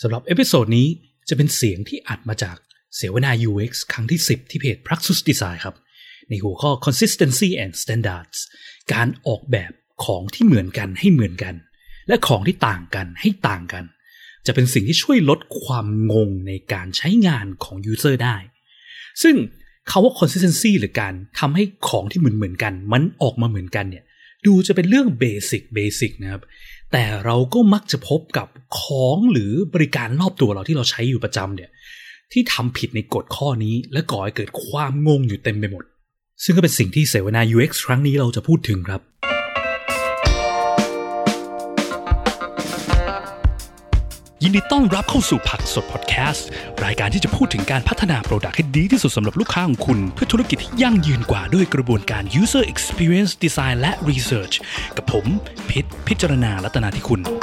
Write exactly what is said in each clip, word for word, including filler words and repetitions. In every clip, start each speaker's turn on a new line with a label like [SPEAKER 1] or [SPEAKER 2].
[SPEAKER 1] สำหรับเอพิโซดนี้จะเป็นเสียงที่อัดมาจากเสวนา ยู เอ็กซ์ ครั้งที่สิบที่เพจ Praxis Design ครับในหัวข้อ Consistency and Standards การออกแบบของที่เหมือนกันให้เหมือนกันและของที่ต่างกันให้ต่างกันจะเป็นสิ่งที่ช่วยลดความงงในการใช้งานของ user ได้ซึ่งคำว่า consistency หรือการทำให้ของที่เหมือนเหมือนกันมันออกมาเหมือนกันเนี่ยดูจะเป็นเรื่องเบสิกเบสิกนะครับแต่เราก็มักจะพบกับของหรือบริการรอบตัวเราที่เราใช้อยู่ประจำเนี่ยที่ทำผิดในกฎข้อนี้และก่อให้เกิดความงงอยู่เต็มไปหมดซึ่งก็เป็นสิ่งที่เสวนา ยู เอ็กซ์ ครั้งนี้เราจะพูดถึงครับยินดีต้อนรับเข้าสู่ผักสดพอดแคสต์รายการที่จะพูดถึงการพัฒนาโปรดักต์ให้ดีที่สุดสำหรับลูกค้าของคุณเพื่อธุรกิจที่ยั่งยืนกว่าด้วยกระบวนการ user experience design และ research กับผมพิษพิจารณารัตนาธิคุณ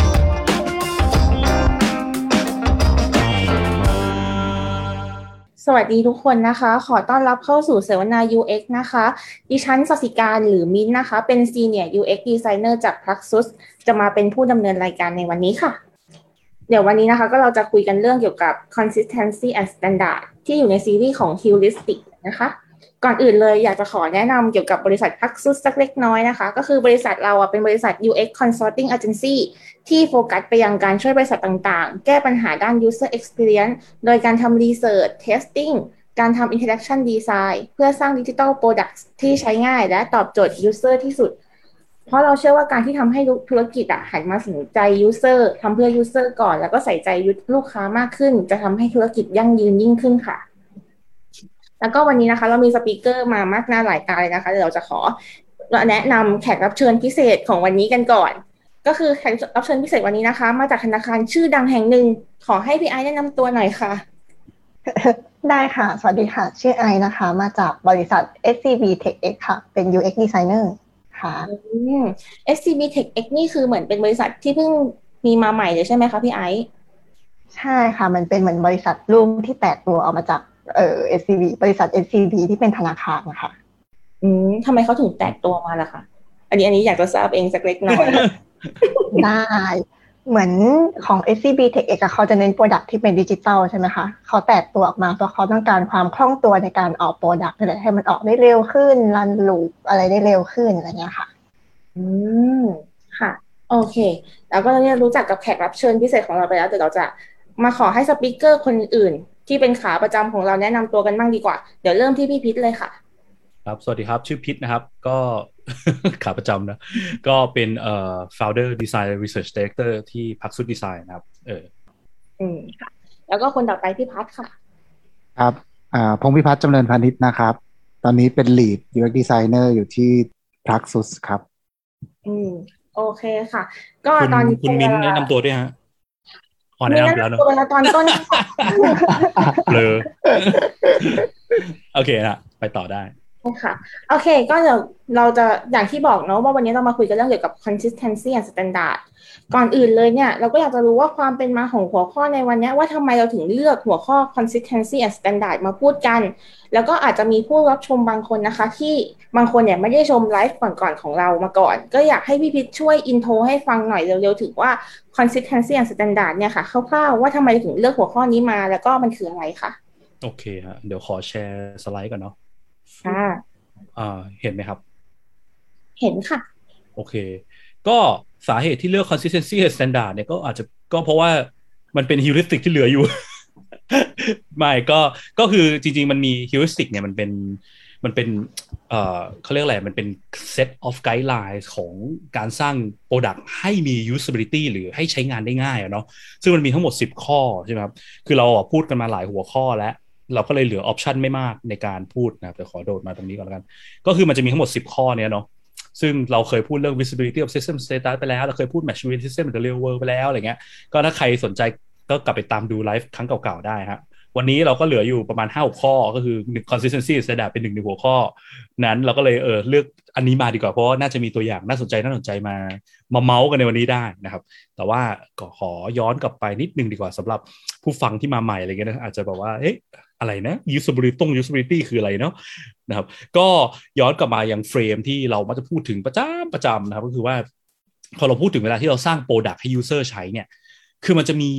[SPEAKER 2] สวัสดีทุกคนนะคะขอต้อนรับเข้าสู่เสวนา ยู เอ็กซ์ นะคะดิฉันศศิการหรือมิ้นนะคะเป็น Senior ยู เอ็กซ์ Designer จาก Praxis จะมาเป็นผู้ดำเนินรายการในวันนี้ค่ะเดี๋ยววันนี้นะคะก็เราจะคุยกันเรื่องเกี่ยวกับ Consistency and Standard ที่อยู่ในซีรีส์ของ Heuristic นะคะก่อนอื่นเลยอยากจะขอแนะนำเกี่ยวกับบริษัท Praxis สักเล็กน้อยนะคะก็คือบริษัทเราอ่ะเป็นบริษัท ยู เอ็กซ์ Consulting Agency ที่โฟกัสไปยังการช่วยบริษัทต่างๆแก้ปัญหาด้าน User Experience โดยการทำ Research Testing การทำ Interaction Design เพื่อสร้าง Digital Products ที่ใช้ง่ายและตอบโจทย์ User ที่สุดเพราะเราเชื่อว่าการที่ทำให้ธุรกิจอ่ะหันมาสนใจ User ทำเพื่อ User ก่อนแล้วก็ใส่ใจลูกค้ามากขึ้นจะทำให้ธุรกิจยั่งยืนยิ่งขึ้นค่ะแล้วก็วันนี้นะคะเรามีสปีกเกอร์มามากหน้าหลายตาเลยนะคะเดี๋ยวเราจะขอแนะนำแขกรับเชิญพิเศษของวันนี้กันก่อนก็คือแขกรับเชิญพิเศษวันนี้นะคะมาจากธนาคารชื่อดังแห่งหนึ่งขอให้พี่ไอซ์แนะนำตัวหน่อยค่ะ
[SPEAKER 3] ได้ค่ะสวัสดีค่ะชื่อไอซ์นะคะมาจากบริษัท เอส ซี บี TechX ค่ะเป็น ยู เอ็กซ์ Designer ค่ะ
[SPEAKER 2] เอส ซี บี TechX นี่คือเหมือนเป็นบริษัทที่เพิ่งมีมาใหม่เลยใช่ไหมคะพี่ไอซ์
[SPEAKER 3] ใช่ค่ะมันเป็นเหมือนบริษัทลูกที่แตกตัวออกมาจากเอ่อ เอส ซี บี บริษัท เอส ซี บี ที่เป็นธนาคารนะคะ
[SPEAKER 2] อืมทำไมเขาถึงแตกตัวมาล่ะคะอันนี้อันนี้อยากจะทราบเองสักเล็กน้อย
[SPEAKER 3] ได้เหมือนของ เอส ซี บี TechX เขาจะเน้น product ที่เป็นดิจิทัลใช่ไหมคะเขาแตกตัวออกมาเพราะเขาต้องการความคล่องตัวในการออก product นี่แหละให้มันออกได้เร็วขึ้นรันลูปอะไรได้เร็วขึ้นอะไรเงี้ยค่ะ
[SPEAKER 2] อืมค่ะโอเคแล้วก็เนี่ยรู้จักกับแขกรับเชิญพิเศษของเราไปแล้วแต่เราจะมาขอให้สปีกเกอร์คนอื่นที่เป็นขาประจำของเราแนะนำตัวกันบ้างดีกว่าเดี๋ยวเริ่มที่พี่พิษเลยค่ะ
[SPEAKER 1] ครับสวัสดีครับชื่อพิษนะครับก็ ขาประจำนะก็เป็นเอ่อ founder design research director ที่ Praxis Design นะครับเออ
[SPEAKER 2] อืมค่ะแล้วก็คนต่อไปพี่พัฒน์ค่ะ
[SPEAKER 4] ครับอ่าพงษ์พิพัฒน์จำเริญพานิชนะครับตอนนี้เป็น lead ยู เอ็กซ์ designer อยู่ที่ Praxis ครับ
[SPEAKER 2] อืมโอเคค่ะก็ตอนนี้
[SPEAKER 1] คุณมิ้นแนะนำตัวด้วยฮะ
[SPEAKER 2] อ๋อแนะนำแล้วเนอะตัวเวลาตอนต้น
[SPEAKER 1] เบลอโอเคนะไปต่อได้
[SPEAKER 2] ค่ะโอเคก็เดี๋ยวเราจะอย่างที่บอกเนาะว่าวันนี้เรามาคุยกันเรื่องเกี่ยวกับ consistency and standard ก่อนอื่นเลยเนี่ยเราก็อยากจะรู้ว่าความเป็นมาของหัวข้อในวันนี้ว่าทำไมเราถึงเลือกหัวข้อ consistency and standard มาพูดกันแล้วก็อาจจะมีผู้รับชมบางคนนะคะที่บางคนเนี่ยไม่ได้ชมไลฟ์ก่อนๆของเรามาก่อนก็อยากให้พี่พิชช่วยอินโทรให้ฟังหน่อยเร็วๆถึงว่า consistency and standard เนี่ยค่ะคร่าวๆว่าทำไมถึงเลือกหัวข้อนี้มาแล้วก็มันคืออะไรคะ
[SPEAKER 1] โอเคฮะเดี๋ยวขอแชร์สไลด์ก่อนเนาะ
[SPEAKER 2] ค่ะ
[SPEAKER 1] อ่าเห็นไหมครับ
[SPEAKER 2] เห็นค่ะ
[SPEAKER 1] โอเคก็สาเหตุที่เลือก consistency and standard เนี่ยก็อาจจะก็เพราะว่ามันเป็น heuristic ที่เหลืออยู่ ไม่ก็ก็คือจริงๆมันมี heuristic เนี่ยมันเป็นมันเป็นเอ่อเขาเรียกอะไรมันเป็น set of guidelines ของการสร้าง product ให้มี usability หรือให้ใช้งานได้ง่ายอะเนาะซึ่งมันมีทั้งหมดสิบข้อใช่ไหมครับคือเราพูดกันมาหลายหัวข้อแล้วเราก็เลยเหลือออปชันไม่มากในการพูดนะครับแต่ขอโดดมาตรงนี้ก่อนแล้วกันก็คือมันจะมีทั้งหมดสิบข้อเนี้ยเนาะซึ่งเราเคยพูดเรื่อง visibility of system status ไปแล้วเราเคยพูด match with system in the real world ไปแล้วอะไรเงี้ยก็ถ้าใครสนใจก็กลับไปตามดูไลฟ์ครั้งเก่าๆได้ฮะวันนี้เราก็เหลืออยู่ประมาณ ห้าหก ข้อก็คือ consistency standard เป็นหนึ่งในหัวข้อนั้นเราก็เลยเออเลือกอันนี้มาดีกว่าเพราะน่าจะมีตัวอย่างน่าสนใจน่าสนใจมามาเมาส์กันในวันนี้ได้นะครับแต่ว่าก็ขอย้อนกลับไปนิดนึงดีกว่าสำหรับผู้ฟังที่มาใหม่อะไรเงี้ยนะอาจจะแบบว่าเอ๊ะอะไรนะ usability ต้อง usability คืออะไรเนาะนะครับก็ย้อนกลับมายังเฟรมที่เรามักจะพูดถึงประจำประจำนะครับก็คือว่าพอเราพูดถึงเวลาที่เราสร้าง product ให้ user ใช้เนี่ยคือมันจะมี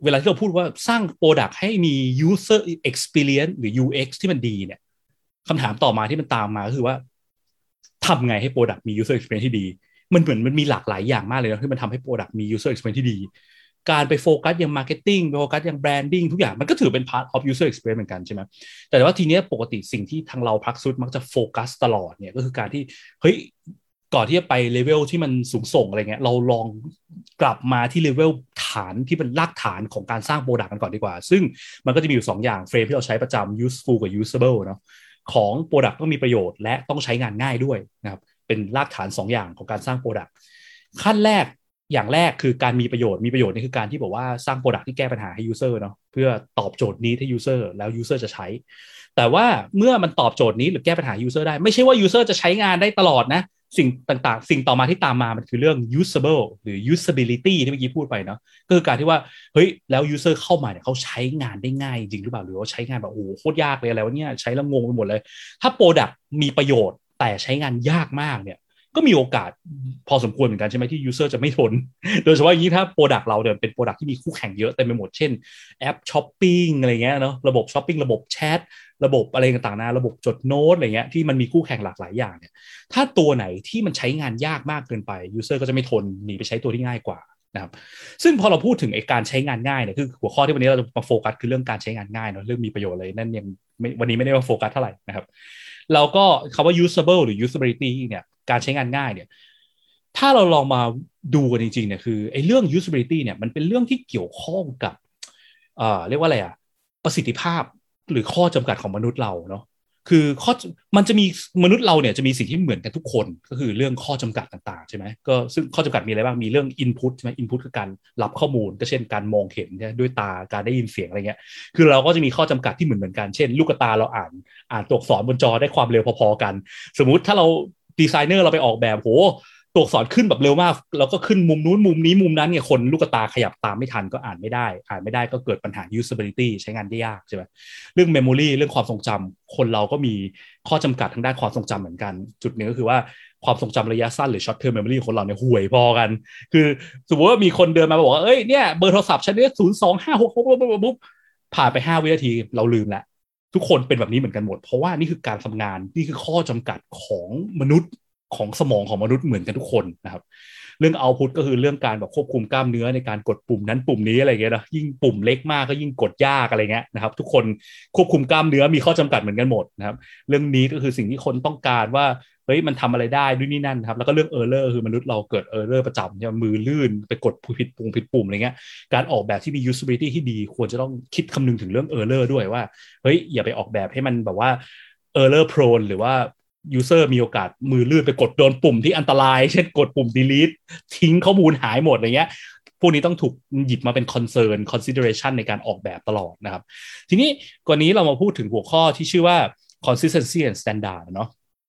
[SPEAKER 1] เวลาที่เราพูดว่าสร้าง product ให้มี user experience หรือ ยู เอ็กซ์ ที่มันดีเนี่ยคำถามต่อมาที่มันตามมาก็คือว่าทำไงให้ product มี user experience ที่ดีมันเหมือนมันมีหลากหลายอย่างมากเลยนะที่มันทำให้ product มี user experience ที่ดีการไปโฟกัสอย่าง marketing ไปโฟกัสอย่าง branding ทุกอย่างมันก็ถือเป็น part of user experience เหมือนกันใช่ไหมแต่ว่าทีเนี้ยปกติสิ่งที่ทางเราพักซุดมักจะโฟกัสตลอดเนี่ยก็คือการที่เฮ้ยก่อนที่จะไปเลเวลที่มันสูงส่งอะไรเงี้ยเราลองกลับมาที่เลเวลฐานที่เป็นรากฐานของการสร้าง product กันก่อนดีกว่าซึ่งมันก็จะมีอยู่สองอย่างเฟรมที่เราใช้ประจำ useful กับ usable เนาะของ product ต้องมีประโยชน์และต้องใช้งานง่ายด้วยนะครับเป็นรากฐานสองอย่างของการสร้าง product ขั้นแรกอย่างแรกคือการมีประโยชน์มีประโยชน์นี่คือการที่บอกว่าสร้าง product ที่แก้ปัญหาให้ user เนาะเพื่อตอบโจทย์นี้ให้ user แล้ว user จะใช้แต่ว่าเมื่อมันตอบโจทย์นี้หรือแก้ปัญหา user ได้ไม่ใช่ว่า user จะใช้งานได้ตลอดนะสิ่งต่างๆสิ่งต่อมาที่ตามมามันคือเรื่อง usable หรือ usability ที่เมื่อกี้พูดไปเนาะก็คือการที่ว่าเฮ้ยแล้ว user เข้ามาเนี่ยเขาใช้งานได้ง่ายจริงหรือเปล่าหรือว่าใช้งานแบบโอ้โหโคตรยากเลยอะไรวะเนี่ยใช้แล้วงงไปหมดเลยถ้า product มีประโยชน์แต่ใช้งานยากมากเนี่ยก็มีโอกาสพอสมควรเหมือนกันใช่ไหมที่ user จะไม่ทนโดยเฉพาะอย่างนี้ถ้า product เราเนี่ยเป็น product ที่มีคู่แข่งเยอะเต็มไปหมดเช่นแอปช้อปปิ้งอะไรเงี้ยเนาะระบบช้อปปิ้งระบบแชทระบบอะไรต่างๆนะระบบจดโน้ตอะไรเงี้ยที่มันมีคู่แข่งหลากหลายอย่างเนี่ยถ้าตัวไหนที่มันใช้งานยากมากเกินไป user ก็จะไม่ทนหนีไปใช้ตัวที่ง่ายกว่านะครับซึ่งพอเราพูดถึงไอ้การใช้งานง่ายเนี่ยคือหัวข้อที่วันนี้เราจะมาโฟกัสคือเรื่องการใช้งานง่ายเนาะเรื่องมีประโยชน์เลยนั่นยังวันนี้ไม่ได้มาโฟกัสเท่าไหร่นะครับแล้วก็คำว่า usable หรือ usability เนี่ยการใช้งานง่ายเนี่ยถ้าเราลองมาดูกันจริงๆเนี่ยคือไอ้เรื่อง usability เนี่ยมันเป็นเรื่องที่เกี่ยวข้องกับเอ่อเรียกว่าอะไรอะประสิทธิภาพหรือข้อจำกัดของมนุษย์เราเนาะคือข้อมันจะมีมนุษย์เราเนี่ยจะมีสิ่งที่เหมือนกันทุกคนก็คือเรื่องข้อจำกัดต่างๆใช่ไหมก็ซึ่งข้อจำกัดมีอะไรบ้างมีเรื่อง input ใช่ไหม input คือการรับข้อมูลก็เช่นการมองเห็นด้วยตาการได้ยินเสียงอะไรเงี้ยคือเราก็จะมีข้อจำกัดที่เหมือนเหมือนกันเช่นลูกตาเราอ่านอ่านตัวอักษรบนจอได้ความเร็วพอๆกันสมมุติถ้าเราดีไซเนอร์เราไปออกแบบโหตัวอักษรขึ้นแบบเร็วมากแล้วก็ขึ้นมุมนู้นมุมนี้มุมนั้นเนี่ยคนลูกตาขยับตามไม่ทันก็อ่านไม่ได้อ่านไม่ได้ก็เกิดปัญหา usability ใช้งานได้ยากใช่ไหมเรื่อง memory เรื่องความทรงจำคนเราก็มีข้อจำกัดทางด้านความทรงจำเหมือนกันจุดหนึ่งก็คือว่าความทรงจำระยะสั้นหรือ short term memory คนเราเนี่ยห่วยพอกันคือสมมติว่ามีคนเดินมาบอกว่าเอ้ยเนี่ยเบอร์โทรศัพท์ฉันเนี่ยศูนย์สองห้าหกปุ๊บปุ๊บปุ๊บผ่านไปห้าวินาทีเราลืมแล้วทุกคนเป็นแบบนี้เหมือนกันหมดเพราะว่านี่คือการทำงานนี่คือข้อจำกัดของมนุษย์ของสมองของมนุษย์เหมือนกันทุกคนนะครับเรื่อง output ก็คือเรื่องการแบบควบคุมกล้ามเนื้อในการกดปุ่มนั้นปุ่มนี้อะไรเงี้ยนะยิ่งปุ่มเล็กมากก็ยิ่งกดยากอะไรเงี้ยนะครับทุกคนควบคุมกล้ามเนื้อมีข้อจำกัดเหมือนกันหมดนะครับเรื่องนี้ก็คือสิ่งที่คนต้องการว่าเฮ้ยมันทำอะไรได้ด้วยนี่นั่นครับแล้วก็เรื่อง error คือมนุษย์เราเกิด error ประจำเนี่ยมือลื่นไปกดผิดปุ่มผิดปุ่มอะไรเงี้ยการออกแบบที่มี usability ที่ดีควรจะต้องคิดคำนึงถึงเรื่อง error ด้วยว่าเฮ้ยอย่าไปออกแบบให้มันแบบว่า error prone หรือว่าuser มีโอกาสมือลื่นไปกดโดนปุ่มที่อันตรายเช่นกดปุ่ม delete ทิ้งข้อมูลหายหมดอะไรเงี้ยพวกนี้ต้องถูกหยิบมาเป็น concern consideration ในการออกแบบตลอดนะครับทีนี้กว่านี้เรามาพูดถึงหัวข้อที่ชื่อว่า consistency and standard เนาะ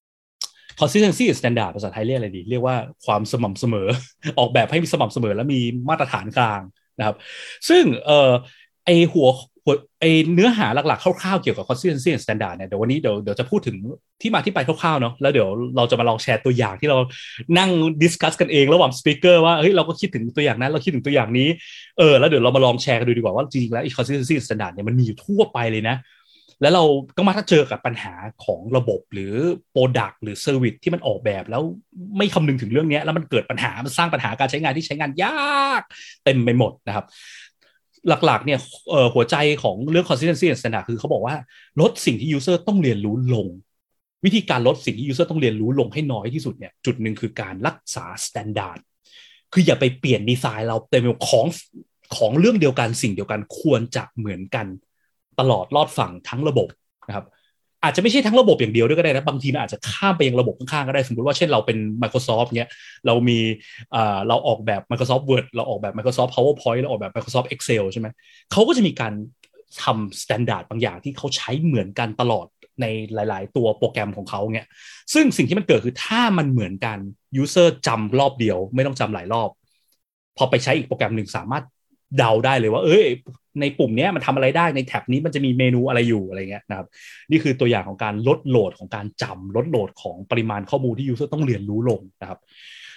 [SPEAKER 1] consistency and standard ภาษาไทยเรียกอะไรดีเรียกว่าความสม่ำเสมอ ออกแบบให้มีสม่ำเสมอและมีมาตรฐานกลางนะครับซึ่งเอ่อไอหัวไอเนื้อหาหลักๆคร่าวๆเกี่ยวกับ consistency and standard เนี่ยเดี๋ยววันนี้เดี๋ยวเดี๋ยวจะพูดถึงที่มาที่ไปคร่าวๆเนาะแล้วเดี๋ยวเราจะมาลองแชร์ตัวอย่างที่เรานั่งดิสคัสกันเองระหว่างสปีกเกอร์ว่าเฮ้ยเราก็คิดถึงตัวอย่างนั้นเราคิดถึงตัวอย่างนี้เออแล้วเดี๋ยวเรามาลองแชร์กันดูดีกว่าว่าจริงๆแล้วไอ้ consistency and standard เนี่ยมันมีอยู่ทั่วไปเลยนะแล้วเราก็มาถ้าเจอกับปัญหาของระบบหรือ product หรือ service ที่มันออกแบบแล้วไม่คำนึงถึงเรื่องนี้แล้วมันเกิดปัญหามันสร้างปัญหาการใช้งานที่ใช้งานยากเต็มไปหมดนะครับหลักๆเนี่ยหัวใจของเรื่อง consistency and standard คือเขาบอกว่าลดสิ่งที่ user ต้องเรียนรู้ลงวิธีการลดสิ่งที่ user ต้องเรียนรู้ลงให้น้อยที่สุดเนี่ยจุดหนึ่งคือการรักษา standard คืออย่าไปเปลี่ยนดีไซน์เราเต็มของของเรื่องเดียวกันสิ่งเดียวกันควรจะเหมือนกันตลอดรอดฝั่งทั้งระบบนะครับอาจจะไม่ใช่ทั้งระบบอย่างเดียวด้วยก็ได้นะบางทีมันอาจจะข้ามไปยังระบบข้างๆก็ได้สมมติว่าเช่นเราเป็น Microsoft เนี้ยเรามีอ่าเราออกแบบ Microsoft Word เราออกแบบ Microsoft PowerPoint เราออกแบบ Microsoft Excel ใช่ไหมเขาก็จะมีการทำ standard บางอย่างที่เขาใช้เหมือนกันตลอดในหลายๆตัวโปรแกรมของเขาเนี้ยซึ่งสิ่งที่มันเกิดคือถ้ามันเหมือนกัน user จำรอบเดียวไม่ต้องจำหลายรอบพอไปใช้อีกโปรแกรมหนึ่งสามารถเดาได้เลยว่าเอ้ยในปุ่มนี้มันทำอะไรได้ในแท็บนี้มันจะมีเมนูอะไรอยู่อะไรเงี้ยนะครับนี่คือตัวอย่างของการลดโหลดของการจำลดโหลดของปริมาณข้อมูลที่ user ต้องเรียนรู้ลงนะครับ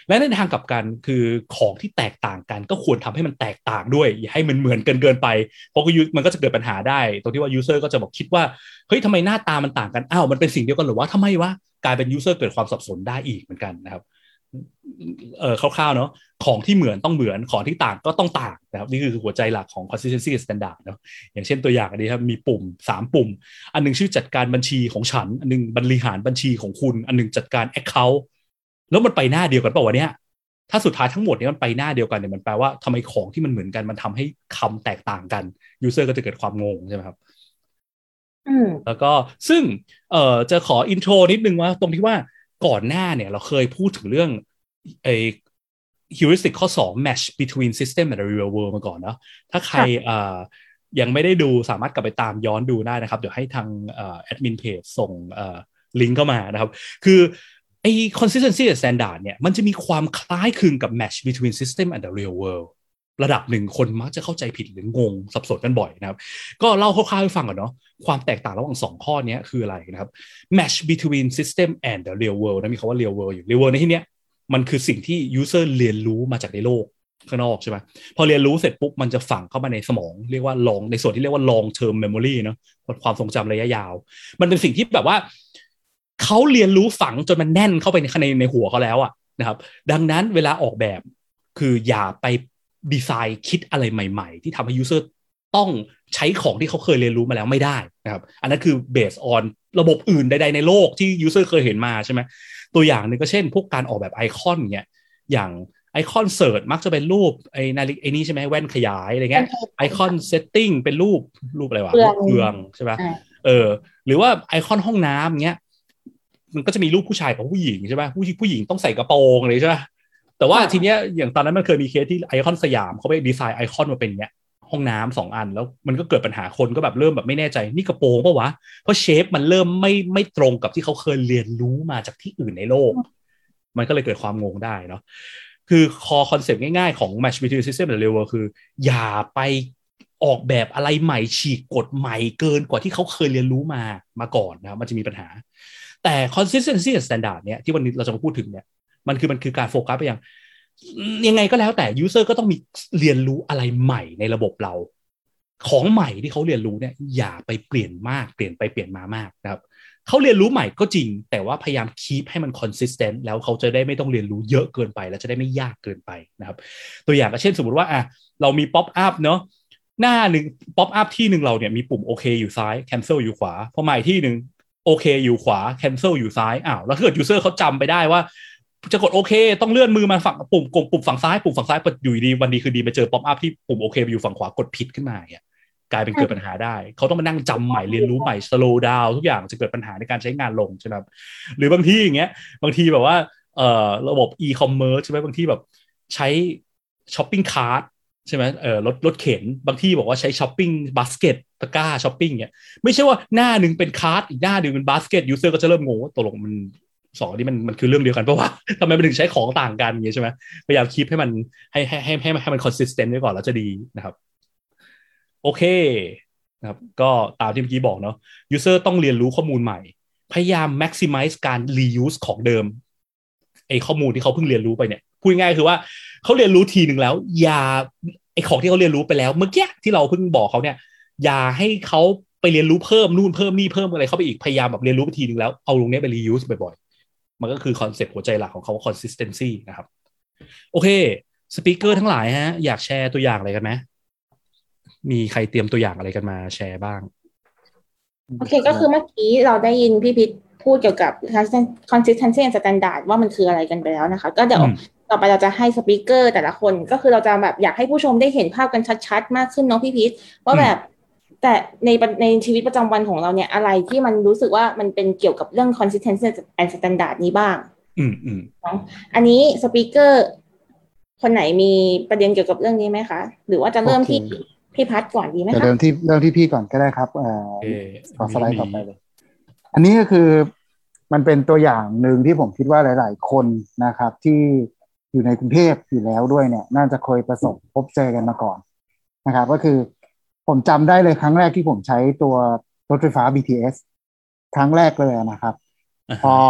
[SPEAKER 1] และในทางกลับกันคือของที่แตกต่างกันก็ควรทำให้มันแตกต่างด้วยอย่าให้มันเหมือนกันเกินไปเพราะมันก็จะเกิดปัญหาได้ตรงที่ว่า user ก็จะบอกคิดว่าเฮ้ยทำไมหน้าตามันต่างกันอ้าวมันเป็นสิ่งเดียวกันหรือว่าทำไมวะกลายเป็น user เกิดความสับสนได้อีกเหมือนกันนะครับเออคร่าวๆเนาะของที่เหมือนต้องเหมือนของที่ต่างก็ต้องต่างนะครับนี่คือหัวใจหลักของ consistency standard เนาะอย่างเช่นตัวอย่างอันนี้ครับมีปุ่มสามปุ่มอันนึงชื่อจัดการบัญชีของฉันอันนึงบริหารบัญชีของคุณอันนึงจัดการ account แล้วมันไปหน้าเดียวกันเปล่าวะเนี่ยถ้าสุดท้ายทั้งหมดนี้มันไปหน้าเดียวกันเนี่ยมันแปลว่าทำไมของที่มันเหมือนกันมันทำให้คำแตกต่างกัน user ก็จะเกิดความงงใช่ไหมครับแล้วก็ซึ่งเอ่อจะขออินโทรนิดนึงว่าตรงที่ว่าก่อนหน้าเนี่ยเราเคยพูดถึงเรื่องไอ้ heuristic ข้อสอง match between system and the real world มาก่อนเนาะถ้าใครเอ่อยังไม่ได้ดูสามารถกลับไปตามย้อนดูได้นะครับเดี๋ยวให้ทางเอ่อแอดมินเพจส่งเอ่อลิงก์เข้ามานะครับคือไอ้ consistency standard เนี่ยมันจะมีความคล้ายคลึงกับ match between system and the real world ระดับหนึ่งคนมักจะเข้าใจผิดหรืองงสับสนกันบ่อยนะครับก็เล่าคร่าวๆให้ฟังก่อนเนาะความแตกต่างระหว่างสองข้อนี้คืออะไรนะครับ match between system and the real world นะมีคำว่า real world อยู่ real world ในที่เนี้ยมันคือสิ่งที่ user เรียนรู้มาจากในโลกข้างนอกใช่ไหมพอเรียนรู้เสร็จปุ๊บมันจะฝังเข้ามาในสมองเรียกว่า long ในส่วนที่เรียกว่า long term memory เนาะความทรงจำระยะยาวมันเป็นสิ่งที่แบบว่าเขาเรียนรู้ฝังจนมันแน่นเข้าไปในในในหัวเขาแล้วอะนะครับดังนั้นเวลาออกแบบคืออย่าไปดีไซน์คิดอะไรใหม่ๆที่ทำให้ user ต้องใช้ของที่เขาเคยเรียนรู้มาแล้วไม่ได้นะครับอันนั้นคือ based on ระบบอื่นใดๆในโลกที่ user เคยเห็นมาใช่ไหมตัวอย่างนึงก็เช่นพวกการออกแบบไอคอนเนี่ยอย่างไอคอนเสิร์ชมักจะเป็นรูปไอ้นาฬิกาไอ้นี่ใช่ไหมแว่นขยายอะไรเงี้ยไอคอนเซตติ้งเป็นรูปรูปอะไรวะรูปเครื่องใช่ไหมเออหรือว่าไอคอนห้องน้ำเงี้ยมันก็จะมีรูปผู้ชายกับผู้หญิงใช่ไหมผู้ผู้หญิงต้องใส่กระโปรงเลยใช่ไหมแต่ว่าทีเนี้ยอย่างตอนนั้นมันเคยมีเคสที่ไอคอนสยามเขาไปดีไซน์ไอคอนมาเป็นเงี้ยห้องน้ำสองอันแล้วมันก็เกิดปัญหาคนก็แบบเริ่มแบบไม่แน่ใจนี่กระโปรงปะวะเพราะเชฟมันเริ่มไม่ไม่ตรงกับที่เขาเคยเรียนรู้มาจากที่อื่นในโลกมันก็เลยเกิดความงงได้เนาะคือคอคอนเซปต์ง่ายๆของ match between system and real world คืออย่าไปออกแบบอะไรใหม่ฉีกกฎใหม่เกินกว่าที่เขาเคยเรียนรู้มามาก่อนนะครับมันจะมีปัญหาแต่ consistency and standard เนี่ยที่วันนี้เราจะมาพูดถึงเนี่ยมันคือมันคือการโฟกัสไปยังยังไงก็แล้วแต่ user ก็ต้องมีเรียนรู้อะไรใหม่ในระบบเราของใหม่ที่เขาเรียนรู้เนี่ยอย่าไปเปลี่ยนมากเปลี่ยนไปเปลี่ยนมามากนะครับเขาเรียนรู้ใหม่ก็จริงแต่ว่าพยายาม keep ให้มัน consistent แล้วเขาจะได้ไม่ต้องเรียนรู้เยอะเกินไปและจะได้ไม่ยากเกินไปนะครับตัวอย่างก็เช่นสมมติว่าอ่ะเรามี pop up เนาะหน้าหนึ่ง pop up ที่หนึ่งเราเนี่ยมีปุ่มโอเคอยู่ซ้าย cancel อยู่ขวาพอมาอีกที่หนึ่งโอเคอยู่ขวา cancel อยู่ซ้ายอ้าวแล้วถ้าเกิด user เขาจำไปได้ว่าจะกดโอเคต้องเลื่อนมือมาฝั่งปุ่มกดปุ่มฝั่งซ้ายปุ่มฝั่งซ้ายพออยู่ดีวันดีคือดีไปเจอ pop up ที่ปุ่มโอเคอยู่ฝั่งขวากดผิดขึ้นมาเนี่ยกลายเป็นเกิดปัญหาได้เขาต้องมานั่งจำใหม่เรียนรู้ใหม่ slow down ทุกอย่างจะเกิดปัญหาในการใช้งานลงใช่ไหมครับหรือบางที่อย่างเงี้ยบางทีแบบว่าเอ่อระบบ e-commerce ใช่ไหมบางที่แบบใช้ shopping cart ใช่ไหมเออรถรถเข็นบางที่บอกว่าใช้ shopping basket ตะกร้า shopping เนี่ยไม่ใช่ว่าหน้าหนึ่งเป็นคาร์ทอีกหน้าหนึ่งเป็น basket user ก็จะเริ่มงงว่าตกลงมันสองอันนี้มันมันคือเรื่องเดียวกันเพราะว่าทำไมมันถึงใช้ของต่างกันอย่างเงี้ยใช่ไหมพยายามคีปให้มันให้ให้ให้ให้ให้มัน consistent ไว้ก่อนแล้วจะดีนะครับโอเคนะครับก็ตามที่เมื่อกี้บอกเนาะ user ต้องเรียนรู้ข้อมูลใหม่พยายาม maximize การ reuse ของเดิมไอ้ข้อมูลที่เขาเพิ่งเรียนรู้ไปเนี่ยพูดง่ายคือว่าเขาเรียนรู้ทีนึงแล้วอย่าไอ้ของที่เขาเรียนรู้ไปแล้วเมื่อกี้ที่เราเพิ่งบอกเขาเนี่ยอย่าให้เขาไปเรียนรู้เพิ่มนู่นเพิ่มนี่เพิ่มอะไรเข้าไปอีกพยายามแบบเรียนรู้ไปทีนึงแล้วเอาตรงนี้ไป reuse บ่อยๆมันก็คือคอนเซ็ปต์หัวใจหลักของเขา consistency นะครับโอเคสปีกเกอร์ทั้งหลายฮะอยากแชร์ตัวอย่างอะไรกันไหมมีใครเตรียมตัวอย่างอะไรกันมาแชร์บ้าง
[SPEAKER 2] โอเคก็คือเมื่อกี้เราได้ยินพี่พิษพูดเกี่ยวกับ consistency and standard ว่ามันคืออะไรกันไปแล้วนะคะก็เดี๋ยวต่อไปเราจะให้สปีกเกอร์แต่ละคนก็คือเราจะแบบอยากให้ผู้ชมได้เห็นภาพกันชัดๆมากขึ้นเนาะพี่พิษว่าแบบแต่ในในชีวิตประจำวันของเราเนี่ยอะไรที่มันรู้สึกว่ามันเป็นเกี่ยวกับเรื่อง consistency and standard นี้บ้าง
[SPEAKER 1] อืมอืม
[SPEAKER 2] อันนี้สปีกเกอร์คนไหนมีประเด็นเกี่ยวกับเรื่องนี้ไหมคะหรือว่าจะเริ่มที่พี่พัดก่อนดีไหมคะ
[SPEAKER 4] จะเริ่มที่เริ่มที่พี่ก่อนก็ได้ครับเอ่อขอสไลด์ต่อไปเลยอันนี้ก็คือมันเป็นตัวอย่างหนึ่งที่ผมคิดว่าหลายๆคนนะครับที่อยู่ในกรุงเทพอยู่แล้วด้วยเนี่ยน่าจะเคยประสบพบเจอกันมาก่อนนะครับก็คือผมจำได้เลยครั้งแรกที่ผมใช้ตัวรถไฟฟ้า บี ที เอส ครั้งแรกเลยนะครับ uh-huh. พอ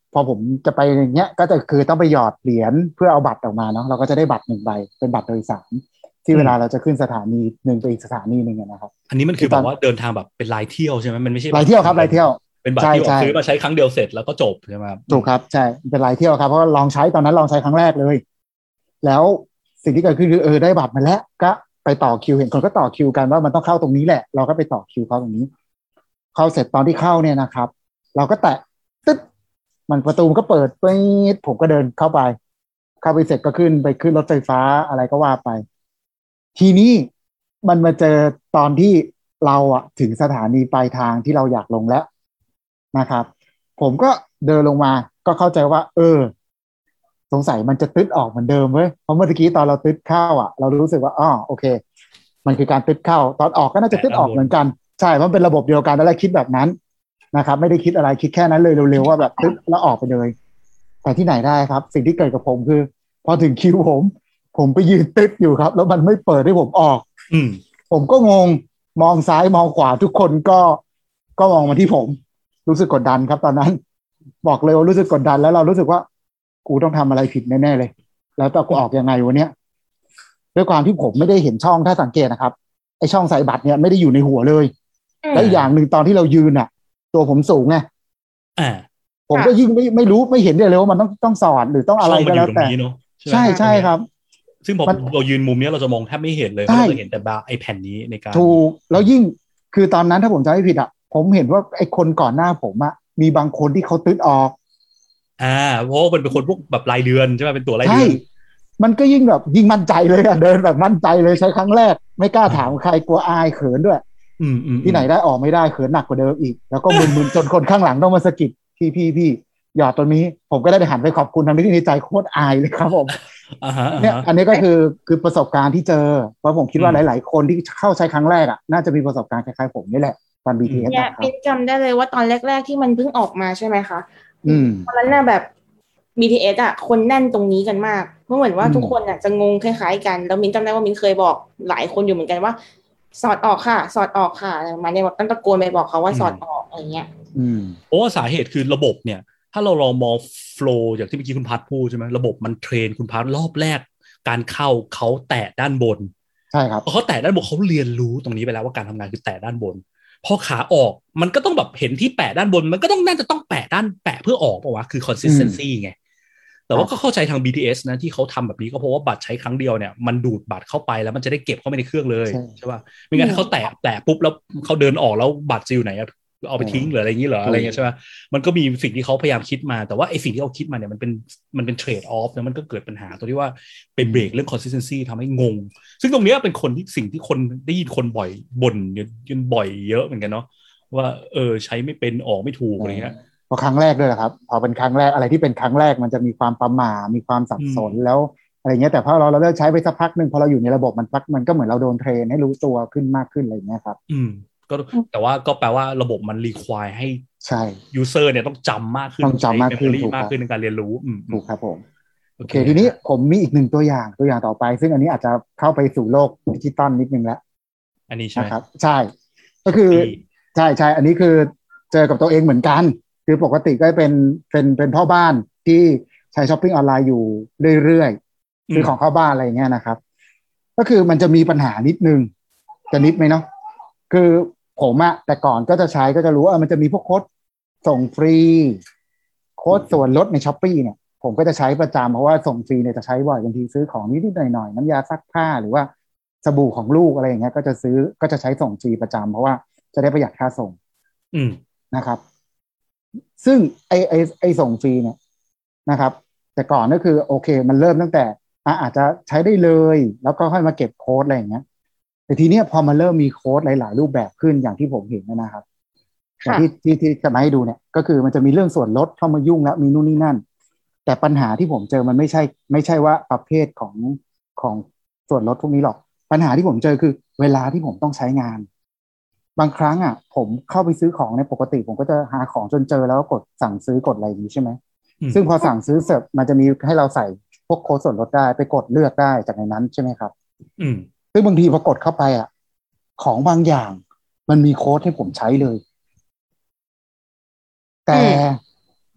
[SPEAKER 4] พอผมจะไปอย่างเงี้ยก็จะคือต้องไปหยอดเหรียญเพื่อเอาบัตรออกมาเนาะเราก็จะได้บัตรหนึ่งใบเป็นบัตรโดยสารที่เวลาเราจะขึ้นสถานีหนึ่งไปอีกสถานีหนึ่งนะครับ
[SPEAKER 1] อันนี้มันคือแบบว่าเดินทางแบบเป็นรายเที่ยวใช่ไหมมันไม่ใช่
[SPEAKER 4] รายเที่ยวครับรายเที่ยว
[SPEAKER 1] เป็นบัตรที่ซื้อมาใช้ครั้งเดียวเสร็จแล้วก็จบใช่ไหมครับ
[SPEAKER 4] ถูกครับใช่เป็นรายเที่ยวครับเพราะลองใช้ตอนนั้นลองใช้ครั้งแรกเลยแล้วสิ่งที่เกิดขึ้นคือเออได้บัตรมาแล้วก็ไปต่อคิวเห็นคนก็ต่อคิวกันว่ามันต้องเข้าตรงนี้แหละเราก็ไปต่อคิวเข้าตรงนี้เข้าเสร็จตอนที่เข้าเนี่ยนะครับเราก็แตะตึ๊ดมันประตูมันก็เปิดปึ๊ดผมก็เดินเข้าไปเข้าไปเสร็จก็ขึ้นไปขึ้นรถไฟฟ้าอะไรก็ว่าไปทีนี้มันมาเจอตอนที่เราอะถึงสถานีปลายทางที่เราอยากลงแล้วนะครับผมก็เดินลงมาก็เข้าใจว่าเออสงสัยมันจะตึ๊ดออกเหมือนเดิมเว้ยเพราะเมื่อกี้ตอนเราตึ๊ดเข้าอ่ะเรารู้สึกว่าอ๋อโอเคมันคือการตึ๊ดเข้าตอนออกก็น่าจะตึ๊ดออกเหมือนกันใช่เพราะเป็นระบบเดียวกันแล้วคิดแบบนั้นนะครับไม่ได้คิดอะไรคิดแค่นั้นเลยเร็วๆว่าแบบตึ๊ดแล้วออกไปเลยแต่ที่ไหนได้ครับสิ่งที่เกิดกับผมคือพอถึงคิวผมผมไปยืนตึ๊ดอยู่ครับแล้วมันไม่เปิดให้ผมออก
[SPEAKER 1] อืม
[SPEAKER 4] ผมก็งงมองซ้ายมองขวาทุกคนก็ก็มองมาที่ผมรู้สึกกดดันครับตอนนั้นบอกเลยว่ารู้สึกกดดันแล้วเรารู้สึกว่ากูต้องทำอะไรผิดแน่ๆเลยแล้วต้องกูออกยังไงวันเนี้ยด้วยความที่ผมไม่ได้เห็นช่องถ้าสังเกตนะครับไอช่องใส่บัตรเนี่ยไม่ได้อยู่ในหัวเลยและอย่างหนึ่งตอนที่เรายืนอ่ะตัวผมสูงไงผมก็ยิ่งไม่ไม่รู้ไม่เห็นเลยว่ามันต้องต้องสอดหรือต้องอะไรก็แล้วแต่ใช่ใช่ครับ
[SPEAKER 1] ซึ่งพอเรายืนมุมนี้เราจะมองแทบไม่เห็นเลยเพราะเราจะเห็นแต่บาร์ไอแผ่นนี้ในการ
[SPEAKER 4] ถูกแล้วยิ่งคือตอนนั้นถ้าผมจำไม่ผิดอ่ะผมเห็นว่าไอคนก่อนหน้าผมอ่ะมีบางคนที่เขาตึ๊ดออก
[SPEAKER 1] อ่าเพราะมันเป็นคนพวกแบบรายเดือนใช่ไหมเป็นตัวรายเดือน
[SPEAKER 4] มันก็ยิ่งแบบยิ่งมั่นใจเลยอ่ะเดินแบบมั่นใจเลยใช้ครั้งแรกไม่กล้าถามใครกลัวอายเขินด้วยที่ไหนได้ออกไม่ได้เขินหนักกว่าเดิมอีกแล้วก็มึนๆจนคนข้างหลังต้องมาสะกิดพี่พี่พี่หยอดตรงนี้ผมก็ได้ไปหันไปขอบคุณทำที่ในใจโคตรอายเลยครับผมเนี่ยอันนี้ก็คือคือประสบการณ์ที่เจอเพราะผมคิดว่าหลายๆคนที่เข้าใช้ครั้งแรกอ่ะน่าจะมีประสบการณ์คล้ายๆผมนี่แหละตอน บี ที เอส
[SPEAKER 2] เนี่ยเป็นจำได้เลยว่าตอนแรกๆที่มันเพิ่งออกมาใช่ไหมคะ
[SPEAKER 4] อืม
[SPEAKER 2] ตอนนั้นน่ะแบบ บี ที เอส อ่ะคนแน่นตรงนี้กันมากเพราะเหมือนว่าทุกคนอ่ะจะงงคล้ายๆกันแล้วมินจำได้ว่ามินเคยบอกหลายคนอยู่เหมือนกันว่าสอดออกค่ะสอดออกค่ะมาเนี่ยแบบตั้งตะโกนไปบอกเขาว่าสอดออกอะไรเงี้ย
[SPEAKER 1] เพราะว่าสาเหตุคือระบบเนี่ยถ้าเราลองมองโฟล์อย่างที่เมื่อกี้คุณพัดพูดใช่ไหมระบบมันเทรนคุณพัดรอบแรกการเข้าเขาแตะด้านบน
[SPEAKER 4] ใช่ครับ
[SPEAKER 1] พอเขาแตะด้านบนเขาเรียนรู้ตรงนี้ไปแล้วว่าการทำงานคือแตะด้านบนพอขาออกมันก็ต้องแบบเห็นที่แปะด้านบนมันก็ต้องน่าจะต้องแปะด้านแปะเพื่อออกป่าววะคือ consistency ไงแต่ว่าก็เข้าใจทาง บี ที เอส นะที่เขาทำแบบนี้ก็เพราะว่าบัตรใช้ครั้งเดียวเนี่ยมันดูดบัตรเข้าไปแล้วมันจะได้เก็บเข้าไปในเครื่องเลยใช่ป่ะไม่งั้นเขาแตะแตะปุ๊บแล้วเขาเดินออกแล้วบัตรจะอยู่ไหนเอาไปทิ้งหรืออะไรอย่างนี้เหรออะไรเงี้ยใช่ป่ะมันก็มีสิ่งที่เขาพยายามคิดมาแต่ว่าไอ้สิ่งที่เขาคิดมาเนี่ยมันเป็นมันเป็นเทรดออฟแล้วมันก็เกิดปัญหาตัวที่ว่าไปเบรกเรื่อง consistency ทำให้งงซึ่งตรงนี้เป็นคนที่สิ่งที่คนได้ยินคนบ่อยบ่นยืนบ่อยเยอะเหมือนกันเนาะว่าเออใช้ไม่เป็นออกไม่ถูกอะไรเงี้ย
[SPEAKER 4] พอครั้งแรกด้วยแหละครับพอเป็นครั้งแรกอะไรที่เป็นครั้งแรกมันจะมีความประหม่ามีความสับสนแล้วอะไรเงี้ยแต่พอเราเราเลิกใช้ไปสักพักหนึ่งพอเราอยู่ในระบบมันพักมันก็เหมือนเราโดนเทรนให้รู้ตัวขึ้นมากขึ้นอะไรเงี้ยครับ
[SPEAKER 1] อืมก็แต่ว่าก็แปลว่าระบบมันรีควายให้
[SPEAKER 4] ใช่
[SPEAKER 1] user เนี่ยต้องจำมากขึ้น
[SPEAKER 4] ต้องจำมากขึ้น
[SPEAKER 1] มากขึ้นในการเรียนรู้
[SPEAKER 4] ถูกครับผมโอเคทีนี้ผมมีอีกหนึ่งตัวอย่างตัวอย่างต่อไปซึ่งอันนี้อาจจะเข้าไปสู่โลกดิจิตอลนิดนึงแล้ว
[SPEAKER 1] อันนี้ใช่
[SPEAKER 4] ครับใช่ก็คือใช่ใช่อันนี้คือเจอกับตัวเองเหมือนกันคือปกติก็เป็นเป็นเป็นพ่อบ้านที่ใช้ช้อปปิ้งออนไลน์อยู่เรื่อยๆซื้อของเข้าบ้านอะไรอย่างเงี้ยนะครับก็คือมันจะมีปัญหานิดนึงจะนิดไหมเนาะคือผมอะแต่ก่อนก็จะใช้ก็จะรู้ว่ามันจะมีพวกโค้ดส่งฟรีโค้ดส่วนลดใน Shopee เนี่ยผมก็จะใช้ประจำเพราะว่าส่งฟรีเนี่ยจะใช้บ่อยบางทีซื้อของนิดๆหน่อยๆน้ำยาซักผ้าหรือว่าสบู่ของลูกอะไรอย่างเงี้ยก็จะซื้อก็จะใช้ส่งฟรีประจำเพราะว่าจะได้ประหยัดค่าส่งนะครับซึ่งไอไอไอส่งฟรีเนี่ยนะครับแต่ก่อนก็คือโอเคมันเริ่มตั้งแต่อาจจะใช้ได้เลยแล้วก็ค่อยมาเก็บโค้ดอะไรอย่างเงี้ยแต่ทีเนี้ยพอมาเริ่มมีโค้ดหลายๆรูปแบบขึ้นอย่างที่ผมเห็นนะครับอย่างที่ที่ที่จะมาให้ดูเนี่ยก็คือมันจะมีเรื่องส่วนลดเข้ามายุ่งแล้วมีนู่นนี่นั่นแต่ปัญหาที่ผมเจอมันไม่ใช่ไม่ใช่ว่าประเภทของของส่วนลดพวกนี้หรอกปัญหาที่ผมเจอคือเวลาที่ผมต้องใช้งานบางครั้งอ่ะผมเข้าไปซื้อของในปกติผมก็จะหาของจนเจอแล้วกดสั่งซื้อกดอะไรอย่างนี้ใช่ไหมซึ่งพอสั่งซื้อเสร็จมันจะมีให้เราใส่พวกโค้ดส่วนลดได้ไปกดเลือกได้จากในนั้นใช่ไหมครับ
[SPEAKER 1] อืม
[SPEAKER 4] ซึ่งบางทีพอกดเข้าไปอ่ะของบางอย่างมันมีโค้ดให้ผมใช้เลยแต่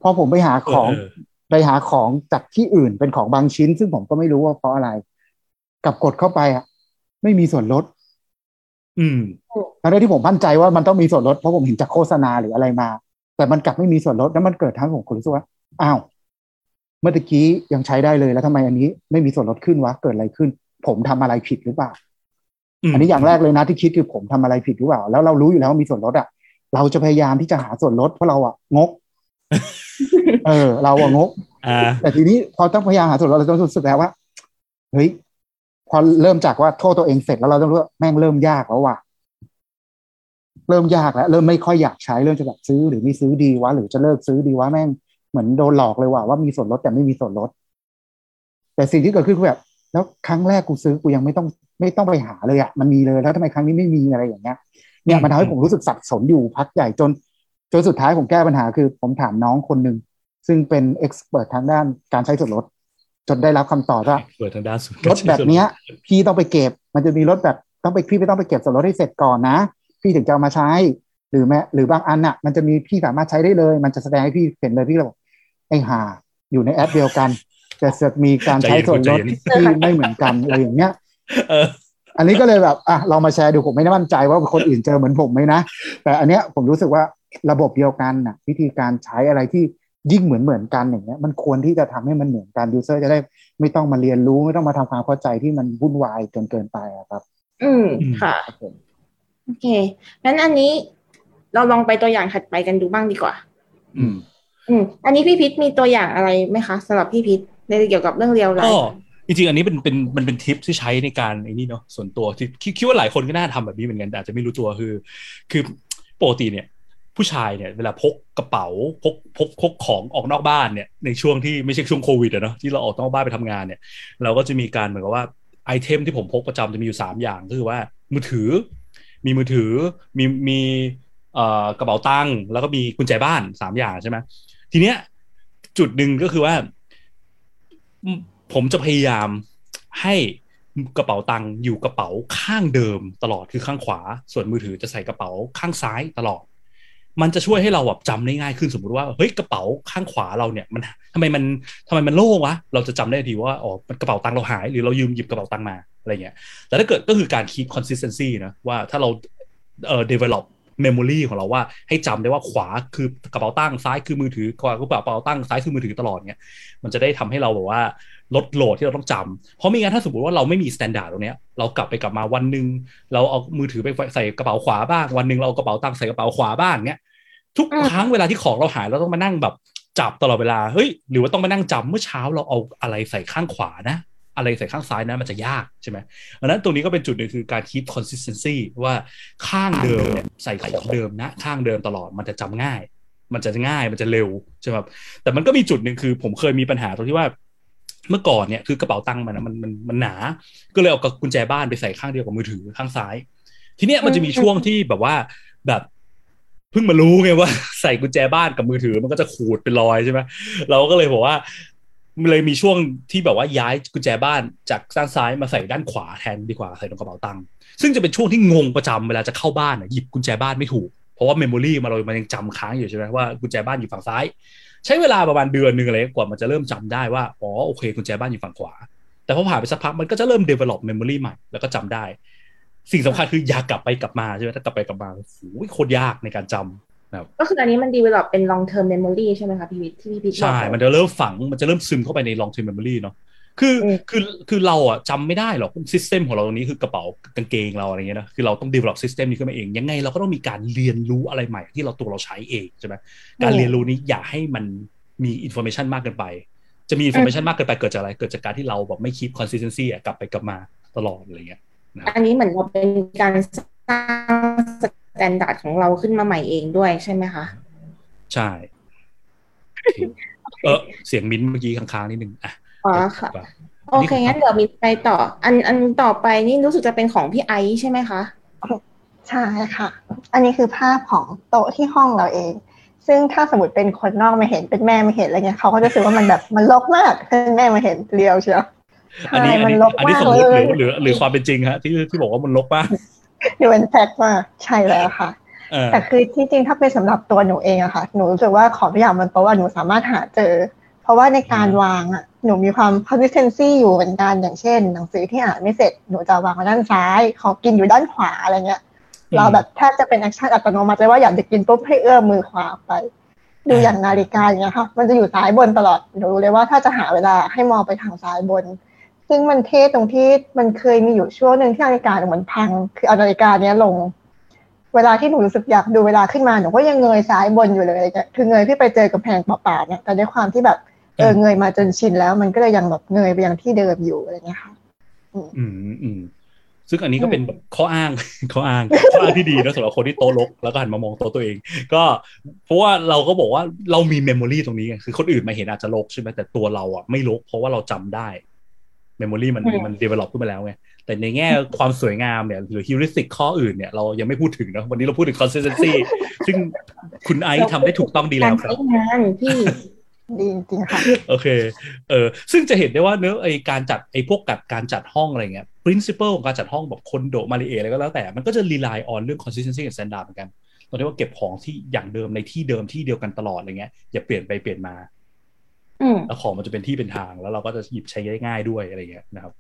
[SPEAKER 4] พอผมไปหาของไปหาของจากที่อื่นเป็นของบางชิ้นซึ่งผมก็ไม่รู้ว่าเพราะอะไรกับกดเข้าไปอ่ะไม่มีส่วนลด
[SPEAKER 1] อืม
[SPEAKER 4] ทั้งที่ผมมั่นใจว่ามันต้องมีส่วนลดเพราะผมเห็นจากโฆษณาหรืออะไรมาแต่มันกลับไม่มีส่วนลดแล้วมันเกิดทั้งผมรู้สึกว่าอ้าวเมื่อกี้ยังใช้ได้เลยแล้วทำไมอันนี้ไม่มีส่วนลดขึ้นวะเกิดอะไรขึ้นผมทำอะไรผิดหรือเปล่าอันนี้อย่างแรกเลยนะที่คิดคือผมทำอะไรผิดหรือเปล่าแล้วเรารู้อยู่แล้วว่ามีส่วนลดอ่ะเราจะพยายามที่จะหาส่วนลดเพราะเราอ่ะงกเออเราอ่ะงกแต่ทีนี้พอต้องพยายามหาส่วนลดเราต้องรู้สึกแล้วว่าเฮ้ยพอเริ่มจากว่าโทษตัวเองเสร็จแล้วเราต้องรู้ว่าแม่งเริ่มยากแล้วว่ะเริ่มยากแล้วเริ่มไม่ค่อยอยากใช้เริ่มจะแบบซื้อหรือไม่ซื้อดีวะหรือจะเลิกซื้อดีวะแม่งเหมือนโดนหลอกเลยว่ะว่ามีส่วนลดแต่ไม่มีส่วนลดแต่สิ่งที่เกิดขึ้นคือแบบแล้วครั้งแรกกูซื้อกูยังไม่ต้องไม่ต้องไปหาเลยอ่ะมันมีเลยแล้วทำไมครั้งนี้ไม่มีอะไรอย่างเงี้ยเนี่ยมันทำให้ผมรู้สึกสับสนอยู่พักใหญ่จนจนสุดท้ายผมแก้ปัญหาคือผมถามน้องคนหนึ่งซึ่งเป็นเอ็กซ์เพิร์ททางด้านการใช้ส่วนลดจนได้รับคำตอบว่ารถแบบเนี้ยพี่ต้องไปเก็บมันจะมีรถแบบต้องไปพี่ไม่ต้องไปเก็บส่วนลดให้เสร็จก่อนนะพี่ถึงจะเอามาใช้หรือแม้หรือบางอันน่ะมันจะมีพี่สามารถใช้ได้เลยมันจะแสดงให้พี่เห็นเลยพี่เราบอกไอ้ห่าอยู่ในแอปเดียวกันแต่จะมีการใช้ส่วนลดที่ไม่เหมือนกันอะไรอย่างเงี้ยอันนี้ก็เลยแบบอ่ะเรามาแชร์ดูผมไม่มั่นใจว่าคนอื่นเจอเหมือนผมไหมนะแต่อันเนี้ยผมรู้สึกว่าระบบเดียวกันน่ะวิธีการใช้อะไรที่ยิ่งเหมือนเหมือนกันอย่างเงี้ยมันควรที่จะทำให้มันเหมือนกันยูเซอร์จะได้ไม่ต้องมาเรียนรู้ไม่ต้องมาทำความเข้าใจที่มันวุ่นวายจนเกินไปครับ
[SPEAKER 2] อืมค่ะโอเคงั้นอันนี้เราลองไปตัวอย่างถัดไปกันดูบ้างดีกว่า
[SPEAKER 1] อืม
[SPEAKER 2] อืมอันนี้พี่พิษมีตัวอย่างอะไรไหมคะสำหรับพี่พิษในเกี่ยวกับเรื่องเรียลไลฟ์
[SPEAKER 1] ก็จริงๆอันนี้เป็นเป็นมันเป็นทิปที่ใช้ในการไอ้นี่เนาะส่วนตัวที่คิดว่าหลายคนก็น่าทำแบบนี้เหมือนกันแต่อาจจะไม่รู้ตัวคือคือปกติเนี่ยผู้ชายเนี่ยเวลาพกกระเป๋าพกพกพกของออกนอกบ้านเนี่ยในช่วงที่ไม่ใช่ช่วงโควิดอะเนาะที่เราออกนอกบ้านไปทำงานเนี่ยเราก็จะมีการเหมือนกับว่าไอเทมที่ผมพกประจำจะมีอยู่สามอย่างก็คือว่ามือถือมีมือถือมีมีเอ่อกระเป๋าตังค์แล้วก็มีกุญแจบ้านสามอย่างใช่ไหมทีเนี้ยจุดหนึ่งก็คือว่าผมจะพยายามให้กระเป๋าตังค์อยู่กระเป๋าข้างเดิมตลอดคือข้างขวาส่วนมือถือจะใส่กระเป๋าข้างซ้ายตลอดมันจะช่วยให้เราแบบจำได้ง่ายขึ้นสมมติว่าเฮ้ยกระเป๋าข้างขวาเราเนี่ยมันทำไมมันทำไมมันโล่งวะเราจะจำได้ทีว่าอ๋อกระเป๋าตังค์เราหายหรือเรายืมหยิบกระเป๋าตังค์มาอะไรเงี้ยแต่ถ้าเกิดก็คือการ keep consistency นะว่าถ้าเราเอ่อ develop memory ของเราว่าให้จำได้ว่าขวาคือกระเป๋าตังค์ซ้ายคือมือถือขวาคือกระเป๋าตังค์ซ้ายคือมือถือตลอดเงี้ยมันจะได้ทำให้เราแบบว่าลดโหลดที่เราต้องจำเพราะไม่งั้นถ้าสมมติว่าเราไม่มี standard ตรงเนี้ยเรากลับไปกลับมาวันนึงเราเอามือถือไปใส่กระเป๋าขวาบ้างวันนึงเราเอากระเป๋าตังค์ใส่กระเป๋าขวาบ้างเงี้ยทุกครั้งเวลาที่ของเราหายเราต้องมานั่งแบบจับตลอดเวลาเฮ้ยหรือว่าต้องมานั่งจำเมื่อเช้าเราเอาอะไรใส่ข้างขวานะอะไรใส่ข้างซ้ายนะมันจะยากใช่ไหมเพราะนั้นตรงนี้ก็เป็นจุดหนึ่งคือการ keep consistency ว่าข้างเดิมเนี่ยใส่ของเดิมนะข้างเดิมตลอดมันจะจำง่ายมันจะง่ายมันจะเร็วใช่ไหมแต่มันก็มีจุดหนึ่งคือผมเคยมีปัญหาตรงที่ว่าเมื่อก่อนเนี่ยคือกระเป๋าตังค์มันมันมันมันหนาก็เลยเอากุญแจบ้านไปใส่ข้างเดียวกับมือถือข้างซ้ายทีเนี้ยมันจะมีช่วงที่แบบว่าแบบเพิ่งมารู้ไงว่าใส่กุญแจบ้านกับมือถือมันก็จะขูดเป็นรอยใช่ไหมเราก็เลยบอกว่ามันเลยมีช่วงที่แบบว่าย้ายกุญแจบ้านจากด้านซ้ายมาใส่ด้านขวาแทนดีกว่าใส่ตรงกระเป๋าตังค์ซึ่งจะเป็นช่วงที่งงประจำเวลาจะเข้าบ้านหยิบกุญแจบ้านไม่ถูกเพราะว่าเมมโมรี่มาเรามันยังจำค้างอยู่ใช่ไหมว่ากุญแจบ้านอยู่ฝั่งซ้ายใช้เวลาประมาณเดือนนึงอะไรกว่ามันจะเริ่มจำได้ว่าอ๋อโอเคกุญแจบ้านอยู่ฝั่งขวาแต่พอผ่านไปสักพักมันก็จะเริ่ม develop memory ใหม่แล้วก็จำได้สิ่งสำคัญคืออย่ากลับไปกลับมาใช่ไหมถ้ากลับไปกลับมาโอ้ยโคตรยากในการจำ
[SPEAKER 2] ก็คืออันนี้มัน develop เป็น long term memory ใช่ไหมคะพี่วิทย์ที่พี่พิทย์บอก
[SPEAKER 1] ใช่มันจะเริ่มฝังมันจะเริ่มซึมเข้าไปใน long term memory เนาะคือคือคือเราอ่ะจำไม่ได้หรอก system ของเราตรงนี้คือกระเป๋ากางเกงเราอะไรเงี้ยนะคือเราต้อง develop system นี้ขึ้นมาเองยังไงเราก็ต้องมีการเรียนรู้อะไรใหม่ที่เราตัวเราใช้เองใช่ไหมการเรียนรู้นี้อย่าให้มันมี information มากเกินไปจะมี information มากเกินไปเกิดจากอะไรเกิดจากการที่เราแบบไม่ keep consistency อ่ะกลับไปกลับมาตลอดอะไรเงี้ย
[SPEAKER 2] อันนี้เหมือนเราเป็นการสร้างสแตนดาร์ดของเราขึ้นมาใหม่เองด้วยใช่ไหมคะ
[SPEAKER 1] ใช่เออเสียงมิ้นเมื่อกี้ค้างๆนิดนึงอ่ะ
[SPEAKER 2] อ๋อค่ะโอเคงั้นเดี๋ยวมิ้นไปต่ออันอันต่อไปนี่รู้สึกจะเป็นของพี่ไอซ์ใช่ไหมคะ
[SPEAKER 3] ใช่ค่ะอันนี้คือภาพของโต๊ะที่ห้องเราเองซึ่งถ้าสมมติเป็นคนนอกมาเห็นเป็นแม่มาเห็นอะไรเงี้ยเขาก็จะรู้สึกว่ามันแบบมันรกมากเป็นแม่มาเห็นเรียวเชียว
[SPEAKER 1] อันนี้มันรกมากเลยหรือหรือหรือความเป็นจริงฮะที่ที่บอกว่ามันรกมาก
[SPEAKER 3] ดูเป็นแฟกต์มากใช่แล้วค่ะแต่คือที่จริงถ้าเป็นสำหรับตัวหนูเองอะค่ะหนูรู้สึกว่าของทุกอย่างมันเพราะว่าหนูสามารถหาเจอเพราะว่าในการวางอะหนูมีความ consistency อยู่เหมือนกันอย่างเช่นหนังสือที่อ่านไม่เสร็จหนูจะวางไว้ด้านซ้ายของกินอยู่ด้านขวาอะไรเงี้ยเราแบบแทบจะเป็นแอคชั่นอัตโนมัติเลยว่าอยากจะกินปุ๊บให้เอื้อมมือขวาไปดูอย่างนาฬิกาอย่างเงี้ยค่ะมันจะอยู่ซ้ายบนตลอดหนูรู้เลยว่าถ้าจะหาเวลาให้มองไปทางซ้ายบนซึ่งมันเท่ตรงที่มันเคยมีอยู่ช่วงนึงที่นาฬิกาเหมือนพังคือเอานาฬิกาเนี้ยลงเวลาที่หนูรู้สึกอยากดูเวลาขึ้นมาหนูก็ยังเงยซ้ายบนอยู่เลยอะไรเงี้ยคือเงยพี่ไปเจอกำแพงเปล่าๆเนี่ยแต่ด้วยความที่แบบเออเงยมาจนชินแล้วมันก็เลยยังแบบเงยไปยังที่เดิมอยู่อะไรเงี้ยค่ะ
[SPEAKER 1] อืมอืมซึ่งอันนี้ก็เป็นแบบข้ออ้างข้ออ้างข้ออ้างที่ดีนะสำหรับคนที่โตรกแล้วก็หันมามองโตตัวเองก็เพราะว่าเราก็บอกว่าเรามีเมมโมรีตรงนี้ไงคือคนอื่นมาเห็นอาจจะรกใช่ไหมแต่ตัวเราอ่ะไม่รกเพราะว่าเราจำได้เมมโมรีมันมัน develop ขึ้นมาแล้วไงแต่ในแง่ความสวยงามเนี่ยหรือ heuristic ข้ออื่นเนี่ยเรายังไม่พูดถึงนะวันนี้เราพูดถึง consistency ซึ่งคุณไอซ์ทำได้ถูกต้องดีแล้วครับ
[SPEAKER 2] งานพี่
[SPEAKER 3] ดีจริงค่ะ
[SPEAKER 1] โอเคเออซึ่งจะเห็นได้ว่าเนื้อไอการจัดไอพวกกับการจัดห้องอะไรเงี้ย principle ของการจัดห้องแบบคอนโดมาริเออะไรก็แล้วแต่มันก็จะ rely on เรื่อง consistency กับ standard เหมือนกันตอนที่ว่าเก็บของที่อย่างเดิมในที่เดิมที่เดียวกันตลอดอะไรเงี้ยอย่าเปลี่ยนไปเปลี่ยนมาแล้วของมันจะเป็นที่เป็นทางแล้วเราก็จะหยิบใช้ได้ง่ายด้วยอะไรเงี้ยนะครับ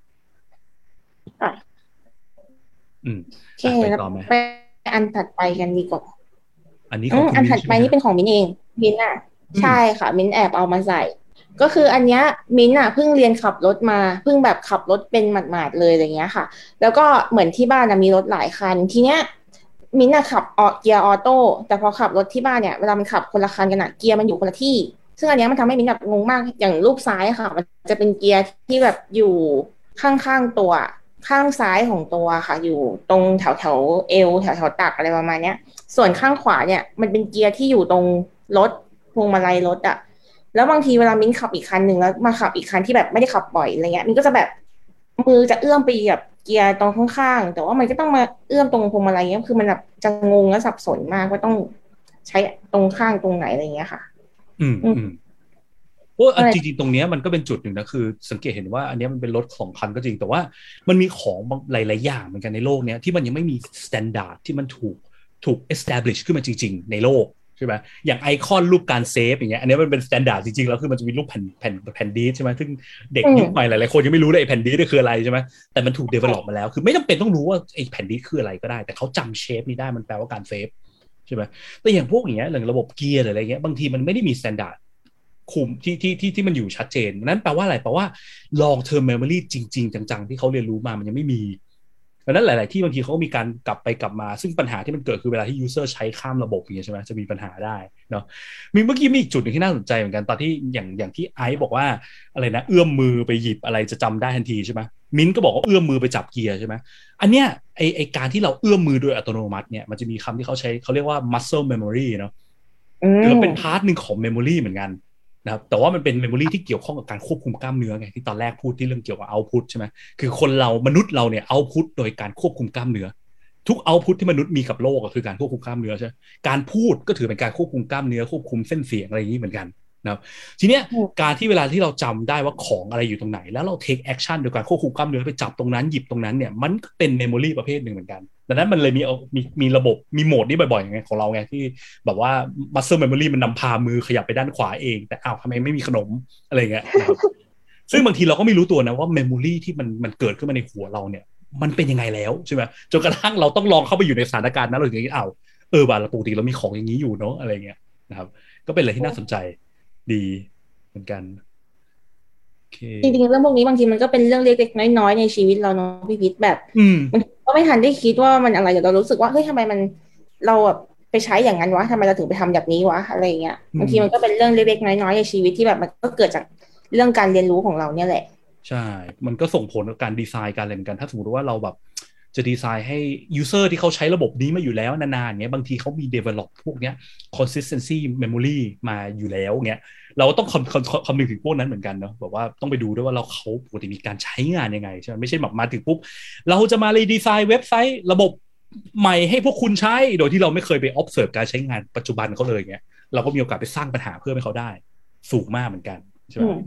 [SPEAKER 1] อืม
[SPEAKER 2] โอเคแล้วไปอันถัดไปกันดีกว่า
[SPEAKER 1] อันนี้ของ
[SPEAKER 2] อันถัดไปนี่เป็นของมิ้นเองมิ้นอ่ะใช่ค่ะมิ้นแอบเอามาใส่ก็คืออันเนี้ยมิ้นอ่ะเพิ่งเรียนขับรถมาเพิ่งแบบขับรถเป็นหมาดๆเลยอะไรเงี้ยค่ะแล้วก็เหมือนที่บ้านมีรถหลายคันทีเนี้ยมิ้นอ่ะขับออกเกียร์ออโต้แต่พอขับรถที่บ้านเนี่ยเวลามันขับคนละคันกันอ่ะเกียร์มันอยู่คนละที่ซึ่งอันเนี้ยมันทำให้มิ้นแบบงงมากอย่างรูปซ้ายค่ะมันจะเป็นเกียร์ที่แบบอยู่ข้างๆตัวข้างซ้ายของตัวค่ะอยู่ตรงแถวแถวเอวแถวแถวตักอะไรประมาณเนี้ยส่วนข้างขวาเนี่ยมันเป็นเกียร์ที่อยู่ตรงรถพวงมาลัยรถอะแล้วบางทีเวลามิ้นขับอีกคันหนึ่งแล้วมาขับอีกคันที่แบบไม่ได้ขับบ่อยอะไรเงี้ยมิ้นก็จะแบบมือจะเอื้อมไปเหยียบเกียร์ตรงข้างๆแต่ว่ามันก็ต้องมาเอื้อมตรงพวงมาลัยเงี้ยคือมันแบบจะงงและสับสนมากว่าต้องใช้ตรงข้างตรงไหนอะไรเงี้ยค่ะ
[SPEAKER 1] อืมอืมเพราะจริงๆตรงนี้มันก็เป็นจุดหนึ่งนะคือสังเกตเห็นว่าอันนี้มันเป็นรถของคันก็จริงแต่ว่ามันมีของหลายๆอย่างเหมือนกันในโลกนี้ที่มันยังไม่มีสแตนดาร์ดที่มันถูกถูก establish ขึ้นมาจริงๆในโลกใช่ไหมอย่างไอคอนรูปการเซฟอย่างเงี้ยอันนี้มันเป็นสแตนดาร์ดจริงๆแล้วคือมันจะมีรูปแผ่นแผ่นแผ่นดีใช่ไหมซึ่งเด็กยุคใหม่หลายๆคนยังไม่รู้เลยไอแผ่นดีนี่คืออะไรใช่ไหมแต่มันถูก develop มาแล้วคือไม่จำเป็นต้องรู้ว่าไอแผ่นดีคืออะไรก็ได้แต่เขาจำเชฟนี้ได้มันแปลว่าการเซฟใช่ไหมแต่อย่างพวกอย่างเงี้ยอย่างระบบเกียร์หรืออะไรเงี้ยบางทีมันไม่ได้มีสแตนดาร์ดคุมที่ที่ที่ที่มันอยู่ชัดเจนนั้นแปลว่าอะไรแปลว่า long term memory จริงๆจังๆที่เขาเรียนรู้มามันยังไม่มีดังนั้นหลายๆที่บางทีเขาก็มีการกลับไปกลับมาซึ่งปัญหาที่มันเกิดคือเวลาที่ user ใช้ข้ามระบบอย่างเงี้ยใช่ไหมจะมีปัญหาได้เนาะมีเมื่อกี้มีอีกจุดหนึ่งที่น่าสนใจเหมือนกันตอนที่อย่างอย่างที่ไอซ์บอกว่าอะไรนะเอื้อมมือไปหยิบอะไรจะจำได้ทันทีใช่ไหมมิ้นก็บอกว่าเอื้อมมือไปจับเกียร์ใช่ไหมอันเนี้ยไอไอการที่เราเอื้อมมือโดยอัตโนมัติเนี่ยมันจะมีคำที่เขาใช้เขาเรียกว่า muscle memory เนาะคือมันเป็นพาร์ทหนึ่งของ memory เหมือนกันนะครับแต่ว่ามันเป็นเมมโมรีที่เกี่ยวข้องกับการควบคุมกล้ามเนื้อไงที่ตอนแรกพูดที่เรื่องเกี่ยวกับเอาท์พุตใช่ไหมคือคนเรามนุษย์เราเนี่ยเอาท์พุตโดยการควบคุมกล้ามเนื้อทุกเอาท์พุตที่มนุษย์มีกับโลกก็คือการควบคุมกล้ามเนื้อใช่การพูดก็ถือเป็นการควบคุมกล้ามเนื้อควบคุมเส้นเสียงอะไรอย่างนี้เหมือนกันนะครับทีเนี้ยการที่เวลาที่เราจำได้ว่าของอะไรอยู่ตรงไหนแล้วเรา take action โดยการควบคุมกล้ามเนื้อไปจับตรงนั้นหยิบตรงนั้นเนี่ยมันก็เป็นเมมโมรีประเภทหนึ่งเหมือนกันดังนั้นมันเลยมีมีมีระบบมีโหมดนี้บ่อยๆไงของเราไงที่แบบว่า muscle memory มันนำพามือขยับไปด้านขวาเองแต่อ้าวทำไมไม่มีขนมอะไรเงี้ยนะครับซึ่งบางทีเราก็ไม่รู้ตัวนะว่า memory ที่มันมันเกิดขึ้นมาในหัวเราเนี่ยมันเป็นยังไงแล้วใช่ไหมจนกระทั่งเราต้องลองเข้าไปอยู่ในสถานการณ์นั้นเราถึงจะอ้าวเออบ้าเราปกติเรามีของอย่างนี้อยู่เนาะอะไรเงี้ยนะครับก็เป็นอะไรที่น่าสนใจดีเหมือนกัน
[SPEAKER 2] จริงๆเรื่องพวกนี้บางทีมันก็เป็นเรื่องเล็กๆน้อยๆในชีวิตเราเนาะพี่พิษแบบมันก็ไม่ทันได้คิดว่ามันอะไรแต่เรารู้สึกว่าเฮ้ยทำไมมันเราแบบไปใช้อย่างนั้นวะทำไมเราถึงไปทำแบบนี้วะอะไรเงี้ยบางทีมันก็เป็นเรื่องเล็กๆน้อยๆในชีวิตที่แบบมันก็เกิดจากเรื่องการเรียนรู้ของเราเนี่ยแหละ
[SPEAKER 1] ใช่มันก็ส่งผลกับการดีไซน์การอะไรเหมือนกันถ้าสมมติว่าเราแบบจะดีไซน์ให้ user ที่เขาใช้ระบบนี้มาอยู่แล้วนานๆเงี้ยบางทีเขามี develop พวกเนี้ย consistency memory มาอยู่แล้วเงี้ยเราต้องคำคำนึงถึงพวกนั้นเหมือนกันเนาะแบบว่าต้องไปดูด้วยว่าเราเขาปกติมีการใช้งานยังไงใช่ไหมไม่ใช่แบบมาถึงปุ๊บเราจะมาเลยดีไซน์เว็บไซต์ระบบใหม่ให้พวกคุณใช้โดยที่เราไม่เคยไป observe การใช้งานปัจจุบันเขาเลยเงี้ยเราก็มีโอกาสไปสร้างปัญหาเพิ่มให้เขาได้สูงมากเหมือนกันใช่ไหม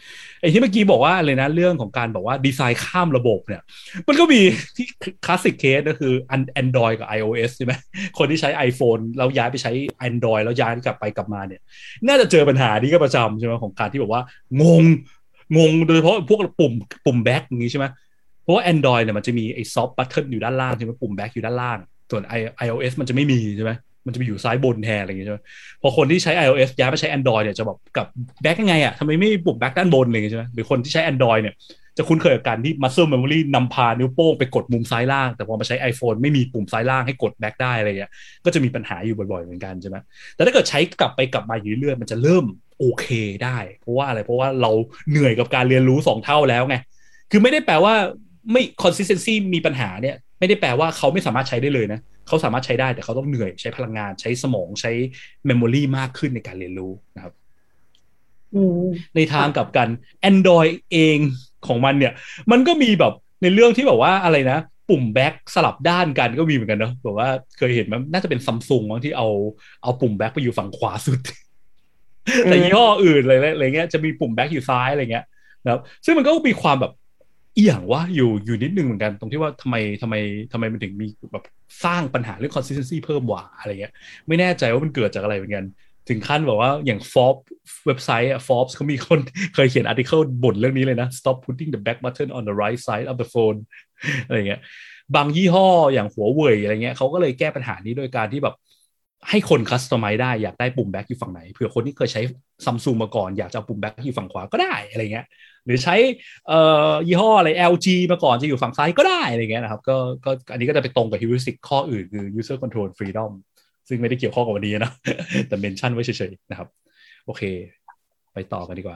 [SPEAKER 1] ไอ้ที่เมื่อกี้บอกว่าอะไรนะเรื่องของการบอกว่าดีไซน์ข้ามระบบเนี่ยมันก็มีที่คลาสสิกเคสก็คือ Android กับ iOS ใช่ไหมคนที่ใช้ iPhone แล้วย้ายไปใช้ Android แล้วย้ายกลับไปกลับมาเนี่ยน่าจะเจอปัญหานี้ก็ประจำใช่ไหมของการที่แบบว่างงงงโดยเฉพาะพวกปุ่มปุ่มแบ็กอย่างนี้ใช่ไหมเพราะว่า Android เนี่ยมันจะมีไอ้ soft button อยู่ด้านล่างใช่ไหมปุ่มแบ็กอยู่ด้านล่างส่วน iOS มันจะไม่มีใช่ไหมมันจะไปอยู่ซ้ายบนแทนอะไรอย่างเงี้ยใช่ไหมพอคนที่ใช้ iOS ย้ายมาใช้ Android เนี่ยจะแบบกับแบ็กยังไงอ่ะทำไมไม่มีปุ่มแบ็กด้านบนอะไรอย่างเงี้ยใช่ไหมหรือคนที่ใช้ Android เนี่ยจะคุ้นเคยกับการที่ muscle memory นำพานิ้วโป้งไปกดมุมซ้ายล่างแต่พอมาใช้ iPhone ไม่มีปุ่มซ้ายล่างให้กดแบ็กได้อะไรอย่างเงี้ยก็จะมีปัญหาอยู่บ่อยๆเหมือนกันใช่ไหมแต่ถ้าเกิดใช้กลับไปกลับมาอยู่เรื่อยๆมันจะเริ่มโอเคได้เพราะว่าอะไรเพราะว่าเราเหนื่อยกับการเรียนรู้สองเท่าแล้วไงคือไม่ได้แปลว่าไม่ consistency มีปัญหาเนี่ยไม่ได้แปลว่าเขาไม่สามารถใช้ได้เลยนะเขาสามารถใช้ได้แต่เขาต้องเหนื่อยใช้พลังงานใช้สมองใช้เมมโมรีมากขึ้นในการเรียนรู้นะครับในทางกับกัน Android เองของมันเนี่ยมันก็มีแบบในเรื่องที่แบบว่าอะไรนะปุ่มแบ็คสลับด้านกันก็มีเหมือนกันเนาะแบบว่าเคยเห็นมันน่าจะเป็น Samsung มั้งที่เอาเอาปุ่มแบ็คไปอยู่ฝั่งขวาสุดแต่ยี่ห้ออื่นอะไรอะไรเงี้ยจะมีปุ่มแบ็คอยู่ซ้ายอะไรเงี้ยนะครับซึ่งมันก็มีความแบบเอี่ยงวะอยู่อยู่นิดนึงเหมือนกันตรงที่ว่าทำไมทำไมทำไมมันถึงมีแบบสร้างปัญหาเรื่อง consistency เพิ่มวะอะไรเงี้ยไม่แน่ใจว่ามันเกิดจากอะไรเหมือนกันถึงขั้นแบบว่าอย่าง Forbes เว็บไซต์อะ Forbes เขามีคนเคยเขียนอาร์ติเคิลบ่นเรื่องนี้เลยนะ stop putting the back button on the right side of the phone อะไรเงี้ยบางยี่ห้ออย่างหัวเว่ยอะไรเงี้ยเขาก็เลยแก้ปัญหานี้โดยการที่แบบให้คนคัสตอมไมซ์ได้อยากได้ปุ่มแบ็คอยู่ฝั่งไหนเผื่อคนที่เคยใช้ Samsung มาก่อนอยากจะเอาปุ่มแบ็คอยู่ฝั่งขวาก็ได้อะไรเงี้ยหรือใช้เอ่อยี่ห้ออะไร แอล จี มาก่อนจะอยู่ฝั่งซ้ายก็ได้อะไรเงี้ยนะครับก็ก็อันนี้ก็จะไปตรงกับ heuristic ข้ออื่นคือ user control freedom ซึ่งไม่ได้เกี่ยวข้องกับวันนี้นะแต่เมนชั่นไว้เฉยๆนะครับโอเคไปต่อกันดีกว่า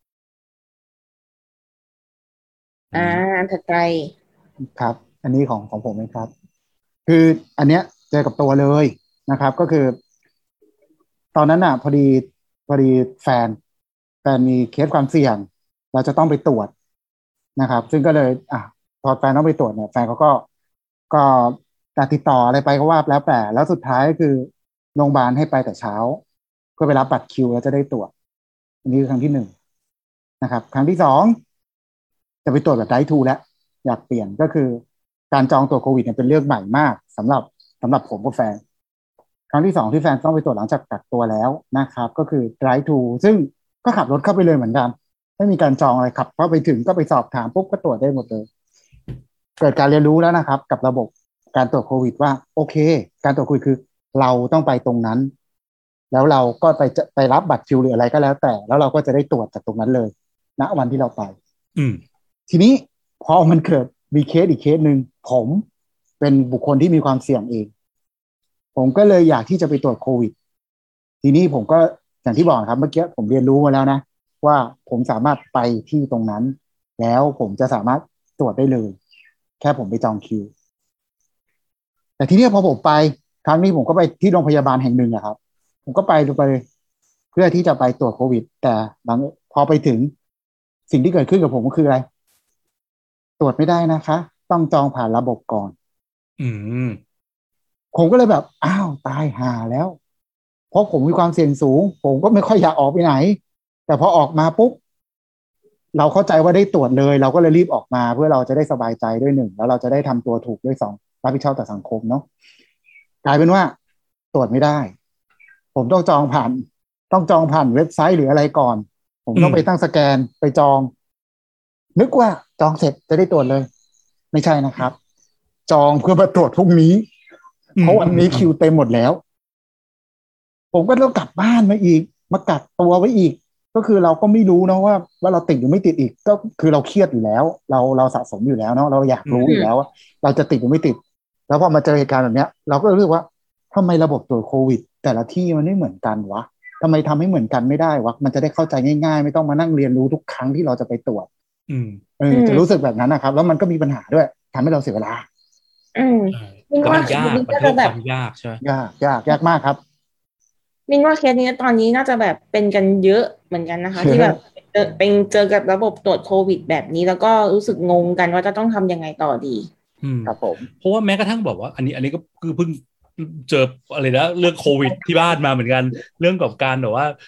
[SPEAKER 2] อ่าถัดไป
[SPEAKER 4] ครับอันนี้ของของผมเองครับคืออันเนี้ยเจอกับตัวเลยนะครับก็คือตอนนั้นอ่ะพอดีพอดีแฟนแฟนมีเคสความเสี่ยงเราจะต้องไปตรวจนะครับซึ่งก็เลยอ่ะพอแฟนต้องไปตรวจเนี่ยแฟนเขาก็ก็การติดต่ออะไรไปก็ว่าแล้วแต่แล้วสุดท้ายคือโรงพยาบาลให้ไปแต่เช้าเพื่อไปรับบัตรคิวแล้วจะได้ตรวจอันนี้คือครั้งที่หนึ่งนะครับครั้งที่สองจะไปตรวจแบบไดรฟ์ทูแล้วอยากเปลี่ยนก็คือการจองตรวจโควิดเนี่ยเป็นเรื่องใหม่มากสำหรับสำหรับผมกับแฟนครั้งที่สองที่แฟนต้องไปตรวจหลังจากกักตัวแล้วนะครับก็คือ drive to ซึ่งก็ขับรถเข้าไปเลยเหมือนกันไม่มีการจองอะไรขับเข้าไปถึงก็ไปสอบถามปุ๊บก็ตรวจได้หมดเลยเกิดการเรียนรู้แล้วนะครับกับระบบการตรวจโควิดว่าโอเคการตรวจโควิดคือเราต้องไปตรงนั้นแล้วเราก็ไปไปรับบัตรคิวหรืออะไรก็แล้วแต่แล้วเราก็จะได้ตรวจจากตรงนั้นเลยณวันที่เราไป
[SPEAKER 1] อืม
[SPEAKER 4] ทีนี้พอมันเกิดมีเคสอีกเคสหนึ่งผมเป็นบุคคลที่มีความเสี่ยงเองผมก็เลยอยากที่จะไปตรวจโควิดทีนี้ผมก็อย่างที่บอกครับเมื่อกี้ผมเรียนรู้มาแล้วนะว่าผมสามารถไปที่ตรงนั้นแล้วผมจะสามารถตรวจได้เลยแค่ผมไปจองคิวแต่ทีนี้พอผมไปครั้งนี้ผมก็ไปที่โรงพยาบาลแห่งหนึ่งอะครับผมก็ไปไปเพื่อที่จะไปตรวจโควิดแต่บางพอไปถึงสิ่งที่เกิดขึ้นกับผมก็คืออะไรตรวจไม่ได้นะคะต้องจองผ่านระบบก่อน
[SPEAKER 1] อืม
[SPEAKER 4] ผมก็เลยแบบอ้าวตายห่าแล้วเพราะผมมีความเสี่ยงสูงผมก็ไม่ค่อยอยากออกไปไหนแต่พอออกมาปุ๊บเราเข้าใจว่าได้ตรวจเลยเราก็เลยรีบออกมาเพื่อเราจะได้สบายใจด้วยหนึ่งแล้วเราจะได้ทำตัวถูกด้วยสองรับผิดชอบต่อสังคมเนาะกลายเป็นว่าตรวจไม่ได้ผมต้องจองผ่านต้องจองผ่านเว็บไซต์หรืออะไรก่อนผมต้องไปตั้งสแกนไปจองนึกว่าจองเสร็จจะได้ตรวจเลยไม่ใช่นะครับจองเพื่อมาตรวจพรุ่งนี้เพราะวันนี้คิวเต็มหมดแล้วผมก็ต้องกลับบ้านมาอีกมากักตัวไว้อีกก็คือเราก็ไม่รู้นะว่าว่าเราติดหรือไม่ติดอีกก็คือเราเครียดอยู่แล้วเราเราสะสมอยู่แล้วเนาะเราอยากรู้อยู่แล้วว่าเราจะติดหรือไม่ติดแล้วพอมาเจอเหตุการณ์แบบนี้เราก็รู้สึกว่าทำไมระบบตรวจโควิดแต่ละที่มันไม่เหมือนกันวะทำไมทำให้เหมือนกันไม่ได้วะมันจะได้เข้าใจง่ายๆไม่ต้องมานั่งเรียนรู้ทุกครั้งที่เราจะไปตรวจเออจะรู้สึกแบบนั้นนะครับแล้วมันก็มีปัญหาด้วยทำให้เราเสียเวลา
[SPEAKER 2] อืม
[SPEAKER 1] มินว่ามันยากมันเรื่องความยากใช่ไหม
[SPEAKER 4] ยากยากยากมากครับ
[SPEAKER 2] มินว่าเคสนี้ตอนนี้น่าจะแบบเป็นกันเยอะเหมือนกันนะคะที่แบบเจอเป็นเจอกับระบบตรวจโควิดแบบนี้แล้วก็รู้สึกงงกันว่าจะต้องทำยังไงต่อดี
[SPEAKER 4] ครับผม
[SPEAKER 1] เพราะว่าแม้กระทั่งบอกว่าอันนี้อันนี้ก็คือเพิ่งเจออะไรนะเรื่องโควิดที่บ้านมาเหมือนกันเรื่องกับการแบบว่า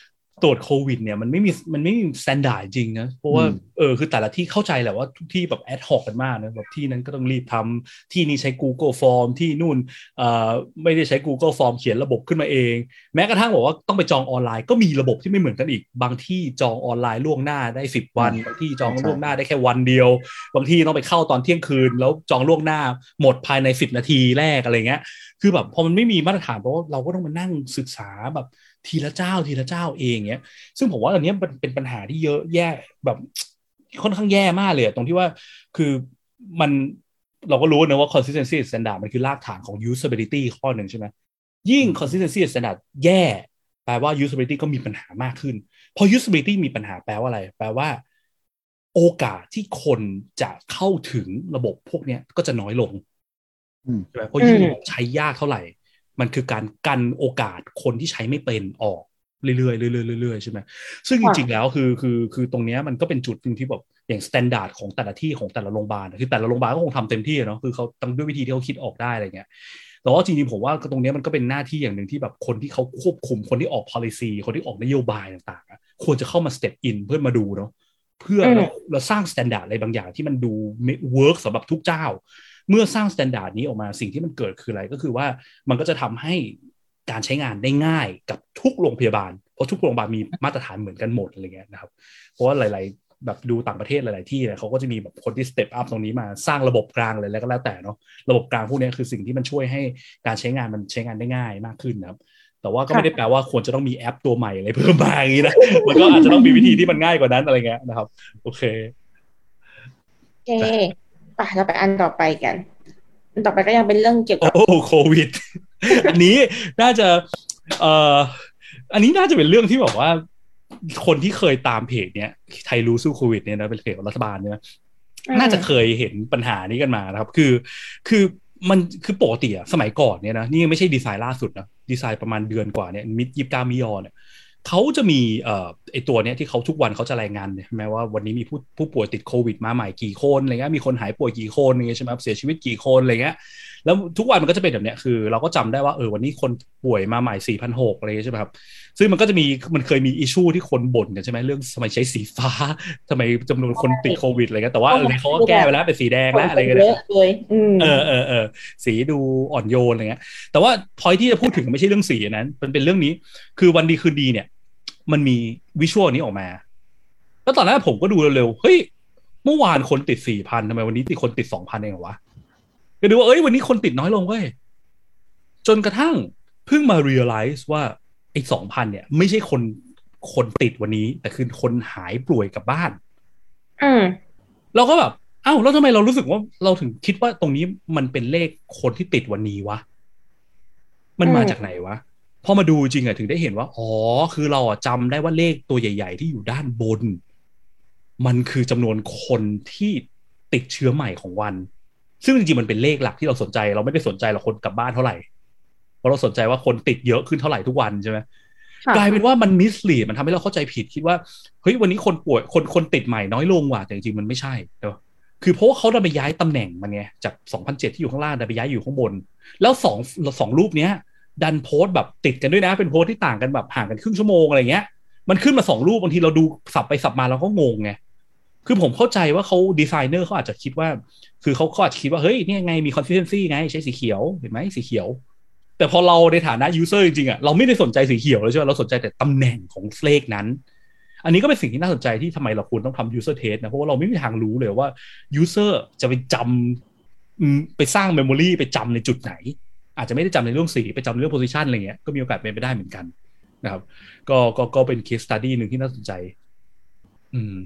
[SPEAKER 1] ตรวจโควิดเนี่ยมันไม่มีมันไม่มีสแตนดาร์ดจริงนะเพราะว่าเออคือแต่ละที่เข้าใจแหละว่าทุกที่แบบแอดฮอกกันมากนะแบบที่นั้นก็ต้องรีบทำที่นี่ใช้ Google Form ที่นู่นเอ่อไม่ได้ใช้ Google Form เขียนระบบขึ้นมาเองแม้กระทั่งบอกว่าต้องไปจองออนไลน์ก็มีระบบที่ไม่เหมือนกันอีกบางที่จองออนไลน์ล่วงหน้าได้สิบวันบางที่จองล่วงหน้าได้แค่วันเดียวบางที่ต้องไปเข้าตอนเที่ยงคืนแล้วจองล่วงหน้าหมดภายในสิบนาทีแรกอะไรเงี้ยคือแบบพอมันไม่มีมาตรฐานเพราะว่าเราก็ต้องมานั่งศึกษาแบบทีละเจ้าทีละเจ้าเองเงี้ยซึ่งผมว่าอันนี้มันเป็นปัญหาที่เยอะแย่แบบค่อนข้างแย่มากเลยตรงที่ว่าคือมันเราก็รู้นะว่า consistency standard มันคือรากฐานของ usability ข้อหนึ่งใช่ไหมยิ่ง consistency standard แย่แปลว่า usability ก็มีปัญหามากขึ้นพอ usability มีปัญหาแปลว่าอะไรแปลว่าโอกาสที่คนจะเข้าถึงระบบพวกนี้ก็จะน้อยลงใช่ไหมเพราะยิ่งใช้ยากเท่าไหร่มันคือการกันโอกาสคนที่ใช้ไม่เป็นออกเรื่อยๆเรื่อยๆเรื่อยๆใช่ไหมซึ่งจริงๆแล้วคือคือคือตรงนี้มันก็เป็นจุดนึงที่แบบอย่างสแตนดาร์ดของแต่ละที่ของแต่ละโรงพยาบาลคือแต่ละโรงพยาบาลก็คงทำเต็มที่เนาะคือเขาทำด้วยวิธีที่เขาคิดออกได้อะไรเงี้ยแต่ว่าจริงๆผมว่าตรงนี้มันก็เป็นหน้าที่อย่างหนึ่งที่แบบคนที่เขาควบคุมคนที่ออก policy คนที่ออกนโยบายต่างๆควรจะเข้ามา step in เพื่อมาดูเนาะเพื่อเราสร้างสแตนดาร์ดอะไรบางอย่างที่มันดู work สำหรับทุกเจ้าเมื่อสร้างสแตนดาร์ดนี้ออกมาสิ่งที่มันเกิดคืออะไรก็คือว่ามันก็จะทำให้การใช้งานได้ง่ายกับทุกโรงพยาบาลเพราะทุกโรงพยาบาลมีมาตรฐานเหมือนกันหมดอะไรเงี้ยนะครับเพราะว่าหลายๆแบบดูต่างประเทศหลายๆที่เนี่ยเขาก็จะมีแบบคนที่สเต็ปอัพตรงนี้มาสร้างระบบกลางเลยแล้วก็แล้วแต่เนาะระบบกลางพวกนี้คือสิ่งที่มันช่วยให้การใช้งานมันใช้งานได้ง่ายมากขึ้นนะครับแต่ว่าก็ไม่ได้แปลว่าควรจะต้องมีแอปตัวใหม่อะไรเพิ่มมาอย่างนี้นะมันก็อาจจะต้องมีวิธีที่มันง่ายกว่านั้นอะไรเงี้ยนะครับโอเค
[SPEAKER 2] โอเคไปเราไปอันต่อไปกันอันต่อไปก็ยังเป็นเรื่องเกี่ยวกับ
[SPEAKER 1] โอ้โควิดอันนี้น่าจะเอ่ออันนี้น่าจะเป็นเรื่องที่แบบว่าคนที่เคยตามเพจเนี้ยไทยรู้สู้โควิดเนี่ยนะเป็นเพจของรัฐบาลเนี่ยน่าจะเคยเห็นปัญหานี้กันมานะครับคือคือมันคือปกติอะสมัยก่อนเนี่ยนะนี่ยังไม่ใช่ดีไซน์ล่าสุดนะดีไซน์ประมาณเดือนกว่าเนี่ยมิดยิบกามิยอเนี่ยเขาจะมีเอ่อไอตัวเนี้ยที่เขาทุกวันเขาจะรายงานใช่ไหมว่าวันนี้มีผู้ผู้ป่วยติดโควิดมาใหม่กี่คนอะไรเงี้ยมีคนหายป่วยกี่คนอะไรเงี้ยใช่ไหมเสียชีวิตกี่คนอะไรเงี้ยแล้วทุกวันมันก็จะเป็นแบบเนี้ยคือเราก็จำได้ว่าเออวันนี้คนป่วยมาใหม่ สี่พันหกร้อย อะไรใช่ไหมครับซึ่งมันก็จะมีมันเคยมีอิชชูที่คนบ่นกันใช่ไหมเรื่องทำไมใช้สีฟ้าทำไมจำนวนคนติดโควิดอะไรเงี้ยแต่ว่าอะไรเขาก็แก้ไปแล้วเป็นสีแดงแล้วอะไรเงี้ยเออเออเออสีดูอ่อนโยนอะไรเงี้ยแต่ว่าพอยที่จะพูดถึงไม่ใช่เรื่องสีนั้นมันเป็นเรื่องนี้คือวันดีคืนดีเนี่ยมันมีวิชวลนี้ออกมาแล้วตอนแรกผมก็ดูเร็วๆเฮ้ยเมื่อวานคนติด สี่พัน ทำไมวันนี้ติดคนติด สองพัน เองเหรอวะก็ดูว่าเอ้ยวันนี้คนติดน้อยลงเว้ยจนกระทั่งเพิ่งมา realize ว่าไอ้ สองพัน เนี่ยไม่ใช่คนคนติดวันนี้แต่คือคนหายป่วยกลับบ้าน
[SPEAKER 2] อืม
[SPEAKER 1] เราก็แบบอ้าวแล้วทำไมเรารู้สึกว่าเราถึงคิดว่าตรงนี้มันเป็นเลขคนที่ติดวันนี้วะมันมาจากไหนวะพอมาดูจริงอะถึงได้เห็นว่าอ๋อคือเราจำได้ว่าเลขตัวใหญ่ๆที่อยู่ด้านบนมันคือจำนวนคนที่ติดเชื้อใหม่ของวันซึ่งจริงๆมันเป็นเลขหลักที่เราสนใจเราไม่ได้สนใจหรอกคนกลับบ้านเท่าไหร่เพราะเราสนใจว่าคนติดเยอะขึ้นเท่าไหร่ทุกวันใช่ไหมกลายเป็นว่ามันมิสลีดมันทำให้เราเข้าใจผิดคิดว่าเฮ้ยวันนี้คนป่วยคนคนติดใหม่น้อยลงว่ะแต่จริงๆมันไม่ใช่เนอะคือเพราะว่าเขาได้ไปย้ายตำแหน่งมันไงจาก สองพันเจ็ด ที่อยู่ข้างล่างได้ไปย้ายอยู่ข้างบนแล้วสองสองรูปเนี้ยดันโพสต์แบบติดกันด้วยนะเป็นโพสต์ที่ต่างกันแบบห่างกันครึ่งชั่วโมงอะไรเงี้ยมันขึ้นมาสองรูปบางทีเราดูสับไปสับมาเราก็งงไงคือผมเข้าใจว่าเขาดีไซเนอร์เขาอาจจะคิดว่าคือเขาอาจจะคิดว่าเฮ้ยนี่ไงมี consistency ไงใช้สีเขียวเห็นไหมสีเขียวแต่พอเราในฐานะ user จริงๆอ่ะเราไม่ได้สนใจสีเขียวเลยใช่ไหมเราสนใจแต่ตำแหน่งของเลขนั้นอันนี้ก็เป็นสิ่งที่น่าสนใจที่ทำไมเราควรต้องทำ user test นะเพราะว่าเราไม่มีทางรู้เลยว่า user จะไปจำไปสร้าง memory ไปจำในจุดไหนอาจจะไม่ได้จำในเรื่องสีไปจำในเรื่อง position อะไรเงี้ยก็มีโอกาสเป็นไปได้เหมือนกันนะครับก็ก็ก็เป็น case study หนึ่งที่น่าสนใจอืม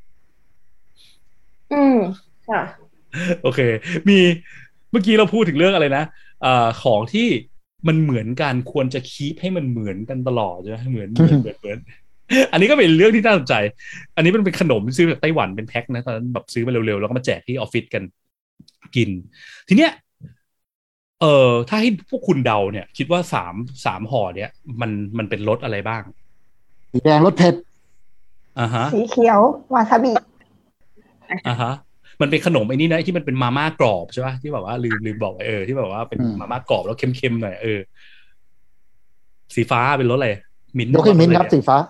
[SPEAKER 2] อืมค่ะ
[SPEAKER 1] โอเคมีเมื่อกี้เราพูดถึงเรื่องอะไรนะอ่าของที่มันเหมือนกันควรจะคีปให้มันเหมือนกันตลอดใช่ไหมเหมือนเหมือนเหมือนเหมือนอันนี้ก็เป็นเรื่องที่น่าสนใจอันนี้มันเป็นขนมซื้อจากไต้หวันเป็นแพ็คนะตอนนั้นแบบซื้อมาเร็วๆแล้วก็มาแจกที่ออฟฟิศกันกินทีเนี้ยเอ่อถ้าให้พวกคุณเดาเนี่ยคิดว่าสามสามห่อเนี้ยมันมันเป็นรสอะไรบ้าง
[SPEAKER 4] สีแดงรสเผ็ด
[SPEAKER 1] อ่าฮะ
[SPEAKER 3] สีเขียววาซาบิ
[SPEAKER 1] อ่าฮะมันเป็นขนมไอ้นี่นะที่มันเป็นมาม่ากรอบใช่ป่ะที่แบบว่าลืมลืมบอกเออที่แบบว่าเป็นมาม่ากรอบแล้วเค็มๆหน่อยเออสีฟ้าเป็นรสอะไรมิ้นท์
[SPEAKER 4] ยกให้มิ้นท์ครับสีฟ้า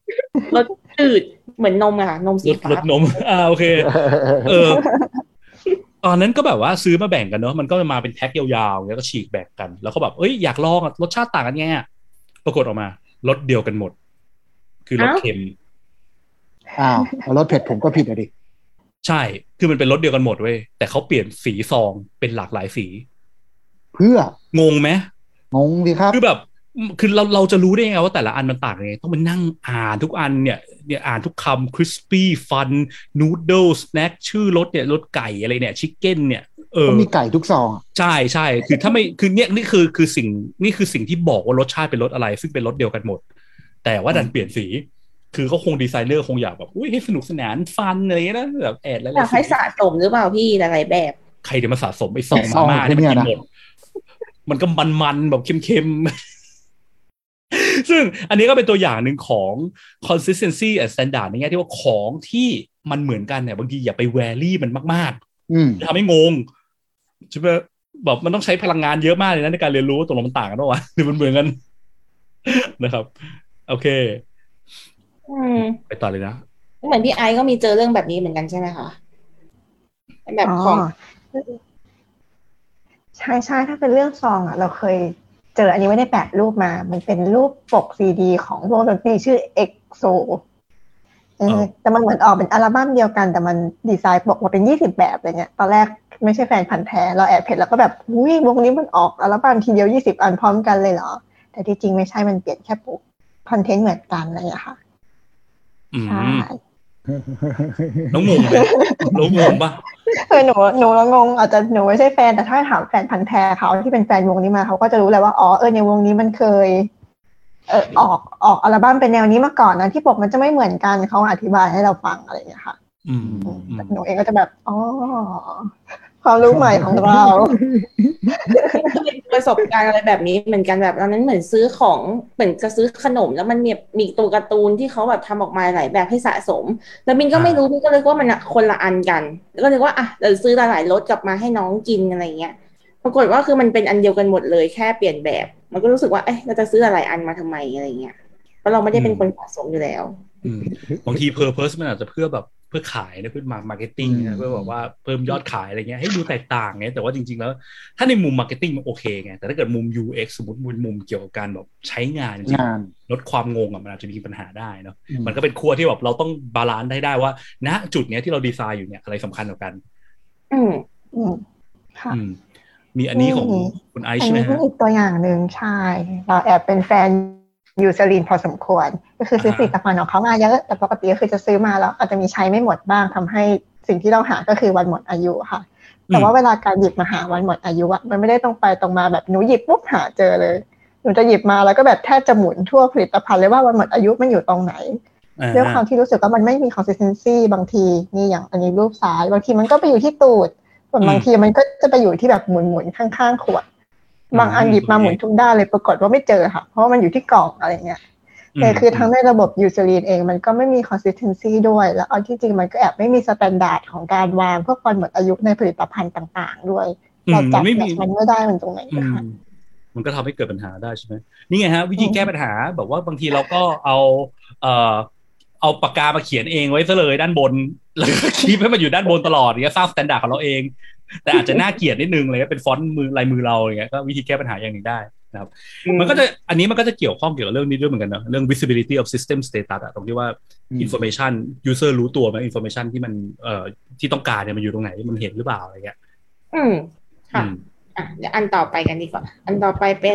[SPEAKER 2] รสจืดเหมือนนมอะค่ะนมสีฟ้าร
[SPEAKER 1] สนมอ่าโอเคเออตอนนั้นก็แบบว่าซื้อมาแบ่งกันเนาะมันก็มาเป็นแพ็คยาวๆแล้วก็ฉีกแบ่งกันแล้วก็แบบเอ้ยอยากลองรสชาติต่างกันไงปรากฏออกมารสเดียวกันหมดคือรสเค็ม
[SPEAKER 4] อ้าวรสเผ็ดผมก็ผิดอ่ะดิ
[SPEAKER 1] ใช่คือมันเป็นรสเดียวกันหมดเว้ยแต่เขาเปลี่ยนสีซองเป็นหลากหลายสี
[SPEAKER 4] เพื่อง
[SPEAKER 1] งไหม
[SPEAKER 4] งงดิครับ
[SPEAKER 1] คือแบบคือเราเราจะรู้ได้ไงว่าแต่ละอันมันต่างยังไงต้องมานั่งอ่านทุกอันเนี่ยเนี่ยอ่านทุกคำ crispy fun noodle snack ชื่อรสเนี่ยรสไก่อะไรเนี่ย chicken เนี่ยเออ
[SPEAKER 4] มีไก่ทุกซอง
[SPEAKER 1] ใช่ใช่คือถ้าไม่คือเนี่ยนี่คือคือสิ่งนี่คือสิ่งที่บอกว่ารสชาติเป็นรสอะไรซึ่งเป็นรสเดียวกันหมดแต่ว่าดันเปลี่ยนสีคือเขาคงดีไซเนอร์คงอยากแบบอุ้ยให้สนุกสนานฟันอะไรเงี้ยนะแบบแอดแล้ว
[SPEAKER 2] อยากให้สะสมหรือเปล่าพี่หลายแบบ
[SPEAKER 1] ใครเดี๋ยวมาสะสมไอ้ซองมาม่าเนี่ยมันกินหมดมันก็มันๆแบบเค็มๆซึ่งอันนี้ก็เป็นตัวอย่างหนึ่งของ consistency and standard ในแง่ที่ว่าของที่มันเหมือนกันเนี่ยบางทีอย่าไปแวรี่มันมากๆทำให้งงใช่ไหมแบบมันต้องใช้พลังงานเยอะมากเลยนะในการเรียนรู้ตรงมันต่างกันหรอวะหรือมันเหมือนกันนะครับโอเคไปต่อเลยนะ
[SPEAKER 2] เหมือนพี่ไอซ์ก็มีเจอเรื่องแบบนี้เหมือนกันใช่ไหมคะแบบของ
[SPEAKER 3] ใช่ใช่ถ้าเป็นเรื่องซองอ่ะเราเคยเจออันนี้ไม่ได้แปะรูปมามันเป็นรูปปกซีดีของวงดนตรีชื่อ เอ็กโซ เออแต่มันเหมือนออกเป็นอัลบั้มเดียวกันแต่มันดีไซน์ปกมาเป็นยี่สิบแบบอะไรเงี้ยตอนแรกไม่ใช่แฟนพันธุ์แท้เราแอบเห็นแล้วก็แบบอุ้ยวงนี้มันออกอัลบั้มทีเดียวยี่สิบอันพร้อมกันเลยเหรอแต่ที่จริงไม่ใช่มันเปลี่ยนแค่ปกคอนเทนต์เหมือนกันอะไรอย่างเงี้ยค่ะใช่
[SPEAKER 1] น้องงงไหมน้องงงปะ
[SPEAKER 3] เออหนูหนูแล้วงงอาจจะหนูไม่ใช่แฟนแต่ถ้าถามแฟนพันธุ์แท้เขาที่เป็นแฟนวงนี้มาเขาก็จะรู้เลยว่าอ๋อเออในวงนี้มันเคยเออออกออกอัลบั้มเป็นแนวนี้มาก่อนนะที่ปกมันจะไม่เหมือนกันเขาอธิบายให้เราฟังอะไรอย่างเงี้ยค่ะ
[SPEAKER 1] อืม
[SPEAKER 3] หนูเองก็จะแบบอ๋อความรู้ใหม่ของเรา
[SPEAKER 2] ประสบการณ์อะไรแบบนี้เหมือนกันแบบตอนนั้นเหมือนซื้อของเหมือนจะซื้อขนมแล้วมันมีมีตัวการ์ตูนที่เขาแบบทำออกมาหลายแบบให้สะสมแล้วมินก็ไม่รู้มินก็เลยว่ามันคนละอันกันแล้วก็เลยว่าอ่ะเดี๋ยวซื้อหลายๆรสกลับมาให้น้องกินอะไรเงี้ยปรากฏว่าคือมันเป็นอันเดียวกันหมดเลยแค่เปลี่ยนแบบมันก็รู้สึกว่าเอ๊ะเราจะซื้อหลายอันมาทำไมอะไรเงี้ยเพราะเราไม่ได้เป็นคนสะสมอยู่แล้ว
[SPEAKER 1] บางทีเพอร์เพสมันอาจจะเพื่อแบบเพื่อขายนะเพื่อมามาร์เก็ตติ้งนะเพื่อแบบว่าเพิ่มยอดขายอะไรเงี้ยให้ดูแตกต่างไงแต่ว่าจริงๆแล้วถ้าในมุมมาร์เก็ตติ้งมันโอเคไงแต่ถ้าเกิดมุม ยู เอ็กซ์ สมมติมุมเกี่ยวกับการแบบใช้งานจริงๆลดความงงอ่ะมันอาจจะมีปัญหาได้เนาะมันก็เป็นขั้วที่แบบเราต้องบาลานซ์ได้ได้ว่าณจุดเนี้ยที่เราดีไซน์อยู่เนี่ยอะไรสำคัญกว่ากัน
[SPEAKER 3] อืมอืมค่ะ
[SPEAKER 1] มีอันนี้ของคุณไอซ์ใช่ไหมฮะ
[SPEAKER 3] อีกตัวอย่างหนึ่งใช่เราแอบเป็นแฟนยูซาลีนพอสมควรก็คือซื้อผลิตภัณฑ์ของเขามาเยอะแต่ปกติก็คือจะซื้อมาแล้วอาจจะมีใช้ไม่หมดบ้างทำให้สิ่งที่เราหาก็คือวันหมดอายุค่ะแต่ว่าเวลาการหยิบมาหาวันหมดอายุอะมันไม่ได้ตรงไปตรงมาแบบหนูหยิบปุ๊บหาเจอเลยหนูจะหยิบมาแล้วก็แบบแทบจะหมุนทั่วผลิตภัณฑ์เลยว่าวันหมดอายุมันอยู่ตรงไหนด้วยความที่รู้สึกว่ามันไม่มี consistency บางทีนี่อย่างอันนี้รูปซ้ายบางทีมันก็ไปอยู่ที่ตูดส่วนบางทีมันก็จะไปอยู่ที่แบบหมุนๆข้างๆขวดบางอันหยิบมาหมุนทุกด้านเลยปรากฏว่าไม่เจอค่ะเพราะว่ามันอยู่ที่กล่องอะไรเงี้ยแต่คือทั้งในระบบยูซาลีนเองมันก็ไม่มี consistency ด้วยแล้วเอาที่จริงมันก็แอบไม่มีสแตนดาร์ดของการวางพวกวันหมดอายุในผลิตภัณฑ์ต่างๆด้วยเราจับมันไม่ได้มันตรงไหนนะคะ
[SPEAKER 1] มันก็ทำให้เกิดปัญหาได้ใช่ไหมนี่ไงฮะวิธีแก้ปัญหาแบบว่าบางทีเราก็เอาเอ่อเอาปากกามาเขียนเองไว้ซะเลยด้านบนแล้วก็คีปให้มันอยู่ด้านบนตลอดอย่างเงี้ยสร้างสแตนดาร์ดของเราเองแต่อาจจะน่าเกลียดนิดนึงเลยเป็นฟอนต์มือลายมือเราอย่างเงี้ยก็วิธีแก้ปัญหาอย่างนี้ได้นะครับมันก็จะอันนี้มันก็จะเกี่ยวข้องเกี่ยวกับเรื่องนี้ด้วยเหมือนกันเนอะเรื่อง visibility of system status อะตรงที่ว่า information user รู้ตัวไหม information ที่มันเอ่อที่ต้องการเนี่ยมันอยู่ตรงไหนมันเห็นหรือเปล่าอะไรเงี้ย
[SPEAKER 2] อืมค่ะอ่ะเดี๋ยวอันต่อไปกันดีกว่าอันต่อไปเป็น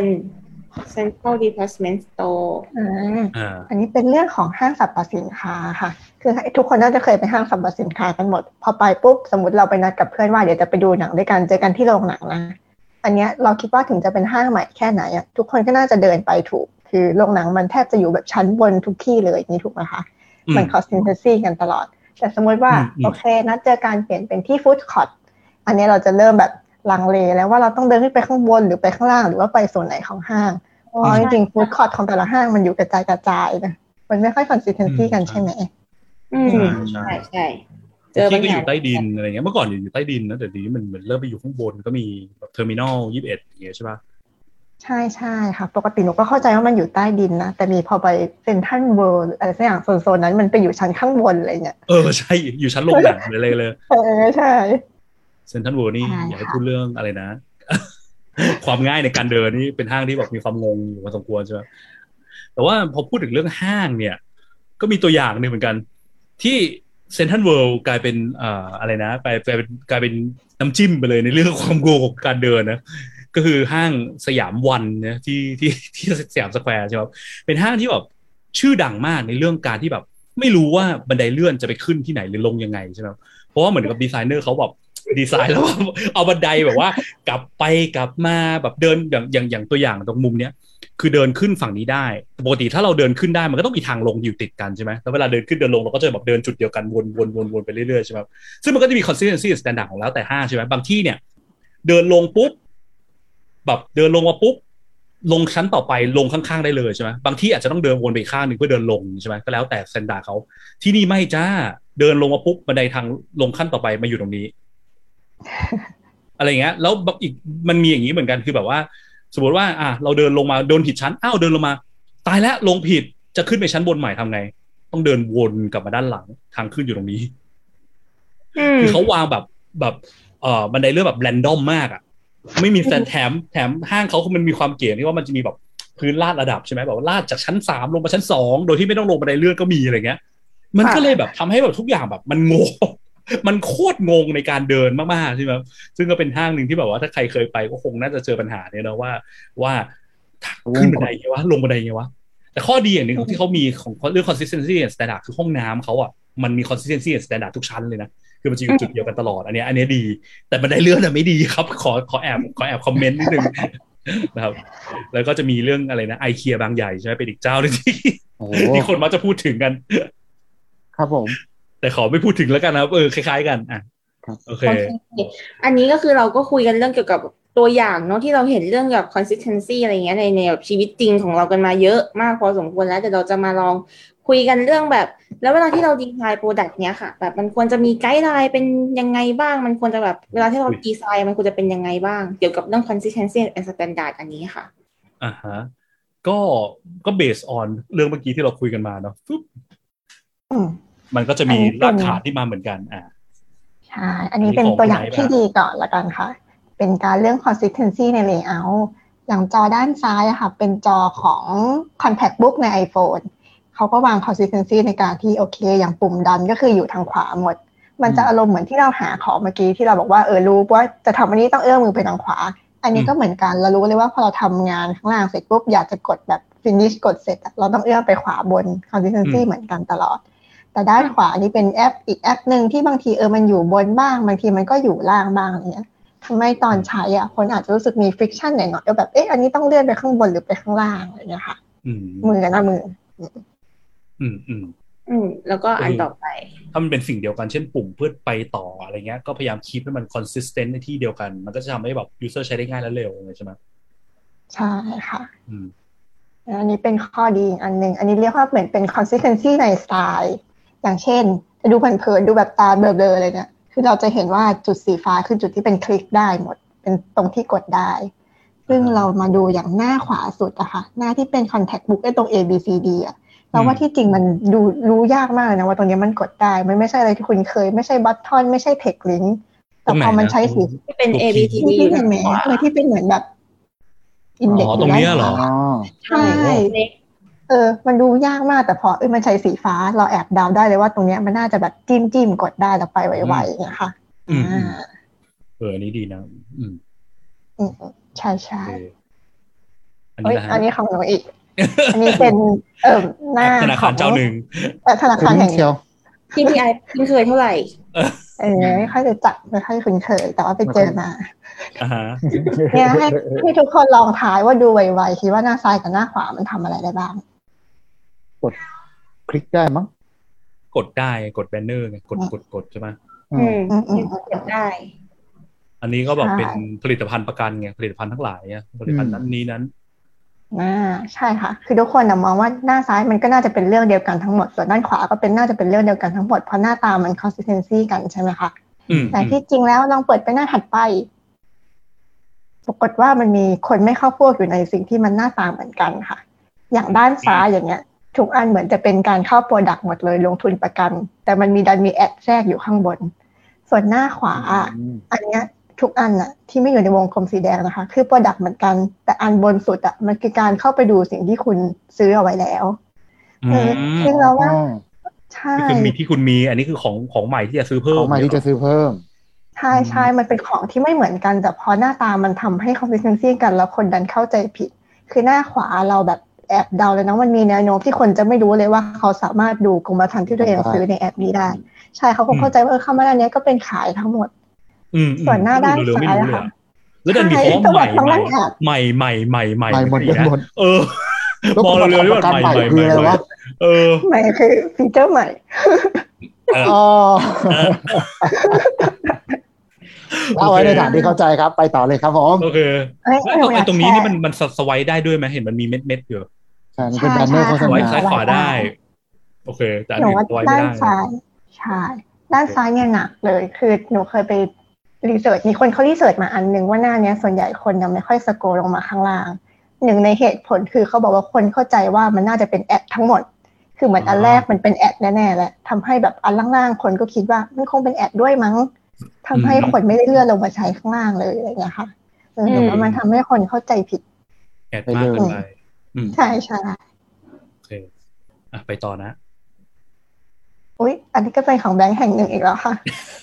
[SPEAKER 2] Central Department Store
[SPEAKER 3] อ่าอันนี้เป็นเรื่องของห้างสรรพสินค้าค่ะคือทุกคนน่าจะเคยไปห้างสรรพสินค้ากันหมดพอไปปุ๊บสมมติเราไปนัดกับเพื่อนว่าเดี๋ยวจะไปดูหนังด้วยกันเจอกันที่โรงหนังนะอันเนี้ยเราคิดว่าถึงจะเป็นห้างใหม่แค่ไหนอ่ะทุกคนก็น่าจะเดินไปถูกคือโรงหนังมันแทบจะอยู่แบบชั้นบนทุกที่เลยนี่ถูกไหมคะมัน consistency กันตลอดแต่สมมติว่าโอเคนัดเจอการเปลี่ยนเป็นที่ฟู้ดคอร์ทอันนี้เราจะเริ่มแบบลังเลแล้วว่าเราต้องเดินขึ้นไปข้างบนหรือไปข้างล่างหรือว่าไปส่วนไหนของห้างอ๋อจริงๆฟู้ดคอร์ทของแต่ละห้างมันอยู่กระจายกระจายนะมันไม่ค่อย consistency กันใช่ไหม
[SPEAKER 2] อืมใช่ใช่
[SPEAKER 1] เจอที่ก็อยู่ใต้ดินอะไรเงี้ยเมื่อก่อนอยู่ใต้ดินนะแต่ทีนี้มันเหมือนเริ่มไปอยู่ข้างบนก็มีแบบเทอร์มินอลยี่สิบเอ็ดอย่างเงี้ยใช่ป่ะ
[SPEAKER 3] ใช่ใช่ค่ะปกติหนูก็เข้าใจว่ามันอยู่ใต้ดินนะแต่มีพอไปเซ็นทรัลเวิลด์อะไรสักอย่างโซนๆนั้นมันไปอยู่ชั้นข้างบนอะไรเงี้ย
[SPEAKER 1] เออใช่อยู่ชั้นลงหนังเลยเลย
[SPEAKER 3] เออใช่
[SPEAKER 1] เซ็นทรัลเวิลด์นี่อยากให้พูดเรื่องอะไรนะ ความง่ายในการเดินนี่เป็นห้างที่แบบมีความงงอยู่พอสมควรใช่ไหมแต่ว่าพอพูดถึงเรื่องห้างเนี่ยก็มีตัวอย่างหนึ่งเหมือนกันที่เซ็นทรัลเวิลด์กลายเป็นอ่าอะไรนะกลายเป็นกลายเป็นน้ำจิ้มไปเลยในเรื่องความโกงของการเดินนะก็คือห้างสยามวันเนี่ยที่ที่ที่สยามสแควร์ใช่ไหมเป็นห้างที่แบบชื่อดังมากในเรื่องการที่แบบไม่รู้ว่าบันไดเลื่อนจะไปขึ้นที่ไหนหรือลงยังไงใช่ไหมเพราะว่าเหมือนกับดีไซเนอร์เขาแบบดีไซน์แล้วเอาบันไดแบบว่ากลับไปกลับมาแบบเดินอย่างอย่างอย่างตัวอย่างตรงมุมเนี้ยคือเดินขึ้นฝั่งนี้ได้ปกติถ้าเราเดินขึ้นได้มันก็ต้องมีทางลงอยู่ติดกันใช่ไหมแล้วเวลาเดินขึ้นเดินลงเราก็จะแบบเดินจุดเดียวกันวนวนวนวนไปเรื่อยๆใช่ไหมซึ่งมันก็จะมี consistency standard ของแล้วแต่ห้างใช่ไหมบางที่เนี่ยเดินลงปุ๊บแบบเดินลงมาปุ๊บลงชั้นต่อไปลงข้างๆได้เลยใช่ไหมบางที่อาจจะต้องเดินวนไปข้างหนึ่งเพื่อเดินลงใช่ไหมก็แล้วแต่ standard เขาที่นี่ไม่จ้าเดินลงมาปุ๊บบันไดทางลงขั้นต่อไปมาอยู่ตรงนี้อะไรเงี้ยแล้วอีกมันมีอย่างนี้เหมือนกันคือแบบว่าสมมติว่าอ่ะเราเดินลงมาโดนผิดชั้นอ้าวเดินลงมาตายแล้วลงผิดจะขึ้นไปชั้นบนใหม่ทำไงต้องเดินวนกลับมาด้านหลังทางขึ้นอยู่ตรงนี้คือเขาวางแบบแบบเอ่อบันไดเลื่อนแบบแรนดอมมากอ่ะไม่มีแถมแถมห้างเขามันมีความเก๋ที่ว่ามันจะมีแบบพื้นลาดระดับใช่ไหมแบบลาดจากชั้นสามลงมาชั้นสองโดยที่ไม่ต้องลงบันไดเลื่อนก็มีอะไรเงี้ยมันก็เลยแบบทำให้แบบทุกอย่างแบบมันงงมันโคตรงงในการเดินมากๆใช่ไหมซึ่งก็เป็นห้างหนึ่งที่แบบว่าถ้าใครเคยไปก็คงน่าจะเจอปัญหาเนี่ยนะว่าว่าขึ้นบันไดไงวะลงบันไดไงวะแต่ข้อดีอย่างหนึ่งที่เขามีของเรื่อง consistency and standard คือห้องน้ำเขาอ่ะมันมี consistency and standard ทุกชั้นเลยนะคือมันจะอยู่จุดเดียวกันตลอดอันนี้อันนี้ดีแต่บันไดเลื่อนอ่ะไม่ดีครับขอขอแอบขอแอบคอมเมนต์นิดนึงนะครับแล้วก็จะมีเรื่องอะไรนะไอเคียบางใหญ่ใช่ไหมเป็นอีกเจ้านึงที่ที่คนมักจะพูดถึงกัน
[SPEAKER 4] ครับผม
[SPEAKER 1] แต่ขอไม่พูดถึงแล้วกันนะครับเออคล้ายๆกันอ่ะโอเค
[SPEAKER 2] อันนี้ก็คือเราก็คุยกันเรื่องเกี่ยวกับตัวอย่างเนาะที่เราเห็นเรื่องกับ consistency อะไรเงี้ยในในแบบชีวิตจริงของเรากันมาเยอะมากพอสมควรแล้วแต่เราจะมาลองคุยกันเรื่องแบบแล้วเวลาที่เราดีไซน์โปรดักต์เนี้ยค่ะแบบมันควรจะมีไกด์ไลน์เป็นยังไงบ้างมันควรจะแบบเวลาที่เราดีไซน์มันควรจะเป็นยังไงบ้างเกี่ยวกับเรื่อง consistency and standard อันนี้ค่ะ
[SPEAKER 1] อ่าฮะก็ก็ based on เรื่องเมื่อกี้ที่เราคุยกันมาเนาะมันก็จะมีรากฐานที่มาเหมือนกันอ่า
[SPEAKER 3] ใช่อันนี้เป็นตัวอย่างที่ดีก่อนละกันค่ะเป็นการเรื่อง consistency ใน layout อย่างจอด้านซ้ายอะค่ะเป็นจอของ contact book ใน iPhone เขาก็วาง consistency ในการที่โอเคอย่างปุ่มดันก็คืออยู่ทางขวาหมดมันจะอารมณ์เหมือนที่เราหาของเมื่อกี้ที่เราบอกว่าเออรู้ว่าจะทำอันนี้ต้องเอื้อมมือไปทางขวาอันนี้ก็เหมือนกันเรารู้เลยว่าพอเราทำงานข้างล่างเสร็จปุ๊บอยากจะกดแบบ finish กดเสร็จเราต้องเอื้อมไปขวาบน consistency เหมือนกันตลอดแต่ด้านขวานี่เป็นแอปอีกแอปนึงที่บางทีเออมันอยู่บนบ้างบางทีมันก็อยู่ล่างบ้างอย่างเงี้ยทำให้ตอนใช้อ่ะคนอาจจะรู้สึกมี friction หน่อยๆแบบเอ๊ะอันนี้ต้องเลื่อนไปข้างบนหรือไปข้างล่างอะไรเงี้ยค่ะมือกับหน้ามือ
[SPEAKER 1] อืมอืม
[SPEAKER 2] อืมแล้วก็อันต่อไป
[SPEAKER 1] ถ้ามันเป็นสิ่งเดียวกันเช่นปุ่มเพื่อไปต่ออะไรเงี้ยก็พยายามคีปให้มัน consistent ในที่เดียวกันมันก็จะทำให้แบบ user ใช้ได้ง่ายและเร็วใช่ไหม
[SPEAKER 3] ใช่ค่ะอืมอันนี้เป็นข้อดีอันหนึ่งอันนี้เรียกว่าเหมือนเป็น consistency ในสไตล์อย่างเช่นจะดูเผินๆดูแบบตาเบลอๆเลยเนี่ยคือเราจะเห็นว่าจุดสีฟ้าคือจุดที่เป็นคลิกได้หมดเป็นตรงที่กดได้ซึ่งเรามาดูอย่างหน้าขวาสุดอะค่ะหน้าที่เป็น contact book ไอ้ตรง A B C D อะเราว่าที่จริงมันดูรู้ยากมากนะว่าตรงนี้มันกดได้มันไม่ใช่อะไรที่คุณเคยไม่ใช่บัตทอนไม่ใช่ text link แต่พอมันใช้สี
[SPEAKER 2] ที่เป็น A B C D
[SPEAKER 3] ที่เห็นไหมเออที่เป็นเหมือนแบบ
[SPEAKER 1] index ตรงนี้เหรอ
[SPEAKER 3] ใช่เออมันดูยากมากแต่พอเออมันใช้สีฟ้าเราแอบเดาได้เลยว่าตรงนี้มันน่าจะแบบจิ้มจิ้มกดได้แล้วไปไวๆอย่างเงี้ยค่ะ
[SPEAKER 1] อืมเอออันนี้ดีนะอืม
[SPEAKER 3] อืมใช่ใช่
[SPEAKER 1] อันนี้
[SPEAKER 3] อันนี้ของหนูอีกอันนี้เป็นเออหน้า
[SPEAKER 1] ธนาคารเจ้าหนึ่ง
[SPEAKER 3] ธนาคารแห่ง
[SPEAKER 2] ที พี ไอ คุ้นเคยเท่าไหร่
[SPEAKER 3] เออไม่ค่อยจะจับไม่ค่อยคุ้นเคยแต่ว่าไปเจอมาเนี่ยให้ให้ทุกคนลองทายว่าดูไวๆคิดว่าหน้าซ้ายกับหน้าขวามันทำอะไรได้บ้าง
[SPEAKER 4] กดคลิกได้มั้ง
[SPEAKER 1] กดได้กดแบนเนอร์ไงกดกดกดใช่ไหม
[SPEAKER 2] อืมกดได้
[SPEAKER 1] อันนี้ก็แบบเป็นผลิตภัณฑ์ประกันไงผลิตภัณฑ์ทั้งหลายอ่ะผลิตภัณฑ์นั้นนี้นั้น
[SPEAKER 3] อ่าใช่ค่ะคือทุกคนนะมองว่าหน้าซ้ายมันก็น่าจะเป็นเรื่องเดียวกันทั้งหมดส่วนด้านขวาก็เป็นน่าจะเป็นเรื่องเดียวกันทั้งหมดเพราะหน้าตามัน consistency กันใช่ไหมคะแต่ที่จริงแล้วลองเปิดไปหน้าถัดไปปรากฏว่ามันมีคนไม่เข้าพวกอยู่ในสิ่งที่มันหน้าตาเหมือนกันค่ะอย่างด้านซ้ายอย่างเงี้ยทุกอันเหมือนจะเป็นการเข้าโปรดักต์หมดเลยลงทุนประกันแต่มันมีดันมีแอดแทรกอยู่ข้างบนส่วนหน้าขวาอันเนี้ยทุกอันน่ะที่ไม่อยู่ในวงกลมสีแดงนะคะคือโปรดักต์เหมือนกันแต่อันบนสุดอ่ะมันคือการเข้าไปดูสิ่งที่คุณซื้อเอาไว้แล้วเออซึ่งเราว่าใช่
[SPEAKER 1] คือมีที่คุณมีอันนี้คือของของใหม่ที่จะซื้อเพิ่ม
[SPEAKER 4] ของใหม่ที่จะซื้อเพิ่ม
[SPEAKER 3] ใช่ใช่มันเป็นของที่ไม่เหมือนกันแต่พอหน้าตามันทำให้ consistency กันแล้วคนดันเข้าใจผิดคือหน้าขวาเราแบบแอบเดาเลยนะมันมีแนวโน้มที่คนจะไม่รู้เลยว่าเขาสามารถดูกรมธรรม์ที่ตัวเองซื้อในแอปนี้ได้ใช่เขาคงเข้าใจว่าเออเข้ามาด้านนี้ก็เป็นขายทั้งหมดส่วนหน้าด้านซ้ายอะค่ะ
[SPEAKER 1] แล้วดันมีของใหม่ใหม่ใหม่ใหม่ใหม่ใหม่
[SPEAKER 4] ใหม่หมดเลยหมด
[SPEAKER 1] เออมองเร็วๆว่าใหม่ใหม่คืออะไรวะเออ
[SPEAKER 3] ใหม่คือฟีเจอร์ใหม่
[SPEAKER 4] อ๋อเอาไว้ในฐานที่เข้าใจครับไปต่อเลยครับผม
[SPEAKER 1] โอเคแล้วไอ้ตรงนี้นี่มันมันสไวด์ได้ด้วยไหมเห็นมันมีเม็ดเม็ดอยู่
[SPEAKER 4] ใช่มันเป็นแบนเนอร์โฆษณา
[SPEAKER 1] ซ้ายขวาได้โอเคแต่อันนี้สไวด์ไม่ได้
[SPEAKER 3] ด้านซ้ายใช่ด้านซ้ายเนี่ยหนักเลยคือหนูเคยไปรีเสิร์ชมีคนเขารีเสิร์ชมาอันนึงว่าหน้านี้ส่วนใหญ่คนยังไม่ค่อยสโกรลงมาข้างล่างหนึ่งในเหตุผลคือเขาบอกว่าคนเข้าใจว่ามันน่าจะเป็นแอดทั้งหมดคือเหมือนอันแรกมันเป็นแอดแน่ๆแหละทำให้แบบอันล่างๆคนก็คิดว่ามันคงเป็นแอดด้วยมั้งทำให้คนไม่ได้เลื่อนลงมาใช้ข้างล่างเลยอะไรอย่างเงี้ยค่ะเออแต่ว่ามันทำให้คนเข้าใจผิด
[SPEAKER 1] แอดมากเกินไป
[SPEAKER 3] ใช่ใช่
[SPEAKER 1] โอเคอ่ะไปต่อนะ
[SPEAKER 3] อุ๊ยอันนี้ก็เป็นของแบงค์แห่งหนึ่งอีกแล้วค่ะ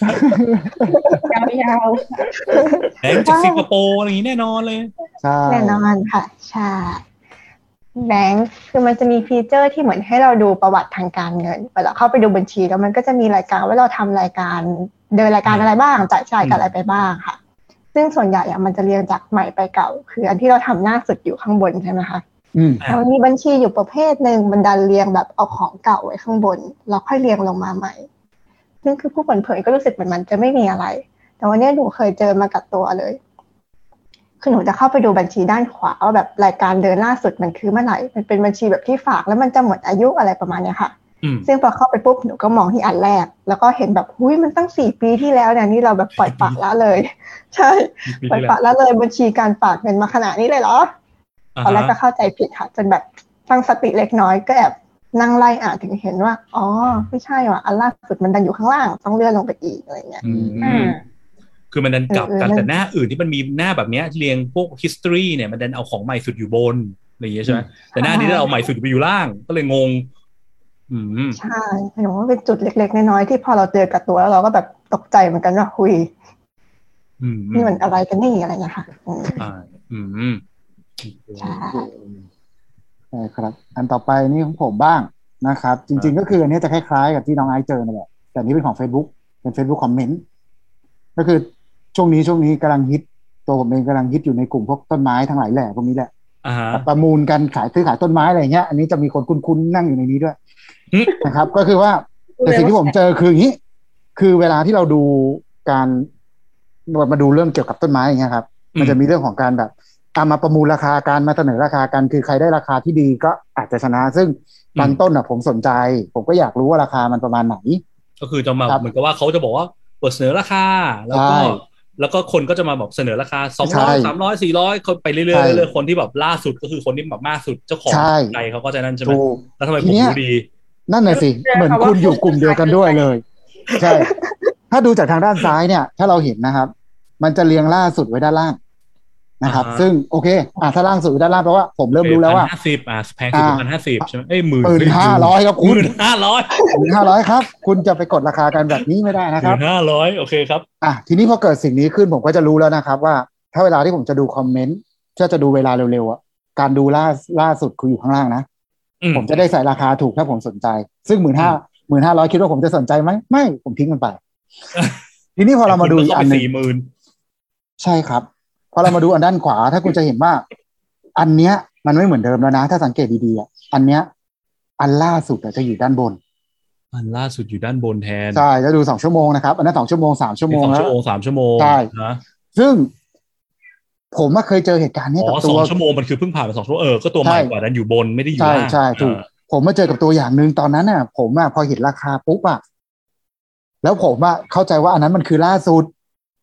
[SPEAKER 2] ยาว
[SPEAKER 1] ๆแบงค์จากสิงคโปร์อะไรอย่างนี้แน่นอนเลย
[SPEAKER 3] ใช่แน่นอนค่ะใช่แบงค์คือมันจะมีฟีเจอร์ที่เหมือนให้เราดูประวัติทางการเงินเวลาเข้าไปดูบัญชีแล้วมันก็จะมีรายการว่าเราทำรายการเดินรายการอะไรบ้างจ่ายจ่ายกับอะไรไปบ้างค่ะซึ่งส่วนใหญ่อะมันจะเรียงจากใหม่ไปเก่าคืออันที่เราทำหน้าสุดอยู่ข้างบนใช่ไหมคะแล้วมีบัญชีอยู่ประเภทหนึ่งมันดันเรียงแบบเอาของเก่าไว้ข้างบนแล้วค่อยเรียงลงมาใหม่ซึ่งคือผู้เผยก็รู้สึกเหมือนมันจะไม่มีอะไรแต่วันนี้หนูเคยเจอมากับตัวเลยคือหนูจะเข้าไปดูบัญชีด้านขวาว่าแบบรายการเดินล่าสุดมันคือเมื่อไหร่มันเป็นบัญชีแบบที่ฝากแล้วมันจะหมดอายุอะไรประมาณนี้ค่ะซึ่งพอเข้าไปปุ๊บหนูก็มองที่อันแรกแล้วก็เห็นแบบหุ้ยมันตั้งสี่ปีที่แล้วเนี่ยนี่เราแบบปล่อยปละละเลยใช่ปล่อยปละละเลยบัญชีการฝากเงินมาขนาดนี้เลยเหรอตอนแรกก็เข้าใจผิดค่ะจนแบบตั้งสติเล็กน้อยก็แอบนั่งไล่อ่านถึงเห็นว่าอ๋อไม่ใช่ว่ะอันล่าสุดมันดันอยู่ข้างล่างต้องเลื่อนลงไปอีกอะไรเงี้ย
[SPEAKER 1] คือมันดันกลับกันแต่หน้าอื่นที่มันมีหน้าแบบนี้ที่เรียงพวก history เนี่ยมันดันเอาของใหม่สุดอยู่บนอะไรอย่างเงี้ยใช่ไหมแต่หน้านี้เราใหม่สุดไปอยู่ล่างก็เลยงงอืม
[SPEAKER 3] ใช่หนูว่าเป็นจุดเล็กๆน้อยๆที่พอเราเจอกับตัวแล้วเราก็แบบตกใจเหมือนกันว่าคุยนี่มันอะไรกันนี่อะไรเงี้ยค่ะ
[SPEAKER 1] อ่าอืม
[SPEAKER 3] ใช่
[SPEAKER 4] ใช่ครับอันต่อไปนี่ของผมบ้างนะครับจริงๆก็คืออันนี้จะคล้ายๆกับที่น้องไอซ์เจอนั่นแหละแต่นี้เป็นของ Facebook เป็น Facebook คอมเมนต์ก็คือช่วงนี้ช่วงนี้กำลังฮิตตัวผมเองกำลังฮิตอยู่ในกลุ่มพวกต้นไม้ทั้งหลายแหล่พวกนี้แหละประมูลกันขายซื้อขายต้นไม้อะไรเงี้ยอันนี้จะมีคนคุ้นๆนั่งอยู่ในนี้ด้วยนะครับก็คือว่าแต่สิ่งที่ผมเจอคืออย่างนี้คือเวลาที่เราดูการมาดูเรื่องเกี่ยวกับต้นไม้อย่างเงี้ยครับมันจะมีเรื่องของการแบบเอามาประมูลราคาการมาเสนอราคากันคือใครได้ราคาที่ดีก็อาจจะชนะซึ่งบางต้นอ่ะผมสนใจผมก็อยากรู้ว่าราคามันประมาณไหน
[SPEAKER 1] ก็คือจะมาเหมือนกับว่าเขาจะบอกว่าเปิดเสนอราคาแล้วก็แล้วก็คนก็จะมาบอกเสนอราคาสองร้อยสามร้อยสี่ร้อยคนไปเรื่อยๆเรื่อยๆคนที่แบบล่าสุดก็คือคนที่แบบมากสุดเจ้าของใจเขาก็จะนั่นใช่ไหมแล้วทำไมผมรู้ดี
[SPEAKER 4] นั่นน่ะสิเหมือนคุณอยู่กลุ่มเดียวกันด้วยเลยใช่ถ้าดูจากทางด้านซ้ายเนี่ยถ้าเราเห็นนะครับมันจะเรียงล่าสุดไว้ด้านล่างนะครับซึ่งโอเคอ่ะถ้าล่างสุดด้านล่างแปลว่าผมเริ่มรู้แล้วว่า
[SPEAKER 1] ห้าสิบอ่ะแพงสุดประมาณห้าสิบใช่ไหมเอ้ยหมื่น
[SPEAKER 4] หมื่นห้าร้อยครับคุณ
[SPEAKER 1] หมื่นห้าร้อย
[SPEAKER 4] หมื่นห้าร้อยครับคุณจะไปกดราคากันแบบนี้ไม่ได้นะครับ
[SPEAKER 1] หมื่นห้าร้อยโอเคครับ
[SPEAKER 4] อ่ะทีนี้พอเกิดสิ่งนี้ขึ้นผมก็จะรู้แล้วนะครับว่าถ้าเวลาที่ผมจะดูคอมเมนต์ถ้าจะดูเวลาเร็วๆอ่ะการดูล่าล่าสุดคืออยู่ข้างล่างนะผมจะได้ใส่ราคาถูกถ้าผมสนใจซึ่งหมื่นห้าหมื่นห้าร้อยคิดว่าผมจะสนใจไหมไม่ผมทิ้งมันไปทีนี้พอเรามาดูอีกอันนึงใช่ครับพอเรามาดูอันด้านขวาถ้าคุณจะเห็นว่าอันเนี้ยมันไม่เหมือนเดิมแล้วนะถ้าสังเกตดีๆอ่ะอันเนี้ยอันล่าสุดจะอยู่ด้านบน
[SPEAKER 1] อันล่าสุดอยู่ด้านบนแทน
[SPEAKER 4] ใช่จะดูสองชั่วโมงนะครับอันนั้นสองชั่วโมงสามชั่วโมง
[SPEAKER 1] สองชั่วโมงสามชั่วโมง
[SPEAKER 4] ใช่
[SPEAKER 1] นะ
[SPEAKER 4] ซึ่งผมเคยเจอเหตุการณ์นี้กับตัว
[SPEAKER 1] สองชั่วโมงมันคือเพิ่งผ่านไปสองชั่วโมงเออก็ตัวใหม่กว่านั้นอยู่บนไม่ได้อยู่ล่าง
[SPEAKER 4] ใช่ใช่ถูกผมมาเจอกับตัวอย่างนึงตอนนั้นน่ะผมอ่ะพอเห็นราคาปุ๊บอ่ะแล้วผมอ่ะเข้าใจว่าอันนั้นมันคือล่าสุด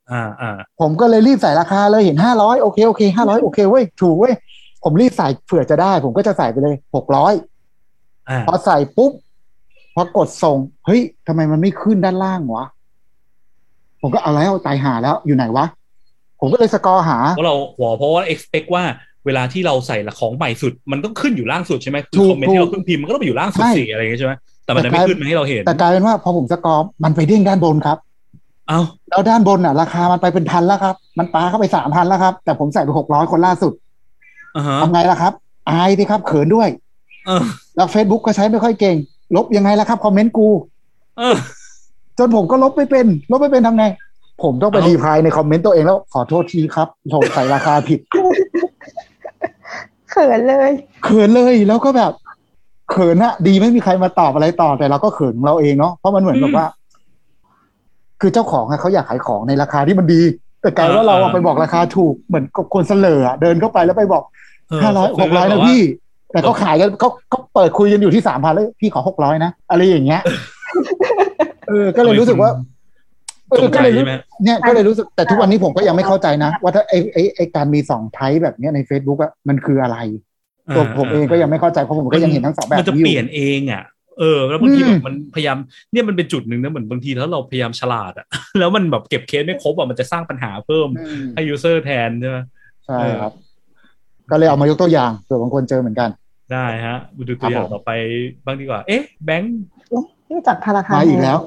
[SPEAKER 1] อ่าอ่า
[SPEAKER 4] ผมก็เลยรีบใส่ราคาเลยเห็นห้าร้อยโอเคโอเคห้าร้อยโอเคเว้ยถูกเว้ยผมรีบใส่เผื่อจะได้ผมก็จะใส่ไปเลยหกร้อย
[SPEAKER 1] อ่า
[SPEAKER 4] พอใส่ปุ๊บพอกดส่งเฮ้ยทำไมมันไม่ขึ้นด้านล่างวะผมก็เอาแล้วตายหาแล้วอยู่ไหนวะผมก็เลยสกอร์หา
[SPEAKER 1] เพราะเราหัวเพราะว่า expect ว่าเวลาที่เราใส่ละของใหม่สุดมันต้องขึ้นอยู่ล่างสุดใช่ไหมคือคอมเมนต์ที่เราเพิ่งพิมพ์มันก็ต้องไปอยู่ล่างสุดสิอะไรอย่างเงี้ยใช่ไหมแต่มันไม่ขึ้นมาให้เราเห็น
[SPEAKER 4] แต่กลายเป็นว่าพอผมสกอร์มันไปเด้งด้านบนครับ
[SPEAKER 1] เอา
[SPEAKER 4] แล้วด้านบนอ่ะราคามันไปเป็นพันแล้วครับมันปาเข้าไปสามพันแล้วครับแต่ผมใส่ไปหกร้อยคนล่าสุดทำไงล่ะครับอายสิครับเขินด้วยแล้ว Facebook ก็ใช้ไม่ค่อยเก่งลบยังไงล่ะครับคอมเมนต์กูจนผมก็ลบไม่เป็นลบไม่เป็นทำไงผมต้องไปรีพลายในคอมเมนต์ตัวเองแล้วขอโทษทีครับโทรใส่ราคาผิด
[SPEAKER 3] เขินเลย
[SPEAKER 4] เขินเลยแล้วก็แบบเขินอะดีไม่มีใครมาตอบอะไรต่อแต่เราก็เขินเราเองเนาะเพราะมันเหมือนแบบว่าคือเจ้าของอะเขาอยากขายของในราคาที่มันดีแต่กลายว่าเราไปบอกราคาถูกเหมือนกับคนเสลออะเดินเข้าไปแล้วไปบอกห้าร้อยหกร้อยนะพี่แต่เขาขายกันเขาเขาเปิดคุยกันอยู่ที่สามพันแล้วพี่ขอหกร้อยนะอะไรอย่างเงี้ยเออก็เลยรู้สึกว่าเออก็เลยเนี่ยก็เลยรู้สึกแต่ทุกวันนี้ผมก็ยังไม่เข้าใจนะว่าถ้าไอ้ไอ้ไอ้การมีสองไทป์แบบนี้ใน Facebook อะมันคืออะไรตัวผมเองก็ยังไม่เข้าใจเพราะผมก็ยังเห็นทั้งสองแบบ
[SPEAKER 1] มันจะเปลี่ยนเองอ่ะเออแล้วบางทีแบบมันพยายามเนี่ยมันเป็นจุดหนึ่งนะเหมือนบางทีแล้วเราพยายามฉลาดอ่ะแล้วมันแบบเก็บเคสไม่ครบอ่ะมันจะสร้างปัญหาเพิ่มให้ยูเซอร์แทนใช่ไหม
[SPEAKER 4] ใช่ครับก็เลยเอามายกตัวอย่างเผื่อบางคนเจอเหมือนกัน
[SPEAKER 1] ได้ฮะดูตัวอย่างต่อไปบ้างดีกว่าเอ๊ะแบงค์
[SPEAKER 3] นี่จากธนาคาร
[SPEAKER 4] มาอีกแล้ว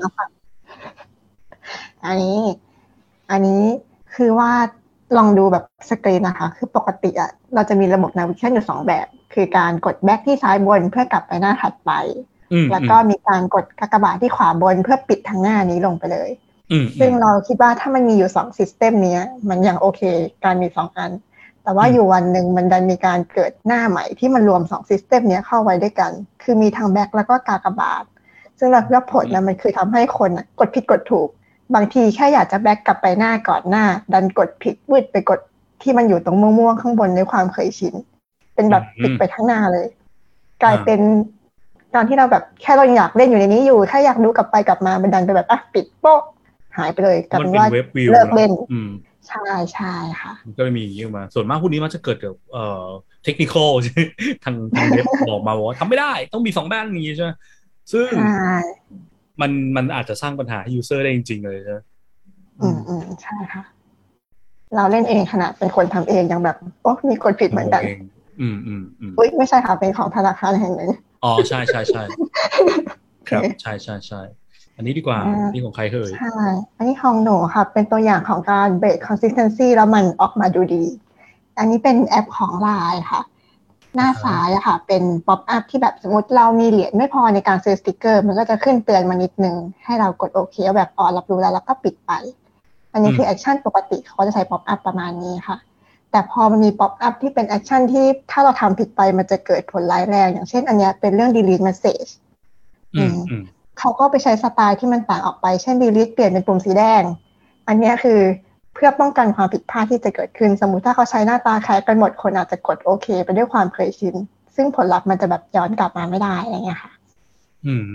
[SPEAKER 3] อันนี้อันนี้คือว่าลองดูแบบสกรีนนะคะคือปกติอ่ะเราจะมีระบบ navigation อยู่สองแบบคือการกดแบ็กที่ซ้ายบนเพื่อกลับไปหน้าถัดไปแล้วก็มีการกดกากบาทที่ขวาบนเพื่อปิดทางหน้านี้ลงไปเลยซึ่งเราคิดว่าถ้ามันมีอยู่สองซิสเต็มนี้มันยังโอเคการมีสองอันแต่ว่าอยู่วันหนึ่งมันดันมีการเกิดหน้าใหม่ที่มันรวมสองซิสเต็มนี้เข้าไว้ด้วยกันคือมีทางแบ็กแล้วก็กากบาทซึ่งเราคิดว่าผลนะมันคือทำให้คนกดผิดกดถูกบางทีแค่อยากจะแบ็กกลับไปหน้าก่อนหน้าดันกดผิดวืดไปกดที่มันอยู่ตรงม่วงๆข้างบนในความเคยชินเป็นแบบปิดไปทั้งหน้าเลยกลายเป็นการที่เราแบบแค่เราอยากเล่นอยู่ในนี้อยู่ถ้าอยากดูกลับไปกลับมามันดันไปแบบอ่ะปิดโป๊ะหายไปเลยกลายเป็นว่าเลิกเล่นใช่ใช่ค่ะ
[SPEAKER 1] ก็เลยมีอย่างนี้มาส่วนมากพวกนี้มันจะเกิดกับเอ่อเทคนิคอลทางทางเว็บบอกมาว่าทำไม่ได้ต้องมีสองด้านนี้ใช่ไหมซึ่งมันมันอาจจะสร้างปัญหาให้ยูเซอร์ได้จริงๆเลยใช่ไหม
[SPEAKER 3] อืมอืมใช่ค่ะเราเล่นเองขนาดเป็นคนทำเองยังแบบโอ้มีกดผิดเหมือนกัน
[SPEAKER 1] อืมอืมอืม
[SPEAKER 3] อุ้ยไม่ใช่ค่ะเป็นของธนาคารแห่งหนึ่ง
[SPEAKER 1] อ๋อใช่ใช่ใช่ครับใช่ใช่ใช่อันนี้ดีกว่านี่ของใครเอ่ย
[SPEAKER 3] ใช่อันนี้ของหนูค่ะเป็นตัวอย่างของการ break consistency แล้วมันออกมาดูดีอันนี้เป็นแอปของ ไลน์ ค่ะหน้าซ้ายอะค่ะเป็นป๊อปอัพที่แบบสมมติเรามีเหรียญไม่พอในการซื้อสติกเกอร์มันก็จะขึ้นเตือนมานิดนึงให้เรากดโอเคแบบอ๋อรับรู้แล้วแล้วก็ปิดไปอันนี้คือแอคชั่นปกติเขาจะใช้ป๊อปอัพประมาณนี้ค่ะแต่พอมันมีป๊อปอัพที่เป็นแอคชั่นที่ถ้าเราทำผิดไปมันจะเกิดผลร้ายแรงอย่างเช่นอันนี้เป็นเรื่อง delete message
[SPEAKER 1] อืม
[SPEAKER 3] เขาก็ไปใช้สไตล์ที่มันต่างออกไปเช่น delete เปลี่ยนเป็นปุ่มสีแดงอันนี้คือเพื่อป้องกันความผิดพลาดที่จะเกิดขึ้นสมมุติถ้าเขาใช้หน้าตาคล้ายกันหมดคนอาจจะกดโอเคไปด้วยความเคยชินซึ่งผลลัพธ์มันจะแบบย้อนกลับมาไม่ได้อะไรเงี้ยค่ะ
[SPEAKER 1] อืม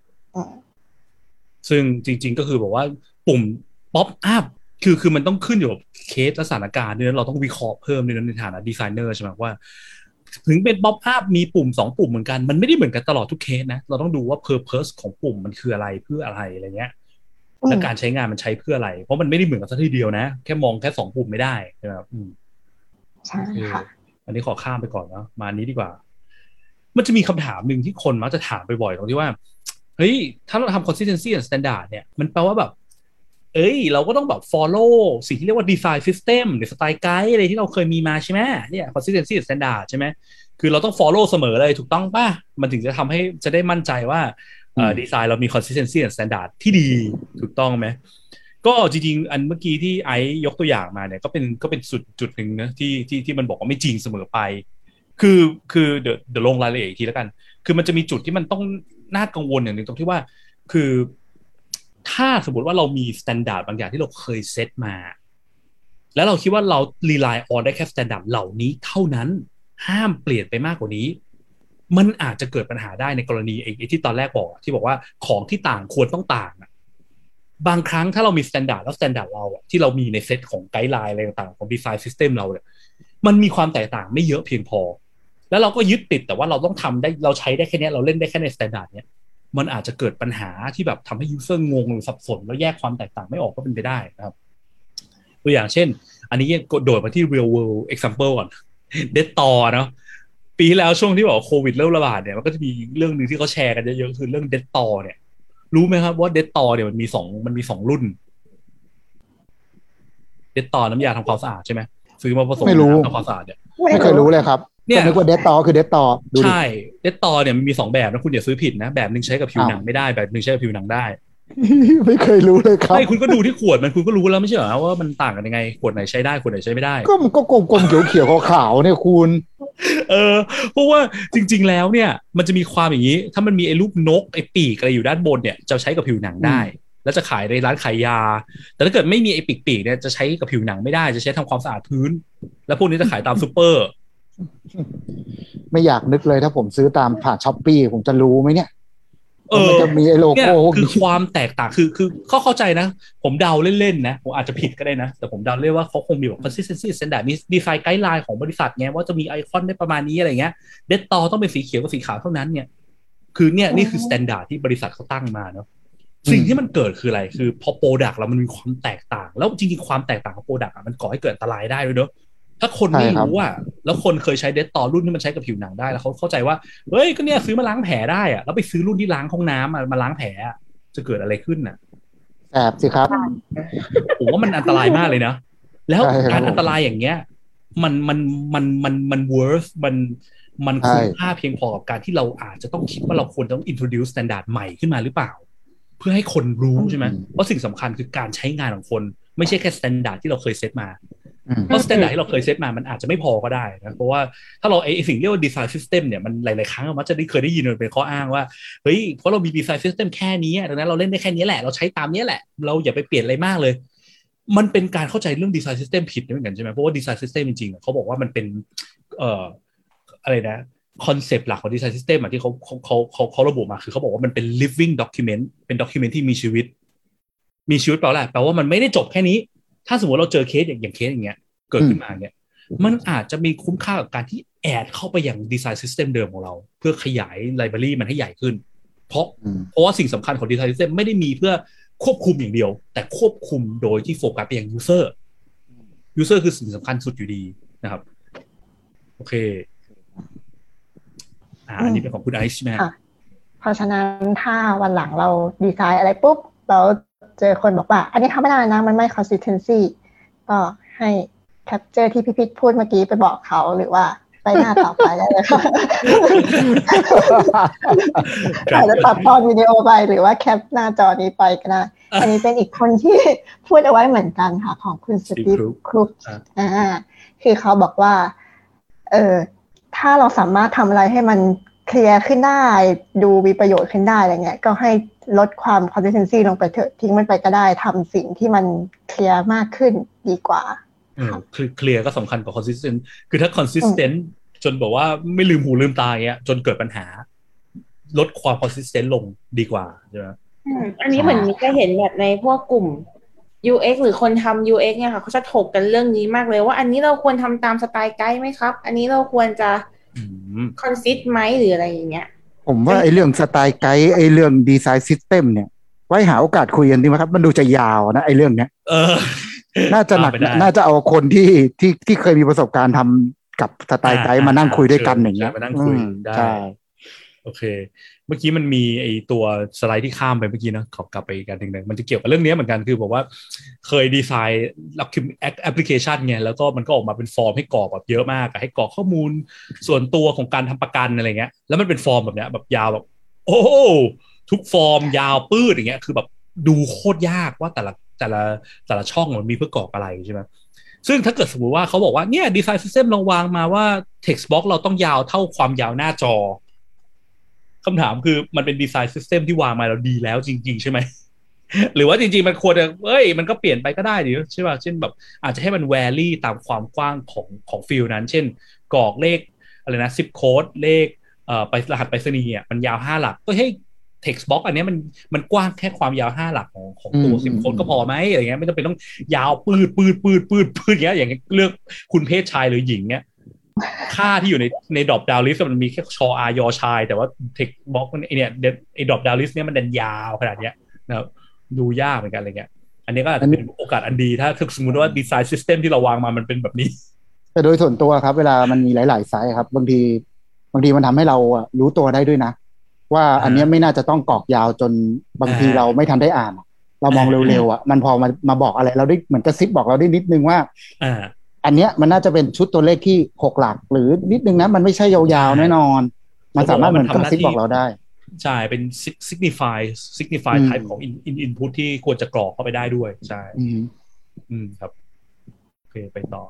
[SPEAKER 1] ซึ่งจริงๆก็คือบอกว่าปุ่ม pop up คือคือมันต้องขึ้นอยู่กับเคสและสถานการณ์ด้วยเราต้องวิเคราะห์เพิ่มในฐานะดีไซเนอร์ใช่ไหมว่าถึงเป็น pop up มีปุ่มสองปุ่มเหมือนกันมันไม่ได้เหมือนกันตลอดทุกเคสนะเราต้องดูว่า purpose ของปุ่มมันคืออะไรเพื่ออะไรอะไรเงี้ยและการใช้งานมันใช้เพื่ออะไรเพราะมันไม่ได้เหมือนกันซะทีเดียวนะแค่มองแค่สองปุ่มไม่ได้ใช่ไหมครับ
[SPEAKER 3] ใช่ค่ะ
[SPEAKER 1] อันนี้ขอข้ามไปก่อนนะมาอันนี้ดีกว่ามันจะมีคำถามหนึ่งที่คนมักจะถามบ่อยๆตรงที่ว่าเฮ้ยถ้าเราทำ consistency and standard เนี่ยมันแปลว่าแบบเอ้ยเราก็ต้องแบบ follow สิ่งที่เรียกว่า design system หรือ style guide อะไรที่เราเคยมีมาใช่ไหมเนี่ย consistency and standard ใช่ไหมคือเราต้อง follow เสมอเลยถูกต้องป่ะมันถึงจะทำให้จะได้มั่นใจว่าเอ่อดีไซน์เรามี consistency and standard ที่ดีถูกต้องไหมก็จริงๆอันเมื่อกี้ที่ไอซ์ยกตัวอย่างมาเนี่ยก็เป็นก็เป็นจุดจุดหนึ่งนะที่ที่ที่มันบอกว่าไม่จริงเสมอไปคือคือเดี๋ยวเดี๋ยวลงรายละเอียดอีกทีแล้วกันคือมันจะมีจุดที่มันต้องน่ากังวลอย่างหนึ่งตรงที่ว่าคือถ้าสมมติว่าเรามี standard บางอย่างที่เราเคยเซตมาแล้วเราคิดว่าเรา rely on ได้แค่ standard เหล่านี้เท่านั้นห้ามเปลี่ยนไปมากกว่านี้มันอาจจะเกิดปัญหาได้ในกรณีไอ้ที่ตอนแรกบอกที่บอกว่าของที่ต่างควรต้องต่างบางครั้งถ้าเรามี standard แล้ว standard เราอะที่เรามีในเซตของไกด์ไลน์อะไรต่างๆของ design system เราเนี่ยมันมีความแตกต่างไม่เยอะเพียงพอแล้วเราก็ยึดติดแต่ว่าเราต้องทำได้เราใช้ได้แค่นี้เราเล่นได้แค่ใน standard เนี้ยมันอาจจะเกิดปัญหาที่แบบทำให้ user งงหรือสับสนแล้วแยกความแตกต่างไม่ออกก็เป็นไปได้นะครับตัวอย่างเช่นอันนี้โดดมาที่ real world example ก่อน Deadtor เนาะปีที่แล้วช่วงที่บอกโควิดเริ่มระบาดเนี่ยมันก็จะมีเรื่องนึงที่เขาแชร์กันเยอะๆคือเรื่อง Deadtor เนี่ยรู้ไหมครับว่า Deadtor เนี่ยมันมีสองมันมีสองรุ่น Deadtor น้ำยาทำความสะอาดใช่ไหมซื้อมาผสมน้ำทำความสะอาดเนี่ย
[SPEAKER 4] ไม่เคยรู้เลยครับเนี่ยนึกว่า Deadtor คือ Deadtor
[SPEAKER 1] ใช่ Deadtor เนี่ยมันมีสองแบบนะคุณอย่าซื้อผิดนะแบบนึงใช้กับผิวหนังไม่ได้แบบนึงใช้กับผิวหนังได้
[SPEAKER 4] ไม่เคยรู้เลยครับ
[SPEAKER 1] ไม่คุณก็ดูที่ขวดมันคุณก็รู้แล้วไม่ใช่เหรอว่ามันต่างกันยังไงขวดไหนใช้ได้ขวดไหนใช้ไม่ได้
[SPEAKER 4] ก็มันก็กลมๆเขียวๆขาวๆเนี่ยคุณ
[SPEAKER 1] เออเพราะว่าจริงๆแล้วเนี่ยมันจะมีความอย่างนี้ถ้ามันมีไอ้รูปนกไอ้ปีกอะไรอยู่ด้านบนเนี่ยจะใช้กับผิวหนังได้แล้วจะขายในร้านขายยาแต่ถ้าเกิดไม่มีไอ้ปีกๆเนี่ยจะใช้กับผิวหนังไม่ได้จะใช้ทำความสะอาดพื้นแล้วพวกนี้จะขายตามซูเปอร์
[SPEAKER 4] ไม่อยากนึกเลยถ้าผมซื้อตามผ่าน Shopee ผมจะรู้ไหมเนี่ยเออมันจะมีไอ้โลโก้
[SPEAKER 1] คือความแตกต่างคือคือเขาเข้าใจนะผมเดาเล่นๆนะผมอาจจะผิดก็ได้นะแต่ผมเดาเล่นว่าเขาคงมีแบบ consistency standard มี design guideline ของบริษัทไงว่าจะมีไอคอนได้ประมาณนี้อะไรเงี้ย Deadtor ต้องเป็นสีเขียวกับสีขาวเท่านั้นเนี่ยคือเนี่ยนี่คือ standard ที่บริษัทเขาตั้งมาเนาะสิ่งที่มันเกิดคืออะไรคือพอ product แล้วมันมีความแตกต่างแล้วจริงๆความแตกต่างของ product มันก่อให้เกิดอันตรายได้ด้วยเนอะถ้าคนไม่รู้อ่ะแล้วคนเคยใช้ Deadtor รุ่นที่มันใช้กับผิวหนังได้แล้วเขาเข้าใจว่าเฮ้ยก็เนี่ยซื้อมาล้างแผลได้อ่ะแล้วไปซื้อรุ่นที่ล้างห้องน้ำมามาล้างแผลจะเกิดอะไรขึ้นน่ะ
[SPEAKER 4] แอบสิครับ
[SPEAKER 1] ผมว่ามันอันตรายมากเลยนะแล้วการอันตรายอย่างเงี้ยมันมันมันมันมัน worth มันมันคุ้มค่าเพียงพอกับการที่เราอาจจะต้องคิดว่าเราควรต้อง introduce standard ใหม่ขึ้นมาหรือเปล่าเพื่อให้คนรู้ใช่ไหมเพราะสิ่งสำคัญคือการใช้งานของคนไม่ใช่แค่ standard ที่เราเคยเซตมาเพราะ standard ที่เราเคยเซตมามันอาจจะไม่พอก็ได้นะเพราะว่าถ้าเราไอ้สิ่งเรียกว่า design system เนี่ยมันหลายๆครั้งมันจะได้เคยได้ยินมันเป็นข้ออ้างว่าเฮ้ยเพราะเรามี design system แค่นี้ดังนั้นเราเล่นได้แค่นี้แหละเราใช้ตามนี้แหละเราอย่าไปเปลี่ยนอะไรมากเลยมันเป็นการเข้าใจเรื่อง design system ผิดเหมือนกันใช่ไหมเพราะว่า design system จริงๆเขาบอกว่ามันเป็นเอ่ออะไรนะคอนเซปต์หลักของ design system อ่ะที่เขาเขาเขาเขาเขาระบุมาคือเขาบอกว่ามันเป็น living document เป็น document ที่มีชีวิตมีชีวิตแปลว่าอะไรแปลว่ามันไม่ได้จบแค่นี้ถ้าสมมติเราเจอเคสอย่างอย่างเคสอย่างเงี้ยเกิดขึ้นมาเนี่ยมันอาจจะมีคุ้มค่ากับการที่แอดเข้าไปอย่าง design system เดิมของเราเพื่อขยาย library มันให้ใหญ่ขึ้นเพราะเพราะว่าสิ่งสำคัญของ design system ไม่ได้มีเพื่อควบคุมอย่างเดียวแต่ควบคุมโดยที่โฟกัสไปยัง user user คือสิ่งสำคัญสุดอยู่ดีนะครับโอเคอ่าอันนี้เป็นของคุณไอซ์ใช่ไหม
[SPEAKER 3] เพราะฉะนั้นถ้าวันหลังเราดีไซน์อะไรปุ๊บเราเจอคนบอกว่าอันนี้ทำไม่ได้นะมันไม่ consistency ก็ให้แคปเจอร์ที่พี่พิษพูดเมื่อกี้ไปบอกเขาหรือว่าไปหน้าต่อไปได้เลยค่ะอาจจะตัดตอนวิดีโอไปหรือว่าแคปหน้าจอนี้ไปก็ได้อันนี้เป็นอีกคนที่พูดเอาไว้เหมือนกันค่ะของคุณสตีฟครุกอ่าคือเขาบอกว่าเออถ้าเราสามารถทำอะไรให้มันเคลียร์ขึ้นได้ดูมีประโยชน์ขึ้นได้อะไรเงี้ยก็ให้ลดความ consistency ลงไปเถอะทิ้งมันไปก็ได้ทำสิ่งที่มันเคลียร์มากขึ้นดีกว่า
[SPEAKER 1] เออเคลียร์ก็สำคัญกว่า consistent คือถ้า consistent จนบอกว่าไม่ลืมหูลืมตาเงี้ยจนเกิดปัญหาลดความ consistent ลงดีกว่าใช่ไหม
[SPEAKER 2] อันนี้เหมือนมีจะเห็นแบบในพวกกลุ่ม ยู เอ็กซ์ หรือคนทำ ยู เอ็กซ์ เนี่ยค่ะเขาจะถกกันเรื่องนี้มากเลยว่าอันนี้เราควรทำตามสไตล์ไกด์ไหมครับอันนี้เราควรจะคอนซิสต์ไหมหรืออะไรอย่างเงี้ย
[SPEAKER 4] ผมว่าไอ้เรื่องสไตล์ไกด์ไอ้เรื่องดีไซน์ซิสเต็มเนี่ยไว้หาโอกาสคุยกันดีไหมครับมันดูจะยาวนะไอ้เรื่องเนี้ยเออน่าจะหนักน่าจะเอาคนที่ที่ที่เคยมีประสบการณ์ทำกับสไตล์ไกด์มานั่งคุยด้วยกันอย่างเงี้ย
[SPEAKER 1] มานั่งคุยได้โอเคเมื่อกี้มันมีไอตัวสไลด์ที่ข้ามไปเมื่อกี้นะขอกลับไปอีกอันหนึ่งมันจะเกี่ยวกับเรื่องนี้เหมือนกันคือบอกว่าเคยดีไซน์แอปพลิเคชันไงแล้วก็มันก็ออกมาเป็นฟอร์มให้กรอกแบบเยอะมากให้กรอกข้อมูลส่วนตัวของการทำประกันอะไรเงี้ยแล้วมันเป็นฟอร์มแบบเนี้ยแบบยาวแบบโอ้ทุกฟอร์มยาวปื้ดอย่างเงี้ยคือแบบดูโคตรยากว่าแต่ละแต่ละแต่ละช่องมันมีเพื่อกรอกอะไรใช่ไหมซึ่งถ้าเกิดสมมติว่าเขาบอกว่าเนี่ยดีไซน์ซิสเต็มลองวางมาว่า text box เราต้องยาวเท่าความยาวหน้าจอคำถามคือมันเป็นดีไซน์ซิสเต็มที่วางมาเราดีแล้วจริงๆใช่ไหม หรือว่าจริงๆมันควรจะเอ้ยมันก็เปลี่ยนไปก็ได้ดิใช่ป่ะเช่นแบบอาจจะให้มันแวรี่ตามความกว้างของของฟิลนั้นเช่นกรอกเลขอะไรนะซิปโค้ดเลขเอ่อไปรหัสไปรษณีย์อ่ะมันยาวห้าหลักก็ให้ text box อันนี้มันมันกว้างแค่ความยาวห้าหลักของของตัวซิมโค้ดก็พอไหมอะไรเงี้ยไม่ต้องเป็นต้องยาวปืดปืดปืดปืดปืดอย่างเงี้ยอย่างเงี้ยเลือกคุณเพศชายหรือหญิงเงี้ยค่าที่อยู่ในในดรอปดาวน์ลิสต์มันมีแค่ชออายอชายแต่ว่า text box มันไอเนี่ยไอดรอปดาวน์ลิสต์เนี่ยมันดันยาวขนาดเนี้ยนะครับดูยากเหมือนกันอะไรเงี้ยอันนี้ก็อาจจะเป็นโอกาสอันดีถ้าสมมติว่าดีไซน์ซิสเต็มที่เราวางมามันเป็นแบบนี้
[SPEAKER 4] แต่โดยส่วนตัวครับเวลามันมีหลายๆไซส์ครับบางทีบางทีมันทำให้เรารู้ตัวได้ด้วยนะว่าอันนี้ไม่น่าจะต้องกรอกยาวจนบางทีเราไม่ทันได้อ่านเรามองเร็วๆอ่ะมันพอมามาบอกอะไรเราได้เหมือนกระซิบบอกเราได้นิดนึงว่าอันเนี้ยมันน่าจะเป็นชุดตัวเลขที่หกหลักหรือนิดนึงนะมันไม่ใช่ยาวๆแน่นอนมันสามารถเหมือนกระซิบบอกเราได้
[SPEAKER 1] ใช่เป็น signify signify type ของ in input ที่ควรจะกรอกเข้าไปได้ด้วยใช่อืมครับโอเคไปต่อ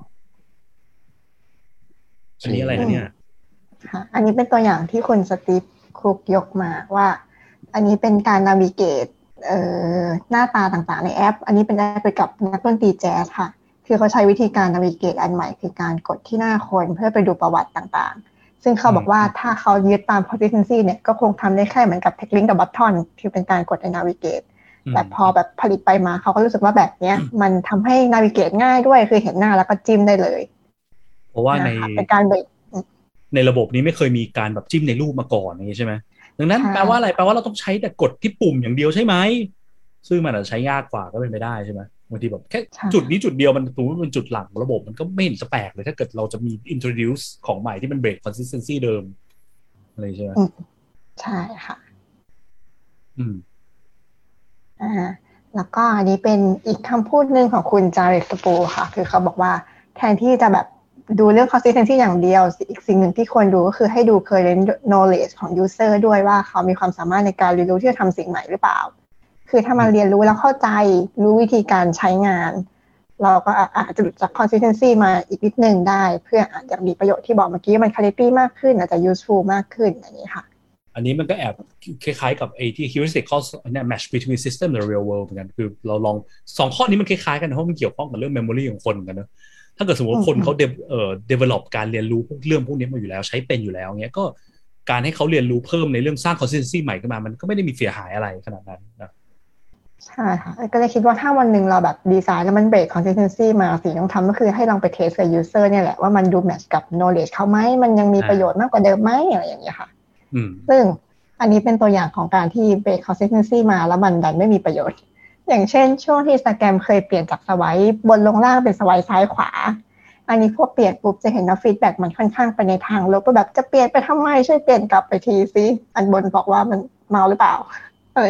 [SPEAKER 1] อันนี้อะไรนะเนี่ย
[SPEAKER 3] ค่ะอันนี้เป็นตัวอย่างที่คุณสตีฟครุกยกมาว่าอันนี้เป็นการนาวิเกตเอ่อหน้าตาต่างๆในแอปอันนี้เป็นแอปไปกับนักดนตรีแจ๊สค่ะคือเขาใช้วิธีการนาวิเกตอันใหม่คือการกดที่หน้าคนเพื่อไปดูประวัติต่างๆซึ่งเขาบอกว่าถ้าเขายึดตาม consistency เนี่ยก็คงทำได้แค่เหมือนกับ text link กับ button ที่เป็นการกดใน navigate แต่พอแบบผลิตไปมาเขาก็รู้สึกว่าแบบเนี้ยมันทำให้ navigate ง่ายด้วยคือเห็นหน้าแล้วก็จิ้มได้เลย
[SPEAKER 1] เพราะว่าใน
[SPEAKER 3] เป็นการเบรก
[SPEAKER 1] ในระบบนี้ไม่เคยมีการแบบจิ้มในรูปมาก่อนอย่างนี้ใช่ไหมดังนั้นแปลว่าอะไรแปลว่าเราต้องใช้แต่กดที่ปุ่มอย่างเดียวใช่ไหมซึ่งมันอาจจะใช้ยากกว่าก็เป็นไปได้ใช่ไหมบางทีแบบแค่จุดนี้จุดเดียวมันถูกเป็นจุดหลังระบบมันก็ไม่เห็นจะแปลกเลยถ้าเกิดเราจะมี introduce ของใหม่ที่มันเบรก consistency เดิมอะไรใช่ไหม
[SPEAKER 3] ใช่ค่ะ
[SPEAKER 1] อืม
[SPEAKER 3] อ่าแล้วก็อันนี้เป็นอีกคำพูดหนึ่งของคุณจาเรกสปูค่ะคือเขาบอกว่าแทนที่จะแบบดูเรื่อง consistency อย่างเดียวอีกสิ่งหนึ่งที่ควรดูก็คือให้ดู current knowledge ของ user ด้วยว่าเขามีความสามารถในการเรียนรู้ที่จะทำสิ่งใหม่หรือเปล่าคือถ้ามันเรียนรู้แล้วเข้าใจรู้วิธีการใช้งานเราก็อาจจะหลุดจาก consistency มาอีกนิดนึงได้เพื่ออาจจะมีประโยชน์ที่บอกเมื่อกี้มัน quality มากขึ้นอาจจะ useful มากขึ้นอย่างนี้ค่ะ
[SPEAKER 1] อันนี้มันก็แอบคล้ายๆกับไอ้ที่ heuristic cost เนี่ย match between system and real world เหมือนกันคือเราลองสองข้อนี้มันคล้ายๆกันเพราะมันเกี่ยวข้องกับเรื่อง memory ของคนกันนะถ้าเกิดสมมติคนเขาเอ่อ develop การเรียนรู้พวกเรื่องพวกนี้มาอยู่แล้วใช้เป็นอยู่แล้วเงี้ยก็การให้เขาเรียนรู้เพิ่มในเรื่องสร้าง consistency ใหม่ขึ้นมามันก็ไม่ได้มีเสียหายอะไรขนาดนั้นนะ
[SPEAKER 3] ใช่ค่ะก็เลยคิดว่าถ้าวันหนึ่งเราแบบดีไซน์แล้วมันเบรก consistency มาสิ่งที่ต้องทำก็คือให้ลองไปเทสกับ user เนี่ยแหละว่ามันดูแมทช์กับ knowledge เขาไหมมันยังมีประโยชน์มากกว่าเดิมไหมอะไรอย่างเงี้ยค่ะซึ่งอันนี้เป็นตัวอย่างของการที่เบรก consistency มาแล้วมันดันไม่มีประโยชน์อย่างเช่นช่วงที่ Instagram เคยเปลี่ยนจากสไวป์บนลงล่างเป็นสไวป์ซ้ายขวาอันนี้พวกเปลี่ยนปุ๊บจะเห็นว่าฟีดแบ็กมันค่อนข้างไปในทางลบก็แบบจะเปลี่ยนไปทำไมช่วยเปลี่ยนกลับไปทีซิอันบนบอกว่ามันเมาหรือเปล่าอะไร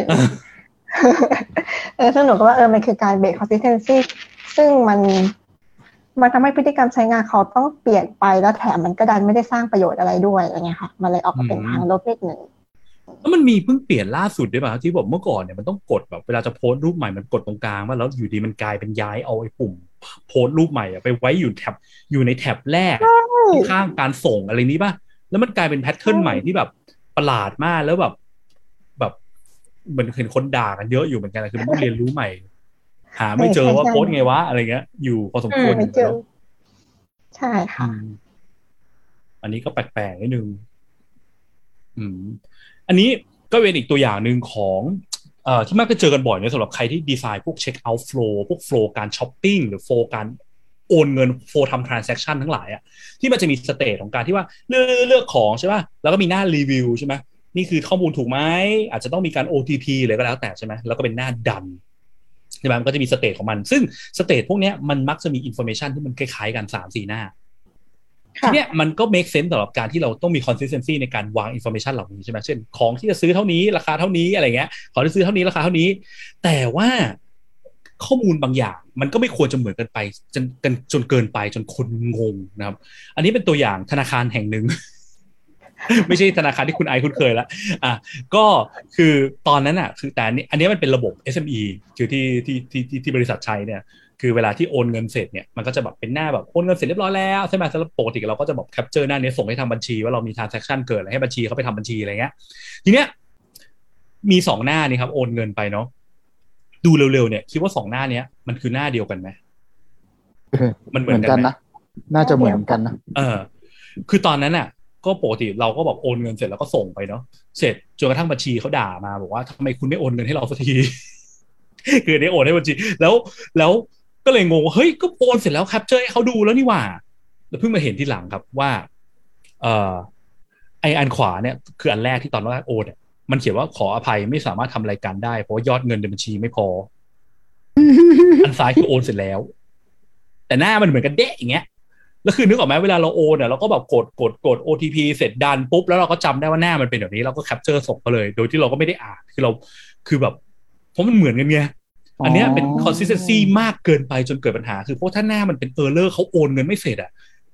[SPEAKER 3] เออซึ่งหนูก็ว่าเออมันคือการเบรก consistency ซึ่งมันมันทำให้พฤติกรรมใช้งานเขาต้องเปลี่ยนไปแล้วแถมมันก็ดันไม่ได้สร้างประโยชน์อะไรด้วยอะไรเงี้ยค่ะมันเลยออกมาเป็นทางลบนิดนึง
[SPEAKER 1] แล้วมันมีเพิ่งเปลี่ยนล่าสุดด้วยป่ะที่บอกเมื่อก่อนเนี่ยมันต้องกดแบบเวลาจะโพสต์รูปใหม่มันกดตรงกลางว่าแล้วอยู่ดีมันกลายเป็นย้ายเอาไอ้ปุ่มโพสต์รูปใหม่ไปไว้อยู่แท็บอยู่ในแท็บแรกข้างการส่งอะไรนี้ป่ะแล้วมันกลายเป็นแพทเทิร์นใหม่ที่แบบประหลาดมากแล้วแบบแบบเหมือนเห็นคนด่ากันเยอะอยู่เหมือนกันคือมันต้องเรียนรู้ใหม่หาไม่เจอว่าโพสต์ไงวะอะไรเงี้ยอยู่พอสมควรอยู่แล้ว
[SPEAKER 3] ใช่ค่ะ
[SPEAKER 1] อันนี้ก็แปลกๆนิดนึงอืมอันนี้ก็เป็นอีกตัวอย่างหนึ่งของเอ่อที่มักจะเจอกันบ่อยเนี่ยสำหรับใครที่ดีไซน์พวกเช็คเอาท์โฟลว์พวกโฟลว์การช้อปปิ้งหรือโฟลว์การโอนเงินโฟลว์ทำทรานแซคชันทั้งหลายอ่ะที่มันจะมีสเตจของการที่ว่าเลือกเลือกของใช่ป่ะแล้วก็มีหน้ารีวิวใช่ไหมนี่คือข้อมูลถูกไหมอาจจะต้องมีการ โอ ที พี เลยก็แล้วแต่ใช่ไหมแล้วก็เป็นหน้าดันใช่ไหมมันก็จะมีสเตจของมันซึ่งสเตจพวกนี้มันมักจะมีอินโฟเมชันที่มันคล้ายๆกัน สามสี่ หน้าทีเนี้ยมันก็ make sense สำหรับการที่เราต้องมี consistency ในการวาง information เหล่านี้ใช่ไหมเช่นของที่จะซื้อเท่านี้ราคาเท่านี้อะไรเงี้ยของที่ซื้อเท่านี้ราคาเท่านี้แต่ว่าข้อมูลบางอย่างมันก็ไม่ควรจะเหมือนกันไปจนกันจนเกินไปจนคนงงนะครับอันนี้เป็นตัวอย่างธนาคารแห่งหนึ่ง ไม่ใช่ธนาคารที่คุณไอคุ้นเคยแล้วอ่ะก็คือตอนนั้นอ่ะคือแต่อันนี้มันเป็นระบบ เอส เอ็ม อี คือที่ที่ที่ที่บริษัทใช้เนี่ยคือเวลาที่โอนเงินเสร็จเนี่ยมันก็จะแบบเป็นหน้าแบบโอนเงินเสร็จเรียบร้อยแล้วใช่ไหมสำหรับปกติเราก็จะแบบแคปเจอร์หน้านี้ส่งให้ทางบัญชีว่าเรามี transaction เกิดอะไรให้บัญชีเขาไปทำบัญชีอะไรเงี้ยทีเนี้ยมีสองหน้านี่ครับโอนเงินไปเนาะดูเร็วๆเนี่ยคิดว่าสองหน้านี้มันคือหน้าเดียวกันไหม
[SPEAKER 4] มันเหมือนกันนะน่าจะเหมือนกันนะ
[SPEAKER 1] เออคือตอนนั้นอ่ะก็ปกติเราก็แบบโอนเงินเสร็จแล้วก็ส่งไปเนาะเสร็จจนกระทั่งบัญชีเขาด่ามาบอกว่าทำไมคุณไม่โอนเงินให้เราสักที คือได้โอนให้บัญชีแล้วแล้วก็เลยงงว่าเฮ้ยก็โอนเสร็จแล้วแคปเจอร์ให้เขาดูแล้วนี่หว่าแล้วเพิ่งมาเห็นทีหลังครับว่าเอ่อไออันขวาเนี่ยคืออันแรกที่ตอนแรกโอนเนี่ยมันเขียนว่าขออภัยไม่สามารถทำรายการได้เพราะว่ายอดเงินในบัญชีไม่พอ อันซ้ายคือโอนเสร็จแล้วแต่หน้ามันเหมือนกันเด๊ะอย่างเงี้ยแล้วคือนึกออกไหมเวลาเราโอนเนี่ยเราก็แบบกดกดกด โอ ที พี เสร็จดันปุ๊บแล้วเราก็จำได้ว่าหน้ามันเป็นแบบนี้เราก็แคปเจอร์ส่งไปเลยโดยที่เราก็ไม่ได้อ่านคือเราคือแบบเพราะมันเหมือนกันไงอันเนี้ยเป็น consistency มากเกินไปจนเกิดปัญหาคือเพราะถ้าหน้ามันเป็น error เขาโอนเงินไม่เสร็จอ่ะ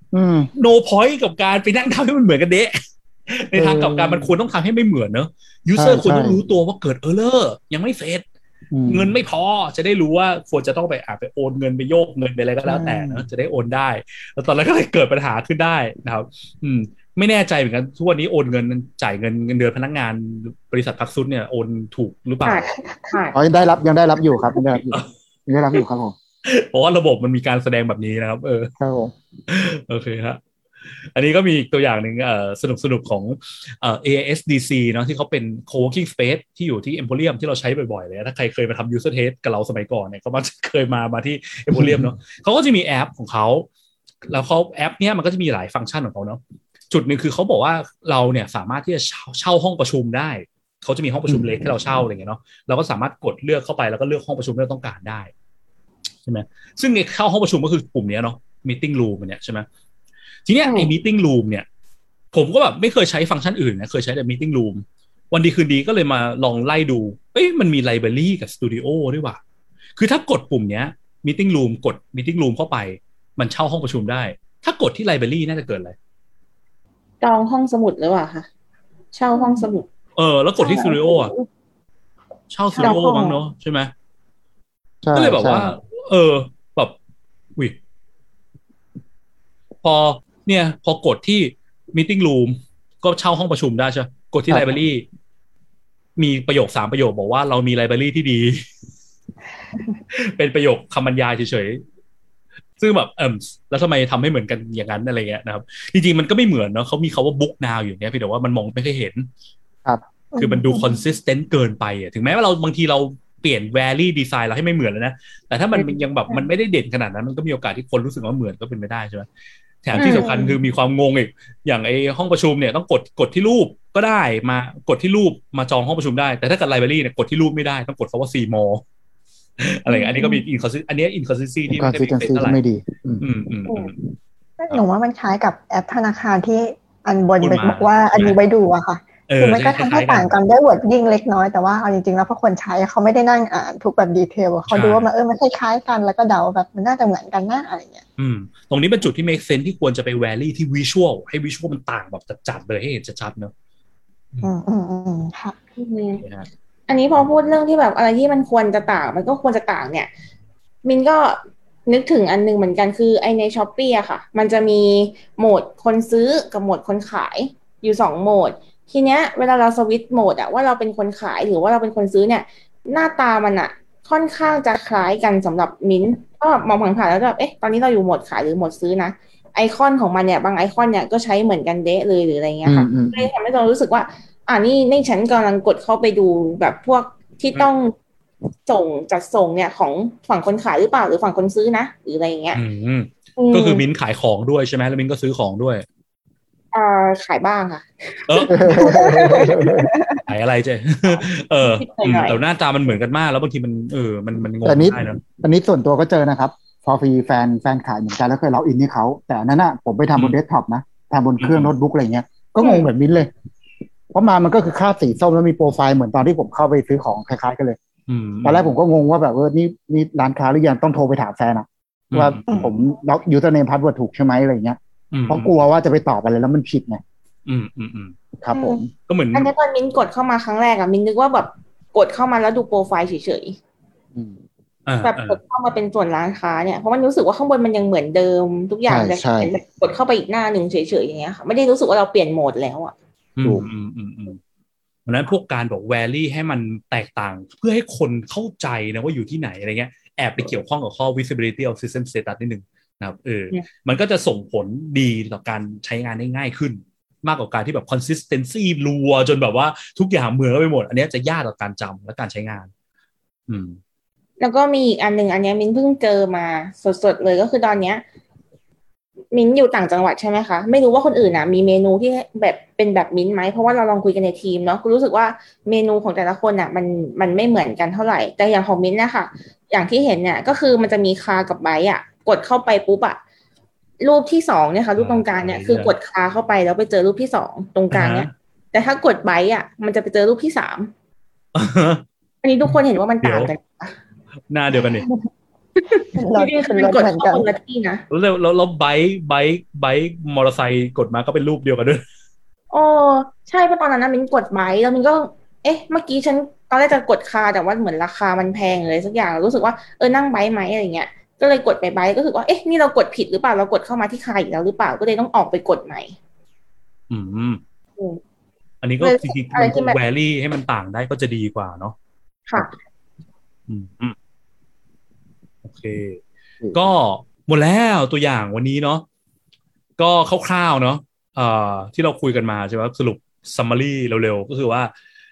[SPEAKER 1] no point กับการไปนั่งทำให้มันเหมือนกันเด๊ะในทางกับการมันควรต้องทำให้ไม่เหมือนเนอะ user ควรต้องรู้ตัวว่าเกิด error ยังไม่เสร็จเงินไม่พอจะได้รู้ว่าควรจะต้องไปอ่าไปโอนเงินไปโยกเงินไปอะไรก็แล้วแต่เนอะจะได้โอนได้แล้วตอนนั้นก็เลยเกิดปัญหาขึ้นได้นะครับอืมไม่แน่ใจเหมือนกันทุกวันนี้โอนเงินจ่ายเงินเงินเดือนพนักงานบริษัทพักซุนเนี่ยโอนถูกหรือเปล่า
[SPEAKER 4] อ๋อยังได้รับยังได้รับอยู่ครับยังได้รับอยู่ยังได้รับอยู่ครับผม
[SPEAKER 1] เพราะว่าระบบมันมีการแสดงแบบนี้นะครับเออ
[SPEAKER 4] ครับผม
[SPEAKER 1] โอเคฮะอันนี้ก็มีตัวอย่างหนึ่งเอ่อสนุกสนุกของเอ่อ เอ เอส ดี ซี เนาะที่เขาเป็น co-working space ที่อยู่ที่ Emporium ที่เราใช้บ่อยๆเลยถ้าใครเคยมาทำ user test กับเราสมัยก่อนเนี่ยเขามาเคยมามาที่ Emporium เนาะเขาก็จะมีแอปของเขาแล้วเขาแอปเนี้ยมันก็จะมีหลายฟังก์ชันของเขาเนาะจุดหนึ่งคือเขาบอกว่าเราเนี่ยสามารถที่จะเช่าห้องประชุมได้เขาจะมีห้องประชุมเล็กให้เราเช่าอะไรเงี้ยเนาะเราก็สามารถกดเลือกเข้าไปแล้วก็เลือกห้องประชุมที่เราต้องการได้ใช่ไหมซึ่งในเข้าห้องประชุมก็คือปุ่มนี้เนาะ meeting room เนี่ยใช่ไหมทีเนี้ยไอ้ meeting room เนี่ยผมก็แบบไม่เคยใช้ฟังก์ชันอื่นนะเคยใช้แต่ meeting room วันดีคืนดีก็เลยมาลองไล่ดูเอ้ยมันมี library กับ studio ด้วยว่ะคือถ้ากดปุ่มเนี้ย meeting room กด meeting room เข้าไปมันเช่าห้องประชุมได้ถ้ากดที่ library น่าจะเกิดอะไร
[SPEAKER 2] จองห้องสมุดหรือเปล่าคะเช่าห้องสมุด
[SPEAKER 1] เออแล้วกดที่ studio อ่ะเช่า studio มั้งเนาะใช่ไหมก็เลยแบบว่าเออแบบอุ้ยพอเนี่ยพอกดที่ meeting room ก็เช่าห้องประชุมได้ใช่กดที่ library มีประโยคสามประโยคบอกว่าเรามี library ที่ดี เป็นประโยคคำบรรยายเฉยๆซึ่งแบบเออแล้วทำไมทำให้เหมือนกันอย่างนั้นอะไรเงี้ยนะครับจริงๆมันก็ไม่เหมือนเนาะเขามีคาว่า book now อยู่เนี่ยเพียงแต่ว่ามันมองไม่ค่อยเห็น
[SPEAKER 4] ครับ
[SPEAKER 1] คือมันดู consistent เกินไปอ่ะถึงแม้ว่าเราบางทีเราเปลี่ยน vary design เราให้ไม่เหมือนแล้วนะแต่ถ้ามันยังแบบมันไม่ได้เด่นขนาดนั้นมันก็มีโอกาสที่คนรู้สึกว่าเหมือนก็เป็นไปได้ใช่ไหมแถมที่สำคัญคือมีความงงอีกอย่างไอ้ห้องประชุมเนี่ยต้องกดกดที่รูปก็ได้มากดที่รูปมาจองห้องประชุมได้แต่ถ้าเกิด library เนี่ยกดที่รูปไม่ได้ต้องกดคำว่า see more อะไรอันนี้ก็มี inconsistent อันนี้ inconsistent ที่ไม่ได้เป็นเท่าไหร่
[SPEAKER 4] ไม่ดี
[SPEAKER 1] อืมอืม
[SPEAKER 3] หนูว่ามันคล้ายกับแอปธนาคารที่อันบนบอกว่าอันนี้ไว้ดูอะค่ะคือมันก็ทำให้ต่างกันได้วอร์ดยิ่งเล็กน้อยแต่ว่าเอาจริงๆแล้วพอคนใช้เขาไม่ได้นั่งอ่านทุกแบบดีเทลเขาดูว่ามันเออมันคล้ายๆกันแล้วก็เดาแบบมันน่าจะเหมือนกันนะอะไรเงี้ย
[SPEAKER 1] อืมตรงนี้เป็นจุดที่ make sense ที่ควรจะไป vary ที่ visual ให้ visual มันต่างแบบจัดๆเลยให้เห็นชัดๆเนอะ
[SPEAKER 3] อืมอืมอืมค่ะ
[SPEAKER 2] อันนี้พอพูดเรื่องที่แบบอะไรที่มันควรจะต่างมันก็ควรจะต่างเนี่ยมินก็นึกถึงอันนึงเหมือนกันคือไอใน Shopee อะค่ะมันจะมีโหมดคนซื้อกับโหมดคนขายอยู่สองโหมดทีเนี้ยเวลาเราสวิตช์โหมดอะว่าเราเป็นคนขายหรือว่าเราเป็นคนซื้อเนี่ยหน้าตามันอะค่อนข้างจะคล้ายกันสำหรับมิ้นก็มองผ่านๆแล้วก็เอ๊ะตอนนี้เราอยู่โหมดขายหรือโหมดซื้อนะไอคอนของมันเนี่ยบางไอคอนเนี่ยก็ใช้เหมือนกันเดะเลยหรืออะไรเงี้ยค่ะเลยทำให้เรารู้สึกว่าอ่านี่นี่ฉันกำลังกดเข้าไปดูแบบพวกที่ต้องส่งจัดส่งเนี่ยของฝั่งคนขายหรือเปล่าหรือฝั่งคนซื้อนะหรืออะไรเงี้ย
[SPEAKER 1] ก็คือมิ้นขายของด้วยใช่ไหมแล้วมิ้นก็ซื้อของด้วย
[SPEAKER 2] อ่าขายบ้างค่ะ
[SPEAKER 1] เออขายอะไรเจ๊เออแต่หน้าตามันเหมือนกันมากแล้วบางทีมันเออมันมันงงได้นะ
[SPEAKER 4] อันนี้ส่วนตัวก็เจอนะครับพอฟรีแฟนแฟนขายเหมือนกันแล้วเคยล็อกอินให้เขาแต่นั้นน่ะผมไปทำบนเดสก์ท็อปนะทำบนเครื่องโน้ตบุ๊กอะไรเงี้ยก็งงแบบมิ้นเลยเพราะมามันก็คือค่าสีส้มแล้วมีโปรไฟล์เหมือนตอนที่ผมเข้าไปซื้อของคล้ายๆกันเลยตอนแรกผมก็งงว่าแบบเออนี่นี่ร้านค้าหรือยังต้องโทรไปถามแฟนอะว่าผมล็อกยูเซอร์เนมพาสเวิร์ดถูกใช่ไหมอะไรเงี้ยเพราะกลัวว่าจะไปตอบอะไรแล้วมันผิดไง
[SPEAKER 1] อืมอืมอืม
[SPEAKER 4] ครับผม
[SPEAKER 1] ก็เหมือน
[SPEAKER 2] อันนี้ตอนมิ้นกดเข้ามาครั้งแรกอะมิ้นนึกว่าแบบกดเข้ามาแล้วดูโปรไฟล์เฉยๆแบบกดเข้ามาเป็นส่วนร้านค้าเนี่ยเพราะมันรู้สึกว่าข้างบนมันยังเหมือนเดิมทุกอย่างแต่กดเข้าไปอีกหน้าหนึ่งเฉยๆอย่างเงี้ยค่ะไม่ได้รู้สึกว่าเราเปลี่ยนโหมดแล้วอะ
[SPEAKER 1] อืมอืมอืมอืมเพราะนั้นพวกการบอก vary ให้มันแตกต่างเพื่อให้คนเข้าใจนะว่าอยู่ที่ไหนอะไรเงี้ยแอบไปเกี่ยวข้องกับข้อ visibility of system status นิดนึงนะครับเออมันก็จะส่งผลดีต่อการใช้งานได้ง่ายขึ้นมากกว่าการที่แบบ consistency รัวจนแบบว่าทุกอย่างเหมือนกันไปหมดอันนี้จะยากต่อการจำและการใช้งานอืม
[SPEAKER 2] แล้วก็มีอีกอันหนึ่งอันนี้มิ้นเพิ่งเจอมาสดๆเลยก็คือตอนเนี้ยมิ้นอยู่ต่างจังหวัดใช่ไหมคะไม่รู้ว่าคนอื่นนะมีเมนูที่แบบเป็นแบบมิ้นไหมเพราะว่าเราลองคุยกันในทีมเนาะกูรู้สึกว่าเมนูของแต่ละคนอ่ะมันมันไม่เหมือนกันเท่าไหร่แต่อย่างของมิ้นนะคะอย่างที่เห็นเนี่ยก็คือมันจะมีคากับไบต์อ่ะกดเข้าไปปุ๊บอ่ะรูปที่สองเนี่ยค่ะรูปตรงกลางเนี่ยคือกดคาเข้าไปแล้วไปเจอรูปที่สองตรงกลางเนี่ยแต่ถ้ากดไบต์อ่ะมันจะไปเจอรูปที่สามอันนี้ทุกคนเห็นว่ามันต่างกัน
[SPEAKER 1] หน้าเดียวกันเนี่ย
[SPEAKER 3] เราเป็นรถเหมือนกัน
[SPEAKER 1] แล้วแล้วแล้วไบค์ไบค์ไบค์มอเตอร์ไซค์กดมาก็เป็นรูปเดียวกันด้วย
[SPEAKER 2] โอ้ใช่เพราะตอนนั้นนะมิ้นกดไบค์แล้วมิ้นก็เอ๊ะเมื่อกี้ฉันตอนแรกจะกดคาแต่ว่าเหมือนราคามันแพงเลยสักอย่างรู้สึกว่าเออนั่งไบค์ไหมอะไรเงี้ยก็เลยกดไปไบค์ก็รู้สึกว่าเอ๊ะนี่เรากดผิดหรือเปล่าเรากดเข้ามาที่คาอีกแล้วหรือเปล่าก็เลยต้องออกไปกดใหม่
[SPEAKER 1] อืมอันนี้ก็จริงๆมันแวรี่ให้มันต่างได้ก็จะดีกว่าเนาะ
[SPEAKER 2] ค่ะ
[SPEAKER 1] อืมโอเคก็หมดแล้วตัวอย่างวันนี้เนาะก็คร่าวๆเนาะเอ่อที่เราคุยกันมาใช่ไหมสรุป summary เร็วๆก็คือว่า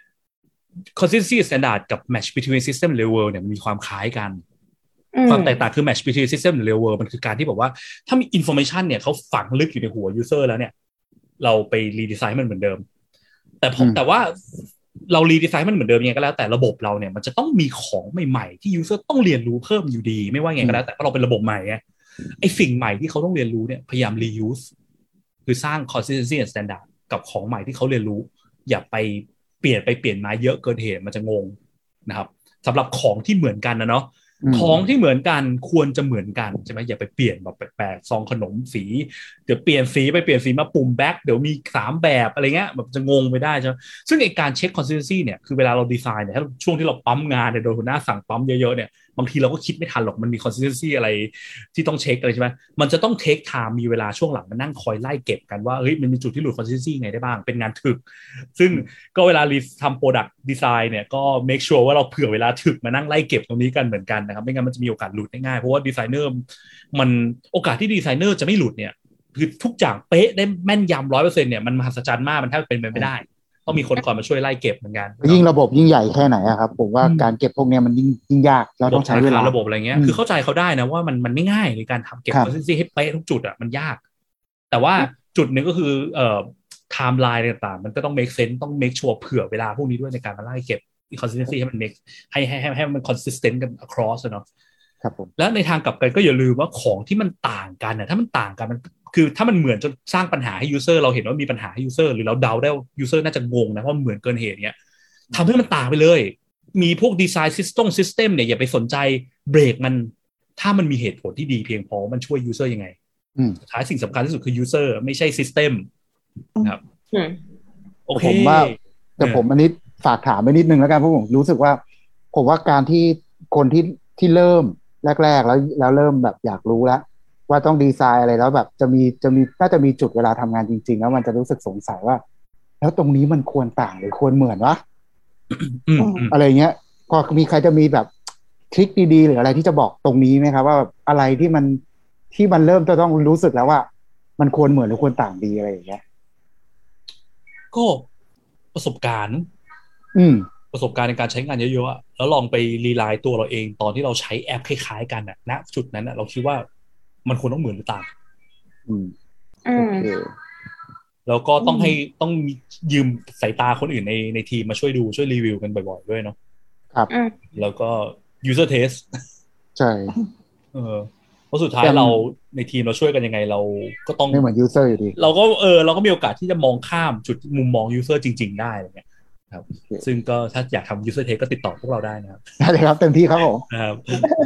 [SPEAKER 1] consistency standard กับ match between system และ real world เนี่ยมันมีความคล้ายกันความแตกต่างคือ match between system และ real world มันคือการที่บอกว่าถ้ามี information เนี่ยเขาฝังลึกอยู่ในหัว user แล้วเนี่ยเราไป redesign มันเหมือนเดิมแต่ผมแต่ว่าเรารีดีไซน์มันเหมือนเดิมยังไงก็แล้วแต่ระบบเราเนี่ยมันจะต้องมีของใหม่ๆที่ยูเซอร์ต้องเรียนรู้เพิ่มอยู่ดีไม่ว่าไงก็แล้วแต่เพราะเราเป็นระบบใหม่ไงไอ้สิ่งใหม่ที่เขาต้องเรียนรู้เนี่ยพยายาม reuse คือสร้าง consistency and standard กับของใหม่ที่เขาเรียนรู้อย่าไปเปลี่ยนไปเปลี่ยนมาเยอะเกินเหตุมันจะงงนะครับสำหรับของที่เหมือนกันนะเนาะของที่เหมือนกันควรจะเหมือนกันใช่ไหมอย่าไปเปลี่ยนแบบแปลกๆซองขนมสีเดี๋ยวเปลี่ยนสีไปเปลี่ยนสีมาปุ่มแบ็คเดี๋ยวมีสามแบบอะไรเงี้ยแบบจะงงไปได้ใช่ไหมซึ่งไอการเช็ค consistency เนี่ยคือเวลาเราดีไซน์เนี่ยถ้าช่วงที่เราปั๊มงานเนี่ยโดยหัวหน้าสั่งปั๊มเยอะๆเนี่ยบางทีเราก็คิดไม่ทันหรอกมันมี consistency อะไรที่ต้องเช็คอะไรใช่ไหมมันจะต้อง take time มีเวลาช่วงหลังมานั่งคอยไล่เก็บกันว่าเฮ้ยมันมีจุดที่หลุด consistency ไงได้บ้างเป็นงานถึกซึ่งก็เวลาทำ product design เนี่ยก็ make sure ว่าเราเผื่อเวลาถึกมานั่งไล่เก็บตรงนี้กันเหมือนกันนะครับไม่งั้นมันจะมีโอกาสหลุดได้ง่ายเพราะว่าดีไซเนอร์มันโอกาสที่ดีไซเนอร์จะไม่หลุดเนี่ยคือทุกอย่างเป๊ะได้แม่นยำร้อยเปอร์เซ็นต์เนี่ยมันมหัศจรรย์มากมันแทบเป็นไปไม่ได้ต้องมีคนคอยมาช่วยไล่เก็บเหมือนกัน
[SPEAKER 4] ยิ่งระบบยิ่งใหญ่แค่ไหนอะครับผมว่าการเก็บพวกนี้มันยิ่งยิ่งยากเราต้องใช้เวลา
[SPEAKER 1] ระบบอะไรเงี้ยคือเข้าใจเขาได้นะว่ามันมันไม่ง่ายในการทำเก็บ consistency ให้เป๊ะทุกจุดอะมันยากแต่ว่าจุดนึงก็คือเอ่อไทม์ไลน์ต่างๆมันก็ต้อง make sense ต้อง make sure เผื่อเวลาพวกนี้ด้วยในการมาไล่เก็บ consistency ให้มัน make ให้ให้ให้ให้มัน consistent กัน across เนาะ
[SPEAKER 4] ครับผม
[SPEAKER 1] แล้วในทางกลับกันก็อย่าลืมว่าของที่มันต่างกันน่ะถ้ามันต่างกันมันคือถ้ามันเหมือนจนสร้างปัญหาให้ user เราเห็นว่ามีปัญหาให้ user หรือเราเดาได้ user น่าจะงงนะเพราะเหมือนเกินเหตุเนี้ยทำให้มันต่างไปเลยมีพวก design system system เนี่ยอย่าไปสนใจเบรกมันถ้ามันมีเหตุผลที่ดีเพียงพอมันช่วย user ยังไงสุดท้ายสิ่งสำคัญที่สุดคือ user ไม่ใช่ system ครับ
[SPEAKER 4] โอเคผมว่าแต่ผมอันนี้ฝากถามไปนิดนึงแล้วกันเพราะผมรู้สึกว่าผมว่าการที่คนที่ที่เริ่มแรกๆแล้วแล้วเริ่มแบบอยากรู้แล้วว่าต้องดีไซน์อะไรแล้วแบบจะมีจะมีน่าจะมีจุดเวลาทำงานจริงๆแล้วมันจะรู้สึกสงสัยว่าแล้วตรงนี้มันควรต่างหรือควรเหมือนวะ อะไรเงี้ยพอมีใครจะมีแบบทริคดีๆหรืออะไรที่จะบอกตรงนี้ไหมครับว่าอะไรที่มันที่มันเริ่มจะต้องรู้สึกแล้วว่ามันควรเหมือนหรือควรต่างดีอะไรอย่างเงี้ย
[SPEAKER 1] ก็ประสบการณ์
[SPEAKER 4] อืม
[SPEAKER 1] ประสบการณ์ในการใช้งานเยอะๆแล้วลองไปรีไลน์ตัวเราเองตอนที่เราใช้แอปคล้ายๆกันน่ะณจุดนั้นน่ะเราคิดว่ามันควรต้องเหมือนหรือต่าง
[SPEAKER 4] อืม
[SPEAKER 2] โอเค
[SPEAKER 1] แล้วก็ต้องให้ต้องยืมสายตาคนอื่นในในทีมมาช่วยดูช่วยรีวิวกันบ่อยๆด้วยเนาะ
[SPEAKER 4] ครับ
[SPEAKER 1] แล้วก็ user test
[SPEAKER 4] ใช่
[SPEAKER 1] เออเพราะสุดท้ายเราในทีมเราช่วยกันยังไงเราก็ต้อง
[SPEAKER 4] ไม่เหมือน user อยู่ดี
[SPEAKER 1] เราก็เออเราก็มีโอกาสที่จะมองข้ามจุดมุมมอง user จริงๆได้อะไรเงี้ยครับซึ่งก็ถ้าอยากทำ user test ก็ติดต่อพวกเราได้นะครับ
[SPEAKER 4] ได้เลยครับเต็มที่ครับผม
[SPEAKER 1] ครับ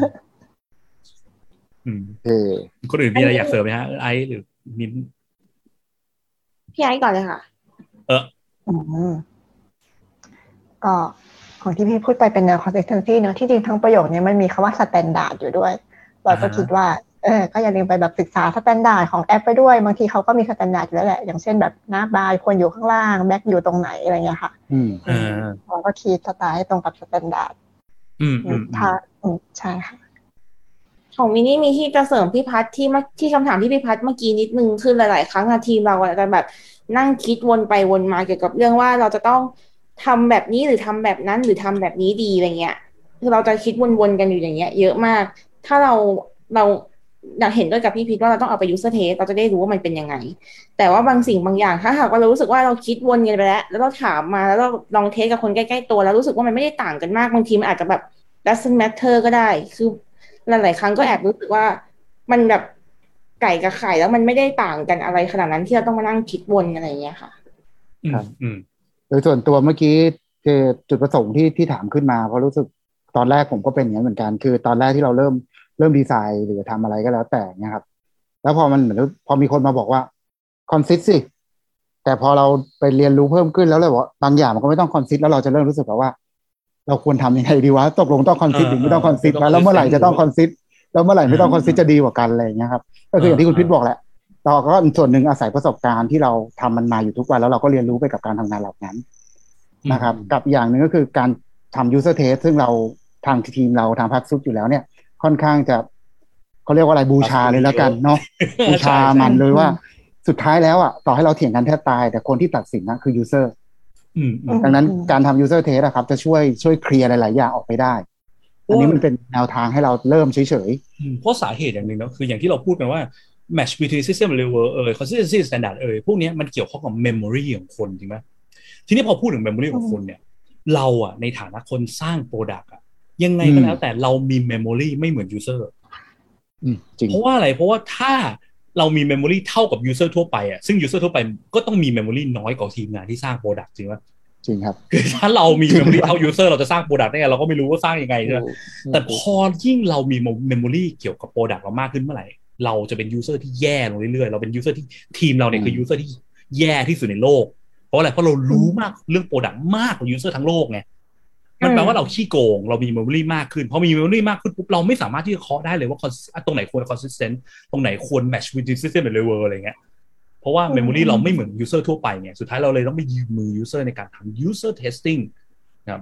[SPEAKER 1] อืม
[SPEAKER 4] เออ
[SPEAKER 1] คนอื่นมีอะไรอยากเสริมไหมฮะไอซ์หรือมิ้น
[SPEAKER 2] พี่ไอซ์ก่อนเลยค่ะ
[SPEAKER 1] เออ
[SPEAKER 3] ก็ของที่พี่พูดไปเป็นแนว consistency เนอะที่จริงทั้งประโยคนี้มันมีคำว่า standard อยู่ด้วยเราก็คิดว่าเออก็อย่าลืมไปแบบศึกษา standard ของแอปไปด้วยบางทีเขาก็มี standard อยู่แล้วแหละอย่างเช่นแบบหน้าบาร์ควรอยู่ข้างล่างแบ็คอยู่ตรงไหนอะไรเงี้ยค่ะ
[SPEAKER 4] อืม
[SPEAKER 1] อ่า
[SPEAKER 3] เราก็คิดสไตล์ให้ตรงกับ standard
[SPEAKER 1] อืมอืม
[SPEAKER 3] ถ้าอืมใช่ค่ะ
[SPEAKER 2] ของมินี่มีที่จะเสริมพี่พัฒน์ที่ที่คำถามที่พี่พัฒน์เมื่อกี้นิดนึงคือหลายๆครั้งทีมเราจะแบบนั่งคิดวนไปวนมาเกี่ยวกับเรื่องว่าเราจะต้องทำแบบนี้หรือทำแบบนั้นหรือทำแบบนี้ดีอะไรเงี้ยคือเราจะคิดวนๆกันอยู่อย่างเงี้ยเยอะมากถ้าเราเราอยากเห็นด้วยกับพี่พีทว่าเราต้องเอาไป user test เราจะได้รู้ว่ามันเป็นยังไงแต่ว่าบางสิ่งบางอย่างถ้าหากว่าเรารู้สึกว่าเราคิดวนกันไปแล้วแล้วเราถามมาแล้วเราลองเทสกับคนใกล้ๆตัวแล้วรู้สึกว่ามันไม่ได้ต่างกันมากบางทีมันอาจจะแบบ doesn't matter ก็ได้คือหลายๆครั้งก็แอบรู้สึกว่ามันแบบไก่กับไข่แล้วมันไม่ได้ต่างกันอะไรขนาดนั้นที่เราต้องมานั่งคิดวนอะไรอย่างเงี้ยค่ะ
[SPEAKER 4] ครับโดยส่วนตัวเมื่อกี้คือจุดประสงค์ที่ที่ถามขึ้นมาเพราะรู้สึกตอนแรกผมก็เป็นอย่างนั้นเหมือนกันคือตอนแรกที่เราเริ่มเริ่มดีไซน์หรือทำอะไรก็แล้วแต่นะครับแล้วพอมันเหมือนพอมีคนมาบอกว่าคอนซิสสิแต่พอเราไปเรียนรู้เพิ่มขึ้นแล้วเลยว่าบางอย่างมันก็ไม่ต้องคอนซิสแล้วเราจะเริ่มรู้สึกว่าเราควรทำยังไงดีวะตกลงต้องคอนซิสหรือไม่ต้องคอนซิสแล้วเมื่อไหร่จะต้องคอนซิสแล้วเมื่อไหร่ไม่ต้องคอนซิสจะดีกว่ากันอะไรอย่างเงี้ยครับก็คืออย่างที่คุณพิทบอกแหละเราก็ส่วนหนึ่งอาศัยประสบการณ์ที่เราทำมันมาอยู่ทุกวันแล้วเราก็เรียนรู้ไปกับการทำงานเหล่านั้นนะครับกับอย่างหนึ่งก็คือการทำ user test ซึ่งเราทางทีมเราทางพักซุปอยู่แล้วเนี่ยค่อนข้างจะเขาเรียกว่าอะไรบูชาเลยแล้วกันเนาะบูชามันเลยว่าสุดท้ายแล้วอ่ะต่อให้เราเถียงกันแทบตายแต่คนที่ตัดสินนะคือ user ดังนั้นการทำ user test นะครับจะช่วยช่วยเคลียร์หลายๆอย่างออกไปได้อันนี้มันเป็นแนวทางให้เราเริ่มเฉย
[SPEAKER 1] ๆเพราะสาเหตุอย่างหนึ่งเนาะคืออย่างที่เราพูดกันว่า match between system and level เอ่ย consistency standard เอ่ยพวกนี้มันเกี่ยวข้องกับ memory ของคนจริงไหมทีนี้พอพูดถึง memory ของคนเนี่ยเราอ่ะในฐานะคนสร้าง product อ่ะยังไงก็แล้วแต่เรามี memory ไม่เหมือน user
[SPEAKER 4] จริง
[SPEAKER 1] เพราะว่าอะไรเพราะว่าถ้าเรามี memory เท่ากับ user ทั่วไปอ่ะซึ่ง user ทั่วไปก็ต้องมี memory น้อยกว่าทีมงานที่สร้าง product จริงไหม
[SPEAKER 4] จริงครับ
[SPEAKER 1] คือถ้าเรามี memory เท่า user เราจะสร้าง product ได้ไงเราก็ไม่รู้ว่าสร้างยังไงใช่ไหมแต่พอยิ่งเรามี memory เกี่ยวกับ product เรามากขึ้นเมื่อไหร่เราจะเป็น user ที่แย่ลงเรื่อยๆเราเป็น user ที่ทีมเราเนี่ยคือ user ที่แย่ที่สุดในโลกเพราะอะไรเพราะเรารู้มากเรื่อง product มากกว่า user ทั้งโลกไงมันแปลว่าเราขี้โกงเรามี memory มากขึ้นพอมี memory มากขึ้นปุ๊บเราไม่สามารถที่จะเคาะได้เลยว่าตรงไหนควร consistent ตรงไหนควร match with system and level อะไรเงี้ยเพราะว่า memory เราไม่เหมือน user ทั่วไปไงสุดท้ายเราเลยต้องไปยืมมือ user ในการทำ user testing นะครับ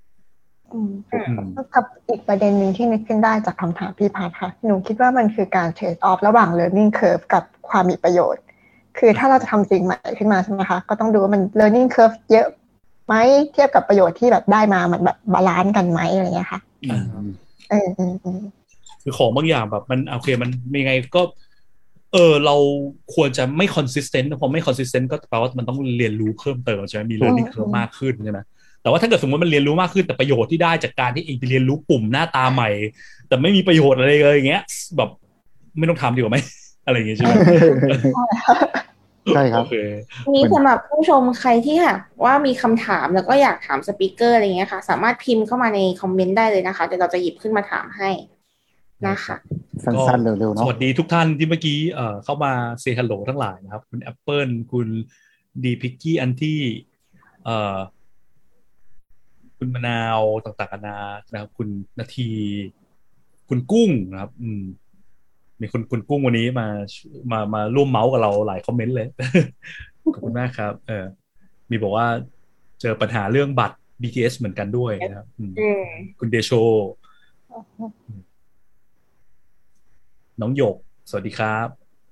[SPEAKER 3] กับอีกประเด็นหนึ่งที่นึกขึ้นได้จากคำถามพี่พัฒน์ค่ะหนูคิดว่ามันคือการ trade off ระหว่าง learning curve กับความมีประโยชน์คือถ้าเราจะทำสิ่งใหม่ขึ้นมาใช่ไหมคะก็ต้องดูว่ามัน learning curve เยอะไหมเทียบกับประโยชน์ที่แบบได้มามันแบบบาลานซ์กันไหมอะไรเงี้ยค่ะเออ
[SPEAKER 1] คือของบางอย่างแบบมันโอเคมันยังไงก็เออเราควรจะไม่ consistent พอไม่ consistent ก็แปลว่ามันต้องเรียนรู้เพิ่มเติมใช่ไหมมี learning curve มากขึ้นใช่ไหมแต่ว่าถ้าเกิดสมมติมันเรียนรู้มากขึ้นแต่ประโยชน์ที่ได้จากการที่เองไปเรียนรู้ปุ่มหน้าตาใหม่แต่ไม่มีประโยชน์อะไรเลยอย่างเงี้ยแบบไม่ต้องทำดีกว่าไหมอะไรอย่างเงี้ยใช่ไหม
[SPEAKER 4] ใช่ครับ
[SPEAKER 2] นี่สำหรับผู้ชมใครที่หากว่ามีคำถามแล้วก็อยากถามสปีกเกอร์อะไรเงี้ยค่ะสามารถพิมพ์เข้ามาในคอมเมนต์ได้เลยนะคะเดี๋ยวเราจะหยิบขึ้นมาถามให้นะคะ
[SPEAKER 4] สั้นๆเร็วๆเนาะ
[SPEAKER 1] สวัสดีทุกท่านที่เมื่อกี้เอ่อเข้ามาเซฮัลโหลทั้งหลายนะครับคุณแอปเปิลคุณดีพิกกี้อันที่เอ่อคุณมะนาวต่างๆนานานะครับคุณนาทีคุณกุ้งนะครับอืมมีคุณคุณกุ้งวันนี้มามามาร่วมเมาส์กับเราหลายคอมเมนต์เลยขอบคุณมากครับเออมีบอกว่าเจอปัญหาเรื่องบัตร บี ที เอส เหมือนกันด้วยนะครับคุณเดโชน้องหยกสวัสดีครับ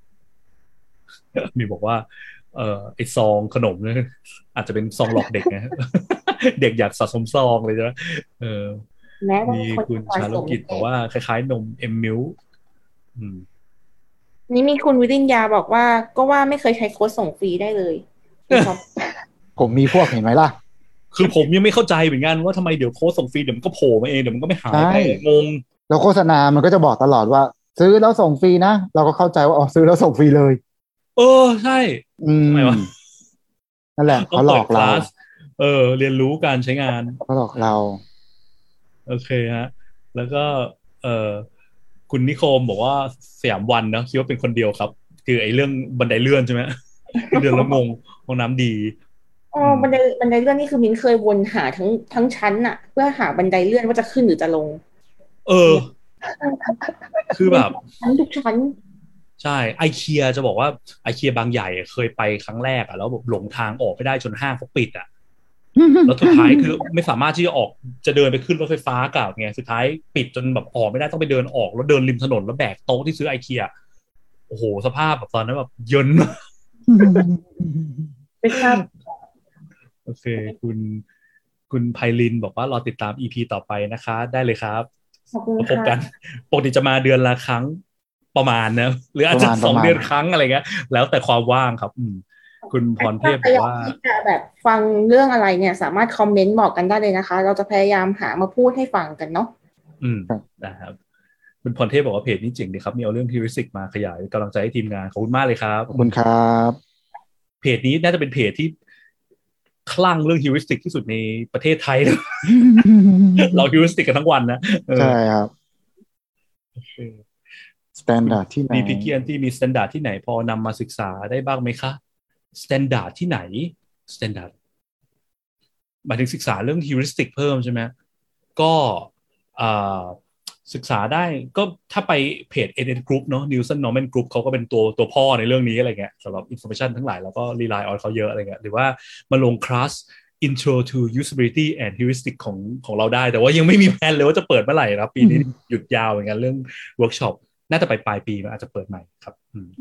[SPEAKER 1] มีบอกว่าเอ่อไอซองขนมเนี่ยอาจจะเป็นซองหลอกเด็กนะเด็กอยากสะสมซองเลยใช่ไหมเออมีคุณชาลกิจบอกว่าคล้ายๆนมเอ็มมิล
[SPEAKER 2] นี่มีคุณวิริญญาบอกว่าก็ว่าไม่เคยใช้โค้ดส่งฟรีได้เลย
[SPEAKER 4] ผมมีพวกเห็นไหมล่ะ
[SPEAKER 1] คือผมยังไม่เข้าใจเหมือนกันว่าทำไมเดี๋ยวโค้ดส่งฟรีเดี๋ยวมันก็โผล่มาเองเดี๋ยวมันก็ไม่หายไปงง
[SPEAKER 4] แล้วโฆษณามันก็จะบอกตลอดว่าซื้อแล้วส่งฟรีนะเราก็เข้าใจว่าอ๋อซื้อแล้วส่งฟรีเลย
[SPEAKER 1] เออใช่
[SPEAKER 4] ทำไมวะนั่นแหละเขาหลอกเรา
[SPEAKER 1] เออเรียนรู้การใช้งาน
[SPEAKER 4] เขาหลอกเรา
[SPEAKER 1] โอเคฮะแล้วก็เออคุณนิโคมบอกว่าสยามวันนะคิดว่าเป็นคนเดียวครับคือไอ้เรื่องบันไดเลื่อนใช่ไหมเดินแล้วงงห้องน้ำดี
[SPEAKER 2] อ๋อบันไดบันไดเลื่อนนี่คือมิ้นเคยวนหาทั้งทั้งชั้นอะเพื่อหาบันไดเลื่อนว่าจะขึ้นหรือจะลง
[SPEAKER 1] เออคือแบบ
[SPEAKER 2] ชั้นทุกชั้น
[SPEAKER 1] ใช่ไอเคียจะบอกว่าไอเคียบางใหญ่เคยไปครั้งแรกอ่ะแล้วแบบหลงทางออกไม่ได้จนห้างเขาปิดอ่ะแล้วสุดท้ายคือไม่สามารถที่จะออกจะเดินไปขึ้นรถไฟฟ้ากลับไงสุดท้ายปิดจนแบบออกไม่ได้ต้องไปเดินออกแล้วเดินริมถนนแล้วแบกโต๊ะที่ซื้อไอเคียโอ้โหสภาพแบบตอนนั้นแบบเยิน
[SPEAKER 2] เป็นครับ
[SPEAKER 1] โอเคคุณคุณไพลินบอกว่ารอติดตาม อี พี ต่อไปนะคะได้เลยครับพบกันปกติจะมาเดือนละครั้งประมาณนะหรืออาจจะสองเดือนครั้งอะไรเงี้ยแล้วแต่ความว่างครับคุณพรเทพบอกว่า
[SPEAKER 2] ที่จะแบบฟังเรื่องอะไรเนี่ยสามารถคอมเมนต์บอกกันได้เลยนะคะเราจะพยายามหามาพูดให้ฟังกันเนาะ
[SPEAKER 1] อืมนะครับคุณพรเทพบอกว่าเพจนี้เจ๋งดีครับมีเอาเรื่องฮิวริสติกมาขยายกำลังใจให้ทีมงานขอบคุณมากเลยครับ
[SPEAKER 4] ขอบคุณครับ
[SPEAKER 1] เพจนี้น่าจะเป็นเพจที่คลั่งเรื่องฮิวริสติกที่สุดในประเทศไทยเลยเราฮิวริสติกกันทั้งวันนะ
[SPEAKER 4] ใช่ครับสแตนดาร์ดที่ไหน
[SPEAKER 1] มีพิกเกียนที่มีสแตนดาร์ดที่ไหนพอนำมาศึกษาได้บ้างไหมคะสแตนดาร์ดที่ไหนสแตนดาร์ดหมายถึงศึกษาเรื่องฮิวริสติกเพิ่มใช่ไหมก็ศึกษาได้ก็ถ้าไปเพจ เอ็น เอ็น Group เนาะ Nielsen Norman Group เขาก็เป็นตัวตัวพ่อในเรื่องนี้อะไรเงี้ยสำหรับ information ทั้งหลายแล้วก็ rely on เขาเยอะอะไรเงี้ยหรือว่ามาลงคลาส Intro to Usability and Heuristic ของของเราได้แต่ว่ายังไม่มีแผนเลยว่าจะเปิดเมื่อไหร่ครับปีนี้หยุดยาวเหมือนกันเรื่อง workshop น่าจะไปปลายปีมันอาจจะเปิดใหม่ครับ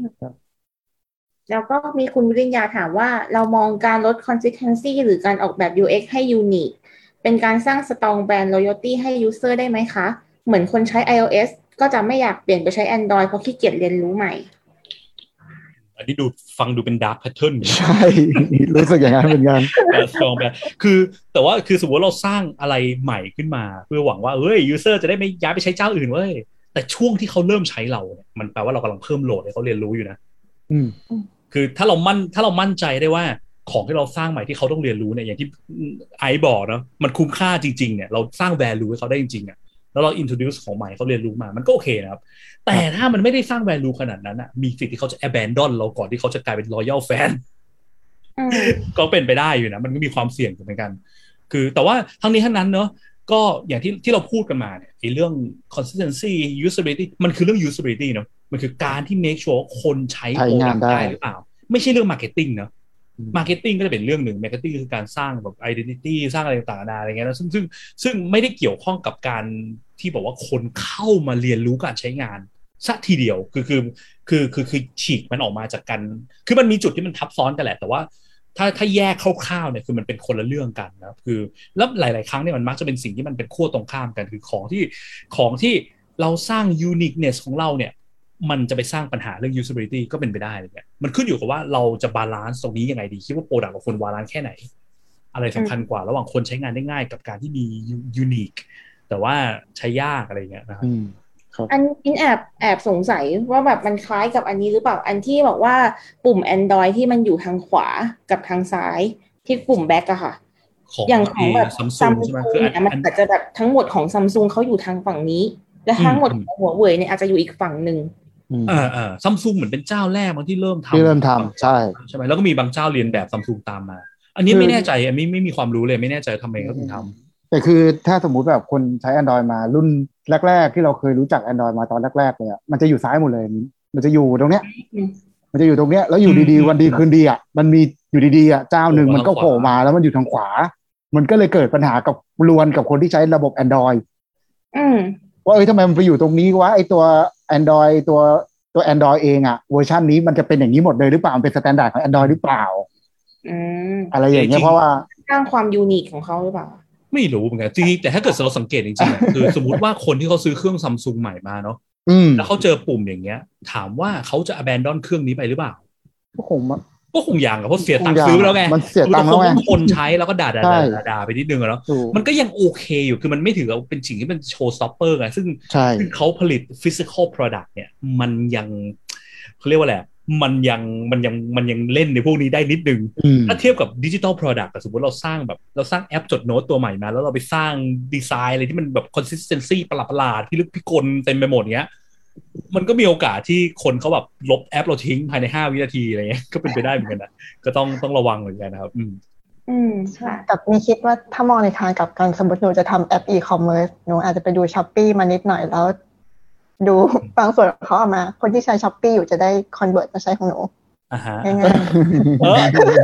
[SPEAKER 2] แล้วก็มีคุณวิริญญาถามว่าเรามองการลด consistency หรือการออกแบบ ยู เอ็กซ์ ให้ unique เป็นการสร้าง strong brand loyalty ให้ user ได้ไหมคะเหมือนคนใช้ iOS ก็จะไม่อยากเปลี่ยนไปใช้ Android เพราะขี้เกียจเรียนรู้ใหม่
[SPEAKER 1] อันนี้ดูฟังดูเป็น dark pattern
[SPEAKER 4] ใช่รู้สึกอย่างนั้นเหมือนกัน
[SPEAKER 1] แต่ strong brand คือแต่ว่าคือสมมติเราสร้างอะไรใหม่ขึ้นมาเพื่อหวังว่าเฮ้ย user จะได้ไม่ย้ายไปใช้เจ้าอื่นเว้ยแต่ช่วงที่เขาเริ่มใช้เราเนี่ยมันแปลว่าเรากำลังเพิ่มโหลดให้เขาเรียนรู้อยู่นะ
[SPEAKER 4] อืม
[SPEAKER 1] คือถ้าเรามั่นถ้าเรามั่นใจได้ว่าของที่เราสร้างใหม่ที่เขาต้องเรียนรู้เนี่ยอย่างที่ไอซ์บอกเนาะมันคุ้มค่าจริงๆเนี่ยเราสร้าง value ให้เขาได้จริงๆอ่ะแล้วเรา introduce ของใหม่เขาเรียนรู้มามันก็โอเคนะครับแต่ถ้ามันไม่ได้สร้าง value ขนาดนั้นอ่ะมีสิทธิ์ที่เขาจะ abandon เราก่อนที่เขาจะกลายเป็น loyal fan ก็เป็นไปได้อยู่นะมันก็มีความเสี่ยงเหมือนกันคือแต่ว่าทั้งนี้ทั้งนั้นเนาะก็อย่างที่ที่เราพูดกันมาเนี่ยไอ้เรื่อง consistency usability มันคือเรื่อง usability เนาะมันคือการที่ make sure คนใช้โปรดักต์ได้หรือเปล่าไม่ใช่เรื่อง marketing เนาะ marketing ก็จะเป็นเรื่องหนึ่ง marketing คือการสร้างแบบ identity สร้างอะไรต่างๆอะไรเงี้ยนะซึ่งซึ่งซึ่งไม่ได้เกี่ยวข้องกับการที่บอกว่าคนเข้ามาเรียนรู้การใช้งานสักทีเดียวคือคือคือคือคือฉีกมันออกมาจากกันคือมันมีจุดที่มันทับซ้อนกันแหละแต่ว่าถ้าถ้าแยกคร่าวๆเนี่ยคือมันเป็นคนละเรื่องกันนะคือแล้วหลายๆครั้งเนี่ยมันมักจะเป็นสิ่งที่มันเป็นขั้วตรงข้ามกันคือของที่ของที่เราสร้าง uniqueness ของเราเนี่ยมันจะไปสร้างปัญหาเรื่อง usability ก็เป็นไปได้เลยเนี่ยมันขึ้นอยู่กับว่าเราจะบาลานซ์ตรงนี้ยังไงดีคิดว่าโปรดักต์กับคนบาลานซ์แค่ไหนอะไรสำคัญกว่าระหว่างคนใช้งานได้ง่ายกับการที่มี unique แต่ว่าใช้ยากอะไรเงี้ยนะครับ
[SPEAKER 2] อันนี้แอบแอบสงสัยว่าแบบมันคล้ายกับอันนี้หรือเปล่าอันที่บอกว่าปุ่ม Android ที่มันอยู่ทางขวากับทางซ้ายที่ปุ่มแบ็คอะค่ะอย่างของแบบ Samsung ใช่ไหมคือมันอาจจะแบบทั้งหมดของ Samsung เขาอยู่ทางฝั่งนี้และทั้งหมดของหัวเว่ยเนี่ยอาจจะอยู่อีกฝั่งนึง
[SPEAKER 1] อ่าอ่า Samsung เหมือนเป็นเจ้าแรกบางที่เริ่มทำ
[SPEAKER 4] ที่เริ่มทำใช่
[SPEAKER 1] ใช่ไหมแล้วก็มีบางเจ้าเรียนแบบ Samsung ตามมาอันนี้ไม่แน่ใจอันนี้ไม่มีความรู้เลยไม่แน่ใจทำไมเขาถึงทำ
[SPEAKER 4] แต่คือถ้าสมมุติแบบคนใช้ Android มารุ่นแรกๆที่เราเคยรู้จัก Android มาตอนแรกๆเลยอ่ะมันจะอยู่ซ้ายหมดเลยมันจะอยู่ตรงเนี้ยมันจะอยู่ตรงเนี้ยแล้วอยู่ดีๆวันดีคืนดีอ่ะมันมีอยู่ดีๆอ่ะเจ้าหนึ่งมันก็โผล่มาแล้วมันอยู่ทางขวามันก็เลยเกิดปัญหากับรวนกับคนที่ใช้ระบบ Android
[SPEAKER 2] อืม
[SPEAKER 4] ว่าเอ้ยทำไมมันไปอยู่ตรงนี้วะไอตัว Android ตัวตัว Android เองอ่ะเวอร์ชันนี้มันจะเป็นอย่างนี้หมดเลยหรือเปล่ามันเป็นสแตนดาร์ดของ Android หรือเปล่า
[SPEAKER 2] อืม
[SPEAKER 4] อะไรอย่างเงี้ยเพราะว่า
[SPEAKER 2] สร้างความยูนิคของเขาหรือเปล่า
[SPEAKER 1] ไม่รู้เหมือนกันจริงๆแต่ถ้าเกิดเราสังเกตจริงๆคือสมมติว่าคนที่เขาซื้อเครื่อง Samsung ใหม่มาเนาะแล้วเขาเจอปุ่มอย่างเงี้ยถามว่าเขาจะ abandon เครื่องนี้ไปหรือเปล่า
[SPEAKER 4] ก็คง
[SPEAKER 1] ก็คงอย่างเพราะเสียตังค์ซื้อแล้วไง
[SPEAKER 4] มันเสียตังค์แล้วไง
[SPEAKER 1] คนใช้แล้วก็ด่าด่าด่าไปนิดนึงแล้วมันก็ยังโอเคอยู่คือมันไม่ถือว่าเป็นสิ่งที่เป็นโชว์สต็อปเปอร์ไงซึ่งเขาผลิต physical product เนี่ยมันยังเขาเรียกว่าอะไรมันยังมันยังมันยังเล่นในพวกนี้ได้นิดนึงถ้าเทียบกับดิจิทัล product สมมติเราสร้างแบบเราสร้างแอปจดโน้ตตัวใหม่มาแล้วเราไปสร้างดีไซน์อะไรที่มันแบบ consistency ประหลาดๆพิลึกพิกลเต็มไปหมดเงี้ยมันก็มีโอกาสที่คนเขาแบบลบแอปเราทิ้งภายในห้าวินาทีอะไรเงี้ยก็เป็นไปได้เหมือนกันนะก็ต้องต้องระวังเหมือนกันนะครับอืม
[SPEAKER 2] อืมค่ะ
[SPEAKER 3] แต่มีคิดว่าถ้ามองในทางกับการสมมติหนูจะทำแอป e-commerce หนูอาจจะไปดู Shopee มานิดหน่อยแล้วดูบางส่วนเขาออกมาคนที่ใช้ Shopee อยู่จะได้ convert มาใช้ของหนู
[SPEAKER 1] อ่าฮะ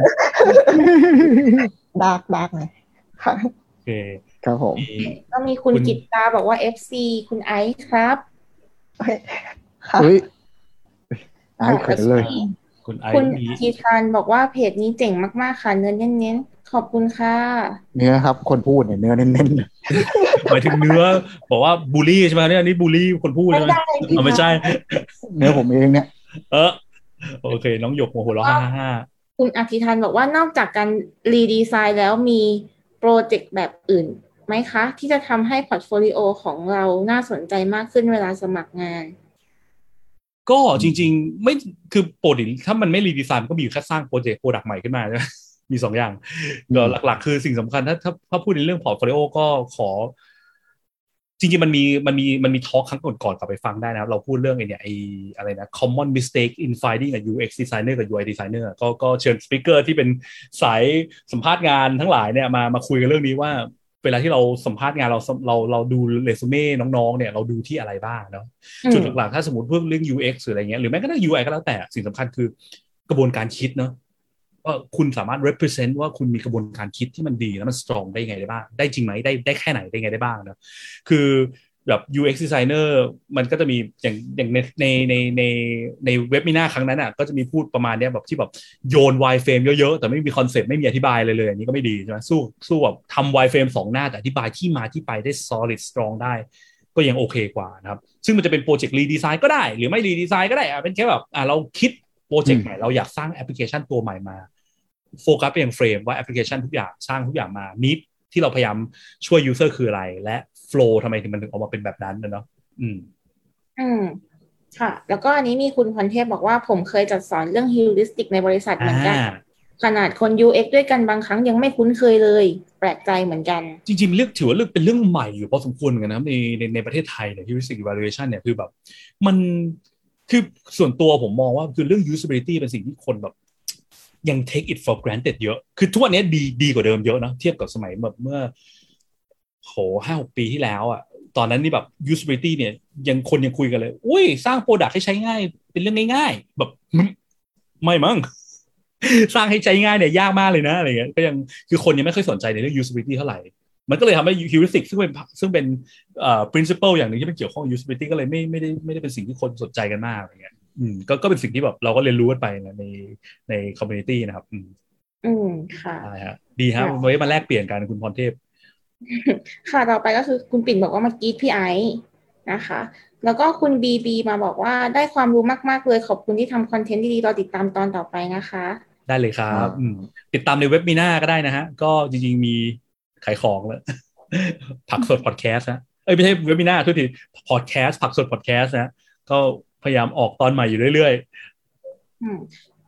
[SPEAKER 3] ดาร์กดาร์กเลยค่ะ
[SPEAKER 1] โอเค
[SPEAKER 4] ครับผม
[SPEAKER 2] ก็มีคุณกิตตาบอกว่า เอฟ ซี คุณไอซ์ครับ
[SPEAKER 3] ค่ะ
[SPEAKER 4] อุ้ยไอ้เขินเลย
[SPEAKER 1] คุณไอ
[SPEAKER 2] คุณ
[SPEAKER 1] ซ์มี
[SPEAKER 2] ทีทานบอกว่าเพจนี้เจ๋งมากๆค่ะเนื้อเน้นๆขอบคุณค่ะ
[SPEAKER 4] เนื้อครับคนพูดเนี่ยเนื้อเน้น
[SPEAKER 1] หมายถึงเนื้อบอกว่าบูลลี่ใช่ไหมเนี่ยนี่บูลลี่คนพูดใช่ไหมอ๋อไม่ใช่
[SPEAKER 4] เนื้อผมเองเนี่ย
[SPEAKER 1] เออโอเคน้องหยกโมโหร้องห้าห้า
[SPEAKER 2] คุณอธิธานบอกว่านอกจากการรีดีไซน์แล้วมีโปรเจกต์แบบอื่นไหมคะที่จะทำให้พอร์ตโฟลิโอของเราน่าสนใจมากขึ้นเวลาสมัครงาน
[SPEAKER 1] ก็จริงๆไม่คือโปรดิถ้ามันไม่รีดีไซน์ก็มีอยู่แค่สร้างโปรเจกต์โปรดักต์ใหม่ขึ้นมาใช่ไหมมีสองอย่างก็หลักๆคือสิ่งสำคัญถ้าถ้าถ้าพูดในเรื่องพอร์ตโฟลิโอก็ขอจริงๆมันมีมันมีมันมีทอล์คครั้งก่อนๆกลับไปฟังได้นะครับเราพูดเรื่องไอ้เนี่ยไอ้อะไรนะ common mistake in finding a ยู เอ็กซ์ designer กับ ยู ไอ designer ก็ก็เชิญสปีกเกอร์ที่เป็นสายสัมภาษณ์งานทั้งหลายเนี่ยมามาคุยกันเรื่องนี้ว่าเวลาที่เราสัมภาษณ์งานเราเราเราดูเรซูเม่น้องๆเนี่ยเราดูที่อะไรบ้างเนาะจุดหลักๆถ้าสมมติเรื่อง ยู เอ็กซ์ หรืออะไรเงี้ยหรือแม้กระทั่ง ยู ไอ ก็แล้วแต่สิ่งสำคัญคือกระบวนการคิดเนาะว่าคุณสามารถ represent ว่าคุณมีกระบวนการคิดที่มันดีแล้วมัน strong ได้ยังไงได้บ้างได้จริงไหมได้ได้แค่ไหนได้ไงได้บ้างนะคือแบบ ยู เอ็กซ์ designer มันก็จะมีอย่างอย่างในในในในในเว็บมิน่าครั้งนั้นอ่ะก็จะมีพูดประมาณเนี้ยแบบที่แบบโยน wireframe เยอะๆแต่ไม่มีคอนเซ็ปต์ไม่มีอธิบายเลยเลยอันนี้ก็ไม่ดีใช่ไหมสู้สู้แบบทำ wireframe สองหน้าแต่อธิบายที่มาที่ไปได้ solid strong ได้ก็ยังโอเคกว่านะครับซึ่งมันจะเป็นโปรเจกต์รีดีไซน์ก็ได้หรือไม่รีดีไซน์ก็ได้อ่ะเป็นแค่แบบอ่ะเราคิดโปรเจกต์ใหม่เราอยากสร้างแอปพลิเคชันตัวใหม่มาโฟกัสไปยังเฟรมว่าแอปพลิเคชันทุกอย่างสร้างทุกอย่างมานิดที่เราพยายามช่วย user คืออะไรและโฟลว์ทำไมถึงมันถึงออกมาเป็นแบบนั้นเนาะอืม
[SPEAKER 2] อืมค่ะแล้วก็อันนี้มีคุณพรเทพบอกว่าผมเคยจัดสอนเรื่องฮิวริสติกในบริษัทเหมือนกันขนาดคน ยู เอ็กซ์ ด้วยกันบางครั้งยังไม่คุ้นเคยเลยแปลกใจเหมือนกัน
[SPEAKER 1] จริงๆเรื่องถือว่าเรื่องเป็นเรื่องใหม่อยู่พอสมควรเหมือนกันนะในในในประเทศไทยเนี่ย heuristic evaluation เนี่ยคือแบบมันคือส่วนตัวผมมองว่าคือเรื่อง usability เป็นสิ่งที่คนแบบยัง take it for granted เยอะคือทุกวันนี้ดีดีกว่าเดิมเยอะนะเทียบกับสมัยแบบเมื่อโหห้าหกปีที่แล้วอ่ะตอนนั้นนี่แบบ usability เนี่ยยังคนยังคุยกันเลยอุ้ยสร้าง product ให้ใช้ง่ายเป็นเรื่องง่ายๆแบบไม่มั้งสร้างให้ใช้ง่ายเนี่ยยากมากเลยนะอะไรเงี้ยก็ยังคือคนยังไม่ค่อยสนใจในเรื่อง usability เท่าไหร่มันก็เลยทำให้ heuristic ซึ่งเป็นซึ่งเป็นเอ่อ principle อย่างนึงที่มันเกี่ยวข้องกับ usability ก็เลยไม่ไม่ได้ไม่ได้เป็นสิ่งที่คนสนใจกันมากอะไรเงี้ยอืมก็ก็เป็นสิ่งที่แบบเราก็เรียนรู้กันไปในใน community นะครับอืม
[SPEAKER 2] อืมค่ะ
[SPEAKER 1] ใช่ฮะดีฮะไว้มาแลกเปลี่ยนกันคุณพรเทพ
[SPEAKER 2] ค่ะต่อไปก็คือคุณปิ่นบอกว่าเมื่อกี้พี่ไอซ์นะคะแล้วก็คุณบีบีมาบอกว่าได้ความรู้มากๆเลยขอบคุณที่ทำคอนเทนต์ดีๆรอติดตามตอนต่อไปนะคะ
[SPEAKER 1] ได้เลยครับติดตามในเว็บมีหน้าก็ได้นะฮะก็จริงๆมีขายของแล้วผักสดพอดแคสต์นะเอ้ยไม่ใช่เว็บมีหน้าทุกทีพอดแคสต์ผักสดพอดแคสต์นะก็พยายามออกตอนใหม่อยู่เรื่อย
[SPEAKER 2] ๆอืม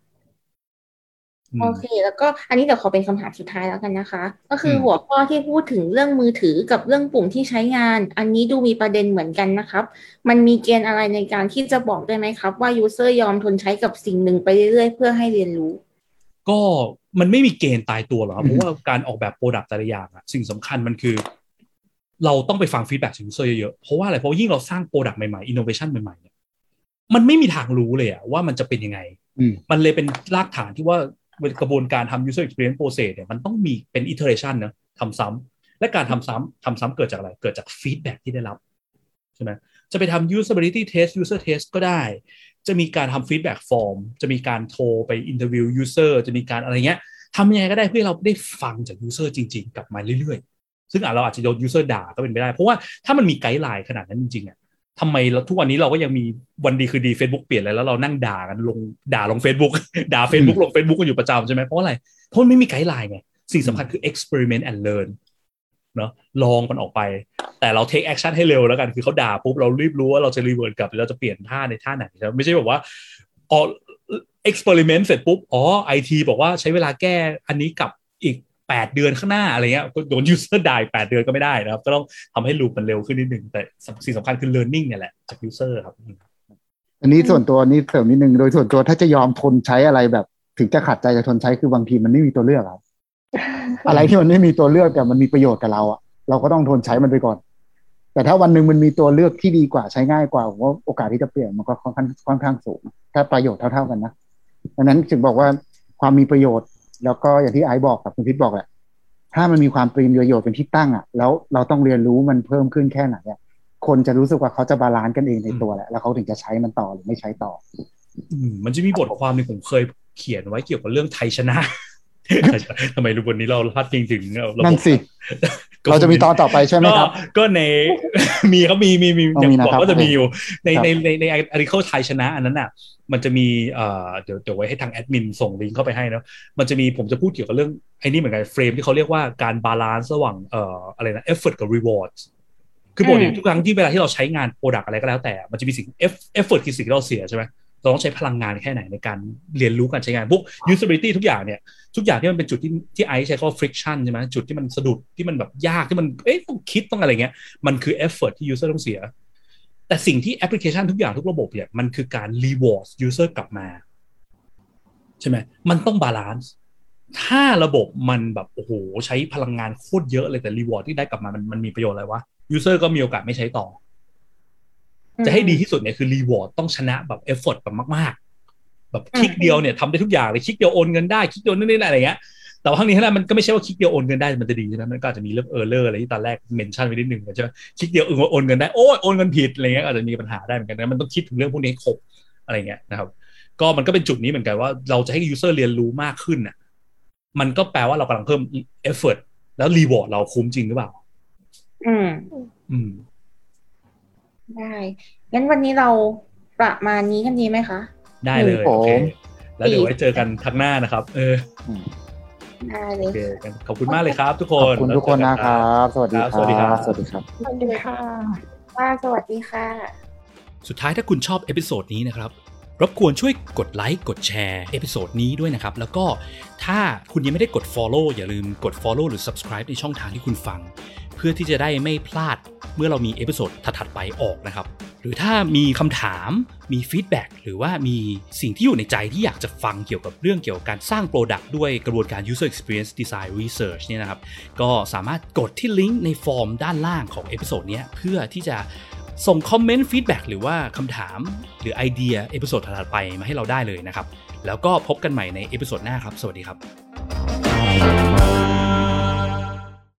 [SPEAKER 2] โอเคแล้วก็อันนี้เดี๋ยวขอเป็นคำถามสุดท้ายแล้วกันนะคะก็คือหัวข้อที่พูดถึงเรื่องมือถือกับเรื่องปุ่มที่ใช้งานอันนี้ดูมีประเด็นเหมือนกันนะครับมันมีเกณฑ์อะไรในการที่จะบอกได้ไหมครับว่ายูเซอร์ยอมทนใช้กับสิ่งหนึ่งไปเรื่อยๆเพื่อให้เรียนรู้
[SPEAKER 1] ก็มันไม่มีเกณฑ์ตายตัวหรอกครับเพราะว่าการออกแบบโปรดักต์แต่ละอย่างอะสิ่งสำคัญมันคือเราต้องไปฟังฟีดแบ็กจากยูเซอร์เยอะๆเพราะว่าอะไรเพราะยิ่งเราสร้างโปรดักต์ใหม่ๆอินโนเวชันใหม่ๆเนี่ยมันไม่มีทางรู้เลยอะว่ามันจะเป็นยังไงมันเลยเป็นรากฐานที่ว่ากระบวนการทำ user experience process เนี่ยมันต้องมีเป็น iteration นะทำซ้ำและการทำซ้ำทำซ้ำเกิดจากอะไรเกิดจาก feedback ที่ได้รับใช่ไหมจะไปทำ usability test user test ก็ได้จะมีการทำ feedback form จะมีการโทรไป interview user จะมีการอะไรเงี้ยทำยังไงก็ได้เพื่อเราได้ฟังจาก user จริงๆกลับมาเรื่อยๆซึ่งเราอาจจะโดน user ด่าก็เป็นไปได้เพราะว่าถ้ามันมีไกด์ไลน์ขนาดนั้นจริงๆอ่ะทำไมเราทุกวันนี้เราก็ยังมีวันดีคือดี Facebook เปลี่ยนอะไรแล้วเรานั่งด่ากันลงด่าลง Facebook ด่า Facebook ลง Facebook กันอยู่ประจำใช่ไหมเพราะอะไรเพราะมันไม่มีไกด์ไลน์ไงสิ่งสำคัญคือ experiment and learn เนาะลองมันออกไปแต่เรา take action ให้เร็วแล้วกันคือเขาด่าปุ๊บเรารีบรู้ว่าเราจะ revert กลับหรือเราจะเปลี่ยนท่าในท่าไหนใช่ไหมไม่ใช่แบบว่าอ๋อ experiment เสร็จปุ๊บอ๋อ ไอ ที บอกว่าใช้เวลาแก้อันนี้กับอีกแปดเดือนข้างหน้าอะไรเงี้ยโดน user ด่าแปดเดือนก็ไม่ได้นะครับก็ต้องทำให้ลูปมันเร็วขึ้นนิดนึงแต่สิ่งสำคัญคือ learning เนี่ยแหละจาก user ครับ
[SPEAKER 4] อันนี้ส่วนตัวนี้เสริมนิดนึงโดยส่วนตัวถ้าจะยอมทนใช้อะไรแบบถึงจะขัดใจจะทนใช้คือบางทีมันไม่มีตัวเลือกครับ อะไรที่มันไม่มีตัวเลือกแต่มันมีประโยชน์กับเราอ่ะเราก็ต้องทนใช้มันไปก่อนแต่ถ้าวันนึงมันมีตัวเลือกที่ดีกว่าใช้ง่ายกว่าผมว่าโอกาสที่จะเปลี่ยนมันก็ค่อนข้างค่อนข้างสูงถ้าประโยชน์เท่าๆกันนะดังนั้นจึงบอกว่าความมีประโยชน์แล้วก็อย่างที่ไอซ์บอกกับคุณพิษบอกแหละถ้ามันมีความปรีมประโยชน์เป็นที่ตั้งอ่ะแล้วเราต้องเรียนรู้มันเพิ่มขึ้นแค่ไหนอ่ะคนจะรู้สึกว่าเขาจะบาลานซ์กันเองในตัวแหละแล้วเขาถึงจะใช้มันต่อหรือไม่ใช้ต่อ
[SPEAKER 1] อืมมันจะมีบทความนึงผมเคยเขียนไว้เกี่ยวกับเรื่องไทยชนะทำไมรู้วันนี้เราพัดจริงถึง
[SPEAKER 4] นั่นสิเราจะมีตอนต่อไปใช่ไหมครับ
[SPEAKER 1] ก็ในมีครับมีมีมีอย่างบอกว่าจะมีอยู่ในในในในอาร์ติเคิลไทยชนะอันนั้นน่ะมันจะมีเอ่อเดี๋ยวเดี๋ยวไว้ให้ทางแอดมินส่งลิงก์เข้าไปให้นะมันจะมีผมจะพูดเกี่ยวกับเรื่องไอ้นี่เหมือนกันเฟรมที่เขาเรียกว่าการบาลานซ์ระหว่างเอ่ออะไรนะ effort กับ reward คือปกติทุกครั้งที่เวลาที่เราใช้งาน product อะไรก็แล้วแต่มันจะมีสิ่ง effort คือสิ่งที่เราเสียใช่ไหมเราต้องใช้พลังงานแค่ไหนในการเรียนรู้การใช้งานพวก usability ทุกอย่างเนี่ยทุกอย่างที่มันเป็นจุดที่ที่ไอซ์ใช้คำว่า friction ใช่ไหมจุดที่มันสะดุดที่มันแบบยากที่มันเอ๊ะต้องคิดต้องอะไรเงี้ยมันคือ effort ที่ user ต้องเสียแต่สิ่งที่แอปพลิเคชันทุกอย่างทุกระบบเนี่ยมันคือการ reward user กลับมาใช่ไหมมันต้อง balance ถ้าระบบมันแบบโอ้โหใช้พลังงานโคตรเยอะเลยแต่ reward ที่ได้กลับมามันมันมีประโยชน์อะไรวะ user ก็มีโอกาสไม่ใช้ต่อจะให้ดีที่สุดเนี่ยคือ reward ต้องชนะแบบ effort แบบมากๆแบบคลิกเดียวเนี่ยทำได้ทุกอย่างเลยคลิกเดียวโอนเงินได้คลิกเดียวนั่นนี่อะไรอย่างเงี้ยแต่ว่าทั้งนี้ทั้งนั้นมันก็ไม่ใช่ว่าคลิกเดียวโอนเงินได้มันจะดีใช่ไหมมันก็อาจจะมีเรื่อง error อะไรที่ตอนแรกเมนชั่นไว้นิดนึงใช่ไหมคลิกเดียวโอนเงินได้โอ้ยโอนเงินผิดอะไรเงี้ยอาจจะมีปัญหาได้เหมือนกันนะมันต้องคิดถึงเรื่องพวกนี้ครบอะไรเงี้ยนะครับก็มันก็เป็นจุดนี้เหมือนกันว่าเราจะให้ user เรียนรู้มากขึ้นน่ะมันก็แปลว่าเรากำลังเพิ่ม effort แล้ว reward เราคุ้มจริงหรือเปล่า
[SPEAKER 2] อืม
[SPEAKER 1] อืม
[SPEAKER 2] ได้งั้นวันนี้เราประมาณนี้กันดีไหมคะ
[SPEAKER 1] ได้เลยโอเคแล้วเดี๋ยวไว้เจอกันครั้งหน้านะครับเออ
[SPEAKER 2] ได้เลย
[SPEAKER 1] ขอบคุณมากเลยครับทุกคน
[SPEAKER 4] ขอบคุณทุกคนนะครับสวัสดีครับ
[SPEAKER 1] สวัสดีครับ
[SPEAKER 4] สวัสดีครับ
[SPEAKER 2] สวัสดีค่ะว่าสวัสดีค่ะ
[SPEAKER 1] สุดท้ายถ้าคุณชอบเอพิโซดนี้นะครับรบกวนช่วยกดไลค์กดแชร์เอพิโซดนี้ด้วยนะครับแล้วก็ถ้าคุณยังไม่ได้กด follow อย่าลืมกด follow หรือ subscribe ในช่องทางที่คุณฟังเพื่อที่จะได้ไม่พลาดเมื่อเรามีเอพิโซดถัดๆไปออกนะครับหรือถ้ามีคำถามมีฟีดแบ็กหรือว่ามีสิ่งที่อยู่ในใจที่อยากจะฟังเกี่ยวกับเรื่องเกี่ยวกับการสร้าง Product ด้วยกระบวนการ User Experience Design Research เนี่ยนะครับก็สามารถกดที่ลิงก์ในฟอร์มด้านล่างของเอพิโซดนี้เพื่อที่จะส่งคอมเมนต์ฟีดแบ็กหรือว่าคำถามหรือไอเดียเอพิโซดถัดๆไปมาให้เราได้เลยนะครับแล้วก็พบกันใหม่ในเอพิโซดหน้าครับสวัสดีครับ